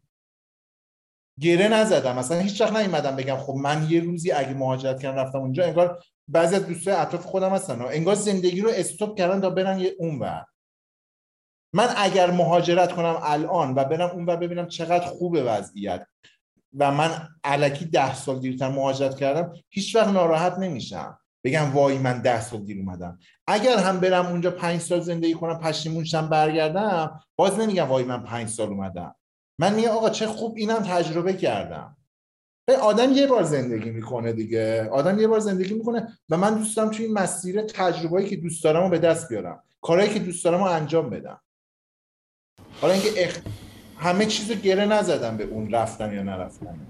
گره نزدم مثلا، هیچ وقت نیومدم بگم خب من یه روزی اگه مهاجرت کردم رفتم اونجا، انگار بعضی از دوستای اطراف خودم هستن انگار زندگی رو استاپ کردن تا برن یه اونور. من اگر مهاجرت کنم الان و برم اونور ببینم چقدر خوبه وضعیت و من الکی 10 سال دیرتر مهاجرت کردم، هیچ وقت ناراحت نمیشم بگم وای من 10 سال دیر اومدم. اگر هم برم اونجا 5 سال زندگی کنم پشیمون شم برگردم، باز نمیگم وای من 5 سال اومدم، من میگم آقا چه خوب اینم تجربه کردم. آدم یه بار زندگی میکنه دیگه، آدم یه بار زندگی میکنه و من دوست دارم توی این مسیر تجربه‌ای که دوست دارم رو به دست بیارم، کارهایی که دوست دارم رو انجام بدم. حالا اینکه همه چیزو گره نزدم به اون رفتم یا نرفتم.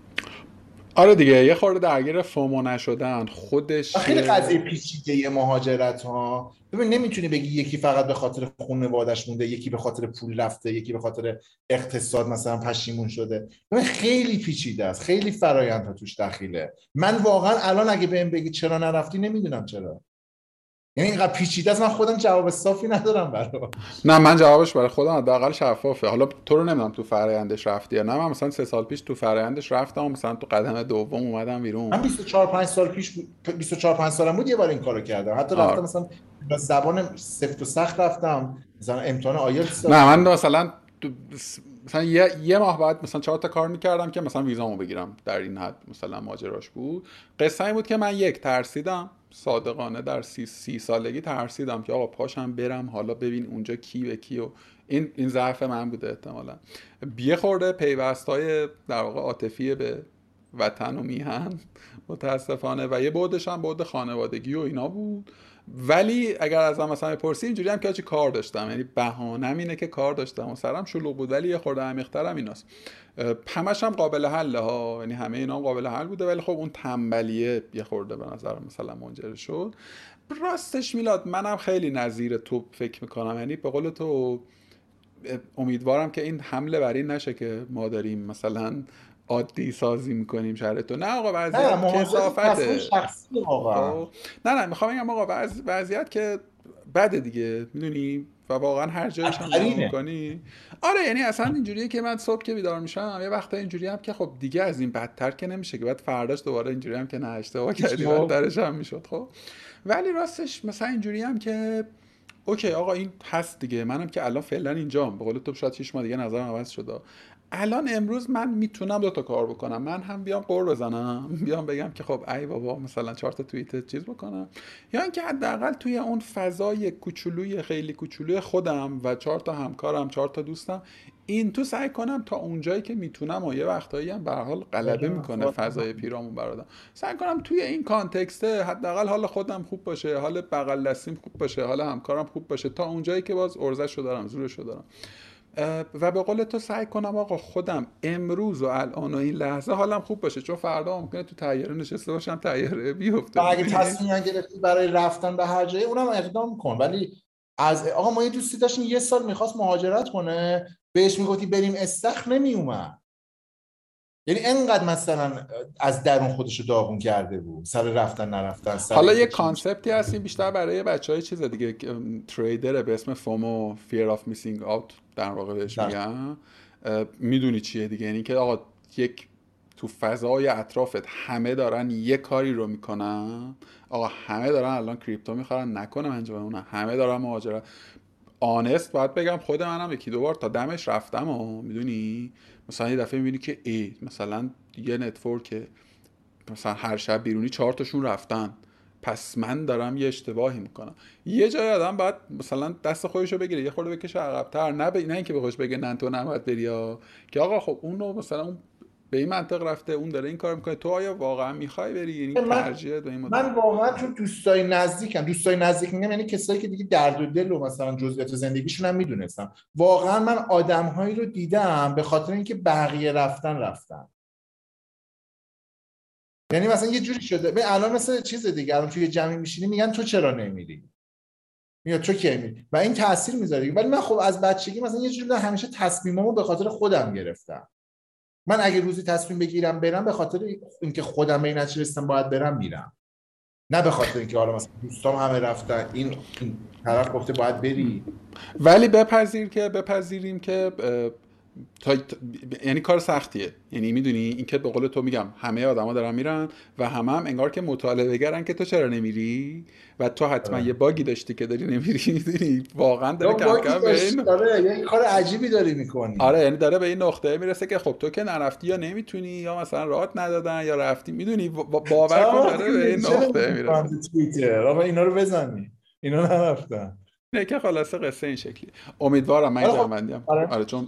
آره دیگه، یه خورده درگیر فومو نشدن خودش خیلی قضیه پیچیده مهاجرت ها. ببین نمیتونی بگی یکی فقط به خاطر خانواده‌اش مونده، یکی به خاطر پول رفته، یکی به خاطر اقتصاد مثلا پشیمون شده. ببین خیلی پیچیده است، خیلی فرایندها توش دخیله. من واقعا الان اگه بهم بگی چرا نرفتی نمیدونم چرا، یعنی اینقدر پیچیده است من خودم جواب صافی ندارم براش. نه من جوابش برای خودم حداقل شفافه. حالا تو رو نمیدونم تو فرایندش رفتی یا نه، من مثلا 3 سال پیش تو فرایندش رفتم و مثلا تو قدم دوم اومدم بیرون. من 24 5 سال پیش 24 5 سالم بود یه بار این کارو کردم، حتی رفتم آره. مثلا زبان سفت و سخت رفتم، مثلا امتحان آیلتس نه من دادم. مثلا مثلا یه ماه بعد مثلا 4 تا کار میکردم که مثلا ویزامو بگیرم، در این حد مثلا ماجراش بود. قصه این بود که من ترسیدم صادقانه در 30 سالگی ترسیدم که آقا پاشم برم حالا ببین اونجا کی به کی، و این ضعف من بوده احتمالا. یه خورده پیوستای در واقع عاطفی به وطن و میهن متاسفانه، و یه بعدش هم بعد خانوادگی و اینا بود. ولی اگر ازم مثلا بپرسی اینجوری هم که چی کار داشتم، یعنی بهانم اینه که کار داشتم و سرم شلوغ بود، ولی یه خورده عمیق‌ترم ایناست. همش هم قابل حله ها، یعنی همه اینا هم قابل حل بوده، ولی خب اون تنبلیه یه خورده به نظر مثلا منجر شد. راستش میلاد منم خیلی نظیر تو فکر میکنم، یعنی به قول تو امیدوارم که این حمله بر این نشه که ما داریم مثلا عادی سازی میکنیم شرایطو. نه آقا نه وضعیت مهاجرت تصمیم کثافته. شخصی واقعا. خب نه میخوام بگم آقا وضعیت که بده دیگه، میدونی، و واقعا هر جایش هم نگاه بدترینه. میکنی. آره یعنی اصلا اینجوریه که من صبح که بیدار میشم یه وقتا اینجوری هم که خب دیگه از این بدتر که نمیشه که بعد فرداش دوباره اینجوری هم که نه اشتباه کردی بدترش هم میشد. خب ولی راستش مثلا اینجوری هم که اوکی آقا این هست دیگه، منم که الان فعلا اینجام، به قول تو شاید 6 ماه دیگه نظرم عوض شده. الان امروز من میتونم دو تا کار بکنم، من هم بیام قور بزنم بیام بگم که خب ای بابا مثلا 4 تا توییت چیز بکنم، یا اینکه حداقل توی اون فضای کوچولوی خیلی کوچولوی خودم و 4 تا همکارم 4 تا دوستم این تو سعی کنم تا اونجایی که میتونم، و یه وقتایی هم به هر حال غلبه میکنه فضای پیرامون برادم، سعی کنم توی این کانتکسته حداقل حال خودم خوب باشه، حال بغل دستیم خوب باشه، حال همکارم خوب باشه، تا اونجایی که باز ارزشو دارم زورشو دارم. و به قول تو سعی کنم آقا خودم امروز و الان و این لحظه حالم خوب باشه، چون فردا ممکنه تو طیاره نشسته باشم طیاره بیفته. و اگه تصمیم گرفتی برای رفتن به هر جایی اونم اقدام کن. ولی از آقا ما یه دوستی داشتیم یه سال میخواست مهاجرت کنه، بهش میگفتی بریم استخر نمیومد. یعنی انقدر مثلا از درون خودشو داغون کرده بود سر رفتن نرفتن، سر حالا یه اینکه چی میشه. کانسپتی هستیم بیشتر برای بچهای چیز دیگه، تریدره به اسم فومو، fear of missing out در واقع بهش میگن. میدونی چیه دیگه؟ یعنی که آقا یک تو فضای اطرافت همه دارن یه کاری رو میکنن، آقا همه دارن الان کریپتو میخرن، نکنه من جا اونم همه دارن مهاجرت. آنست باید بگم خود منم یکی دو بار تا دمش رفتم و میدونی مثلا یه دفعه میبینی که مثلا یه نتورک مثلا هر شب بیرونی 4 تاشون رفتن، پس من دارم یه اشتباهی میکنم. یه جای آدم باید مثلا دست خودشو بگیره یه خورده بکشه عقب‌تر، نه اینکه به خودش بگه نه تو نباید بری، یا که آقا خب اون رو مثلا اون به این منطق رفته، اون داره این کار میکنه، تو آیا واقعا میخوای بری؟ یعنی ترجیحت به این مدل. من واقعا چون دوستای نزدیک میگم یعنی کسایی که دیگه درد و دل و مثلا جزئیات زندگیشون هم میدونستم. واقعا من آدمهایی رو دیدم به خاطر اینکه بقیه رفتن. یعنی مثلا یه جوری شده به الان مثلا چیز دیگه، الان توی جمعی میشینی میگن تو چرا نمیری، میاد تو کی میری، و این تاثیر میذاره. ولی من خب از بچگی مثلا یه جوری همیشه تصمیمامو به خاطر خودم گرفتم. من اگه روزی تصمیم بگیرم برم به خاطر اینکه خودم به این نتیجه رسیدم باید برم میرم، نه به خاطر اینکه حالا مثلا دوستام همه رفتن این طرف گفته باید بری. ولی بپذیریم که تا... یعنی کار سختیه، یعنی میدونی این که به قول تو میگم همه آدما دارن میرن و هم انگار که مطالبه گرن که تو چرا نمیری و تو حتما یه باگی داشتی که داری نمیری، میدونی واقعا داره کم کم به این یه کار عجیبی داری میکنی. آره یعنی داره به این نقطه میرسه که خب تو که نرفتی یا نمیتونی یا مثلا راحت ندادن یا رفتی، میدونی باور کن داره به این نقطه میرسه. توییتر آقا اینا رو بزنی اینا نرفتن. نه که خلاصه قصه این شکلی. امیدوارم من جمع‌بندیم آره چون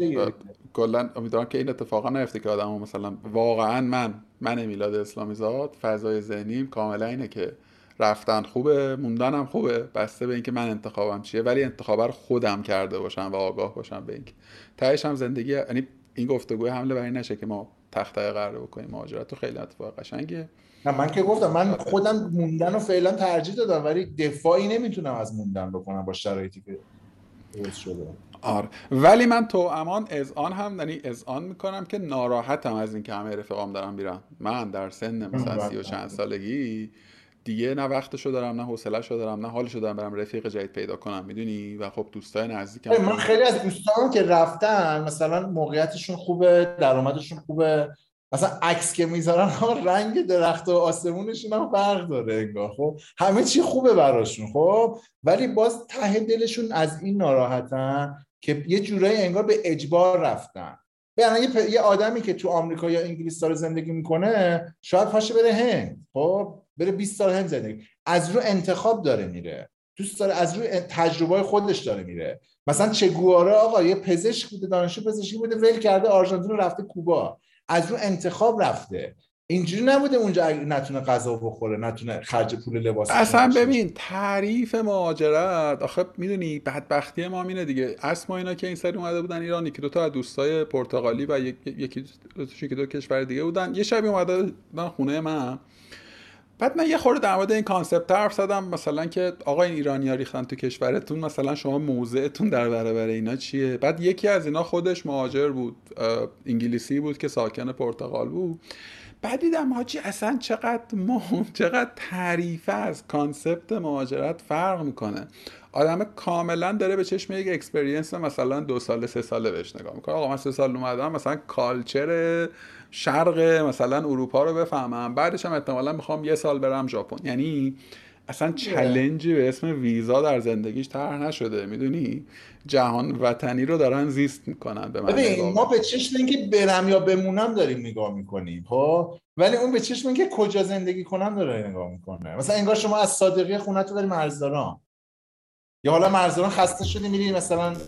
کلا امیدوارم که این اتفاقا نیفته که آدمو مثلا واقعا من میلاد اسلامی زاد فضای ذهنیم کاملا اینه که رفتن خوبه موندنم خوبه بسته به اینکه من انتخابم چیه، ولی انتخاب رو خودم کرده باشم و آگاه باشم به اینکه تهش هم زندگی، یعنی این گفتگو حمله بر این نشه که ما تخته قرار بکنیم مهاجرت. تو خیلی اتفاق قشنگه. نه من که گفتم من خودم موندن رو فعلا ترجیح دادم، ولی دفاعی نمیتونم از موندن بکنم با شرایطی که درست شده. آره ولی من تو امان اذعان هم یعنی اذعان میکنم که ناراحتم از این که همه رفقام دارم میرن. من در سن مثلا 30 و چند سالگی دیگه نه وقتشو دارم نه حوصله‌شو دارم نه حالشو دارم برم رفیق جدید پیدا کنم میدونی، و خب دوستای نزدیکم من خیلی از دوستانم که رفتن مثلا موقعیتشون خوبه درآمدشون خوبه، مثلا عکس که میذارن رنگ درخت و آسمونشون هم فرق داره انگار، خب همه چی خوبه براشون خب، ولی باز ته دلشون از این ناراحتن که یه جورایی انگار به اجبار رفتن. یه آدمی که تو آمریکا یا انگلیس داره زندگی میکنه شاید پاشه بره هند، خب بره 20 سال هند زندگی، از رو انتخاب داره میره، دوست داره، از روی تجربه خودش داره میره. مثلا چگواره آقا یه پزشک بوده، دانشجو پزشکی بوده، ول کرده آرژانتین رفته کوبا، از رو انتخاب رفته. اینجوری نبوده اونجا نتونه غذا بخوره نتونه خرج پول لباس اصلا ببین تعریف مهاجرت آخه میدونی بدبختی ما اینه دیگه. اسما اینا که این سری اومده بودن ایران یکی دو تا از دوستای پرتغالی و یکی دو کشور دیگه بودن، یه شبی اومدن خونه من، بعد من یه خورده در مورد این کانسپت حرف زدم مثلا که آقا این ایرانی‌ها ریختن تو کشورتون، مثلا شما موضعتون در برابر اینا چیه؟ بعد یکی از اینا خودش مهاجر بود، انگلیسی بود که ساکن پرتغال بود. بعد دیدم حاجی اصلا چقدر تعریف از کانسپت مهاجرت فرق میکنه. آدم کاملا داره به چشم یک اکسپریانس مثلا 2 ساله 3 ساله بهش نگاه میکنه. آقا من 3 سال اومدم مثلا کالچر شرق مثلا اروپا رو بفهمم، بعدش هم احتمالا میخوام 1 سال برم ژاپن. یعنی اصلا دیگه. چلنجی به اسم ویزا در زندگیش طرح نشده، میدونی؟ جهان وطنی رو دارن زیست میکنن به معنی ببین ما واقعی. به چشم اینکه برم یا بمونم داریم نگاه میکنیم خب، ولی اون به چشم اینکه کجا زندگی کنم داره نگاه میکنه. مثلا انگار شما از صادقی خونت رو داری مرزداران، یا حالا مرزداران خسته شدی میری مثلا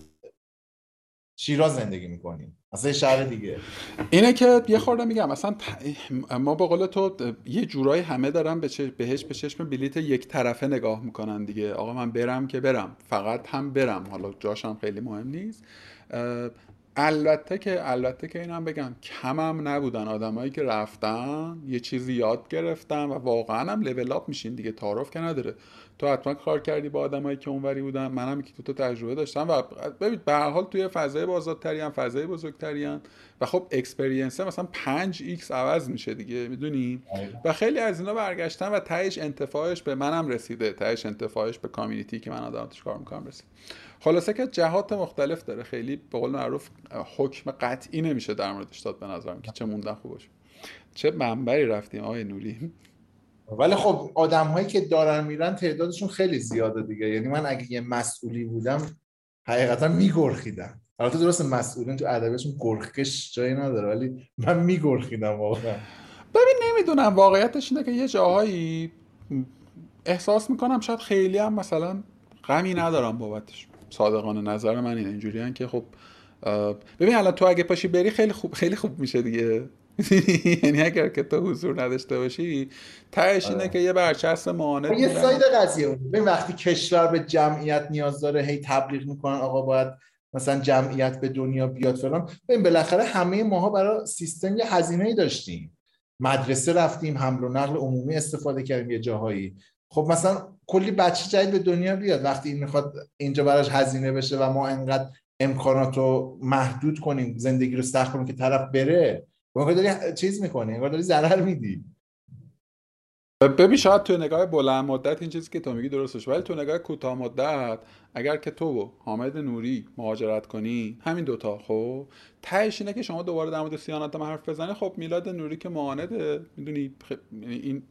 شیراز زندگی میکنی، مثلا یه شهر دیگه. اینه که یه خورده میگم مثلا ما به قول تو یه جورایی همه دارن بهش به چشم بلیت یک طرفه نگاه میکنن دیگه. آقا من برم که برم، فقط هم برم، حالا جاشم خیلی مهم نیست. اه، البته که اینم بگم کمم نبودن آدمایی که رفتن یه چیزی یاد گرفتن و واقعا هم لول اپ میشین دیگه، تعارف که نداره. تو حتما کار کردی با آدمایی که اونوری بودن، منم که تو تجربه داشتم و ببین به هر حال توی فضای بازارتری هم فضای بزرگتری هم و خب اکسپریانس مثلا 5x عوض میشه دیگه، میدونی؟ و خیلی از اینا برگشتن و تهش انتفاعش به منم رسیده، تهش انتفاعش به کامیونیتی که من آدم توش کار میکنم رسید. خلاصه که جهات مختلف داره، خیلی به قول معروف حکم قطعی نمیشه در موردش داد به نظرم که چه موندن خوب باشه. چه منبری رفتیم آقای نوری. ولی خب آدم هایی که دارن میرن تعدادشون خیلی زیاده دیگه. یعنی من اگه یه مسئولی بودم حقیقتا میگرخیدم. البته درست مسئولین تو ادبیاتشون گرخش جایی نداره، ولی من میگرخیدم واقعا. ببین نمیدونم، واقعیتش اینه که یه جاهایی احساس میکنم شاید خیلی هم مثلا غمی ندارم بابتش. صادقانه نظر من اینه، اینجوریه که خب ببین الان تو اگه پاشی بری خیلی خوب، خیلی خوب میشه دیگه. یعنی اگر که تو حضور نداشته باشی تهش اینه آره. که یه برچسب معاند یه میزنن. ساید قضیه بود. ببین وقتی کشور به جمعیت نیاز داره، هی تبلیغ میکنن آقا باید مثلا جمعیت به دنیا بیاد فلان. ببین بالاخره همه ماها برای سیستم یه هزینه‌ای داشتیم. مدرسه رفتیم، حمل و نقل عمومی استفاده کردیم یه جاهایی. خب مثلا کلی بچه جدید به دنیا بیاد، وقتی این میخواد اینجا براش هزینه بشه و ما انقدر امکانات رو محدود کنیم، زندگی رو سخت کنیم که طرف بره، واقعا داری چیز میکنی، انگار داری ضرر میدی. ببین شاید تو نگاه بلند مدت این چیزی که تو میگی درستش، ولی تو نگاه کوتاه مدت اگر که تو و حامد نوری مهاجرت کنی، همین دوتا، خب تهش اینه که شما دوباره در مورد سیانت هم حرف بزنی. خب میلاد نوری که معانده، میدونی یعنی این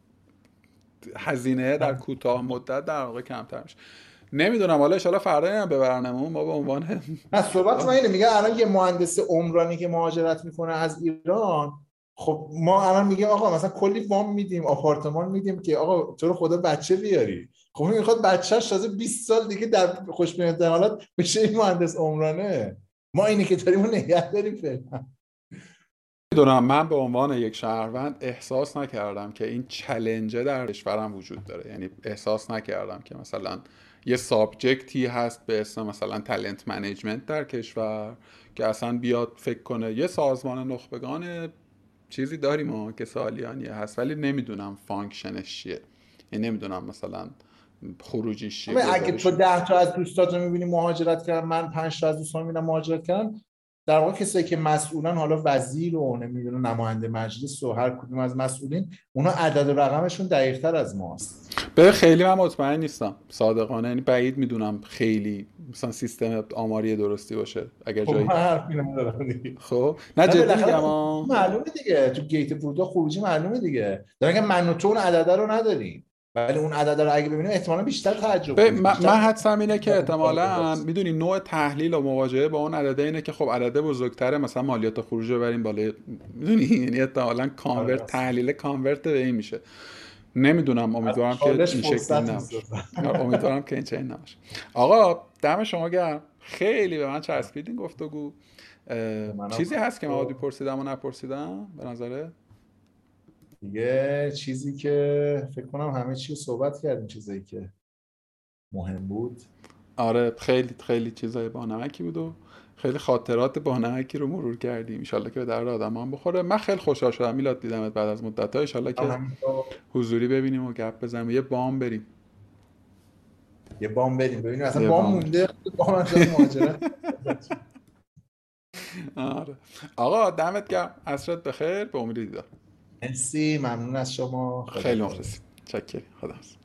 هزینه در کوتاه مدت در واقع کمتر میشه. نمیدونم، حالا ان فردا هم ببرنمون ما به عنوان نه صحبت من اینه، میگه الان یه مهندس عمرانی که مهاجرت میکنه از ایران، خب ما الان میگیم آقا مثلا کلی وام میدیم، آپارتمان میدیم که آقا تو رو خدا بچه بیاری. خب این میخواد بچه‌ش تازه 20 سال دیگه در خوشبین حالت بشه این مهندس عمرانه. ما اینی که داریم رو نگه داریم فعلا. میدونم. من به عنوان یک شهروند احساس نکردم که این چلنجه در کشورم وجود داره. یعنی احساس نکردم که مثلا یه سابجکتی هست به اسم مثلا تالنت منیجمنت در کشور که اصلا بیاد فکر کنه. یه سازمان نخبگان چیزی داریم ما که سالیانیه هست، ولی نمیدونم فانکشنش چیه. یعنی نمیدونم مثلا خروجیش چیه، اگه تو گزارشش. 10 تا از دوستاتو میبینی مهاجرت کردن، من 5 تا از دوستان میبینم مهاجرت کردن، در واقع کسایی که مسئولن، حالا وزیر و نمیدونم نماینده مجلس و هر کدوم از مسئولین، اونا عدد و رقمشون دقیق تر از ماست. به خیلی من مطمئن نیستم صادقانه، یعنی بعید میدونم خیلی مثلا سیستم آماری درستی باشه اگر خب جایی. من حرفی ندارم دیگه. خب نه نه جدی بالاخره میگم خروجی معلومه دیگه، تو گیت فرودگاه خروجی معلومه دیگه. دارن که من و تو اون عدده رو نداریم، ولی اون عدده رو اگه ببینیم احتمالاً بیشتر تعجب کنیم، من بیشتر. حدسم اینه که احتمالاً میدونی نوع تحلیل و مواجهه با اون عدده اینه که خب عدده بزرگتره مثلا مالیات خروج رو بریم بالا، میدونی؟ یعنی احتمالاً کانورت، تحلیل کانورت به این میشه. نمیدونم، امیدوارم که چالش این شکلی فرصت نباشه. میسازن. امیدوارم که این چنین نباشه. آقا دم شما گرم، خیلی به من چسبید این گفتگو. منم چیزی هست که من بپرسیدم و نپرسیدم به نظره؟ دیگه چیزی که فکر کنم همه چی رو صحبت کردیم، چیزایی که مهم بود. آره خیلی خیلی چیزای بانمکی بود و خیلی خاطرات بانمکی رو مرور کردیم. ان که به درد آدم هم بخوره. من خیلی خوشحال شدم میلاد دیدمت بعد از مدت ها. ان هم که همینطور. حضوری ببینیم و گپ بزنیم، یه بام بریم. یه بام بریم ببینیم اصلا یه بام بام بریم. مونده، بام هم شاید مهاجرت. آره آقا دمت گرم، عصرت بخیر، به امید دیدار. مرسی، ممنون از شما، خدا خیلی نگهدار. مخلصی، چکری، خدا حافظ.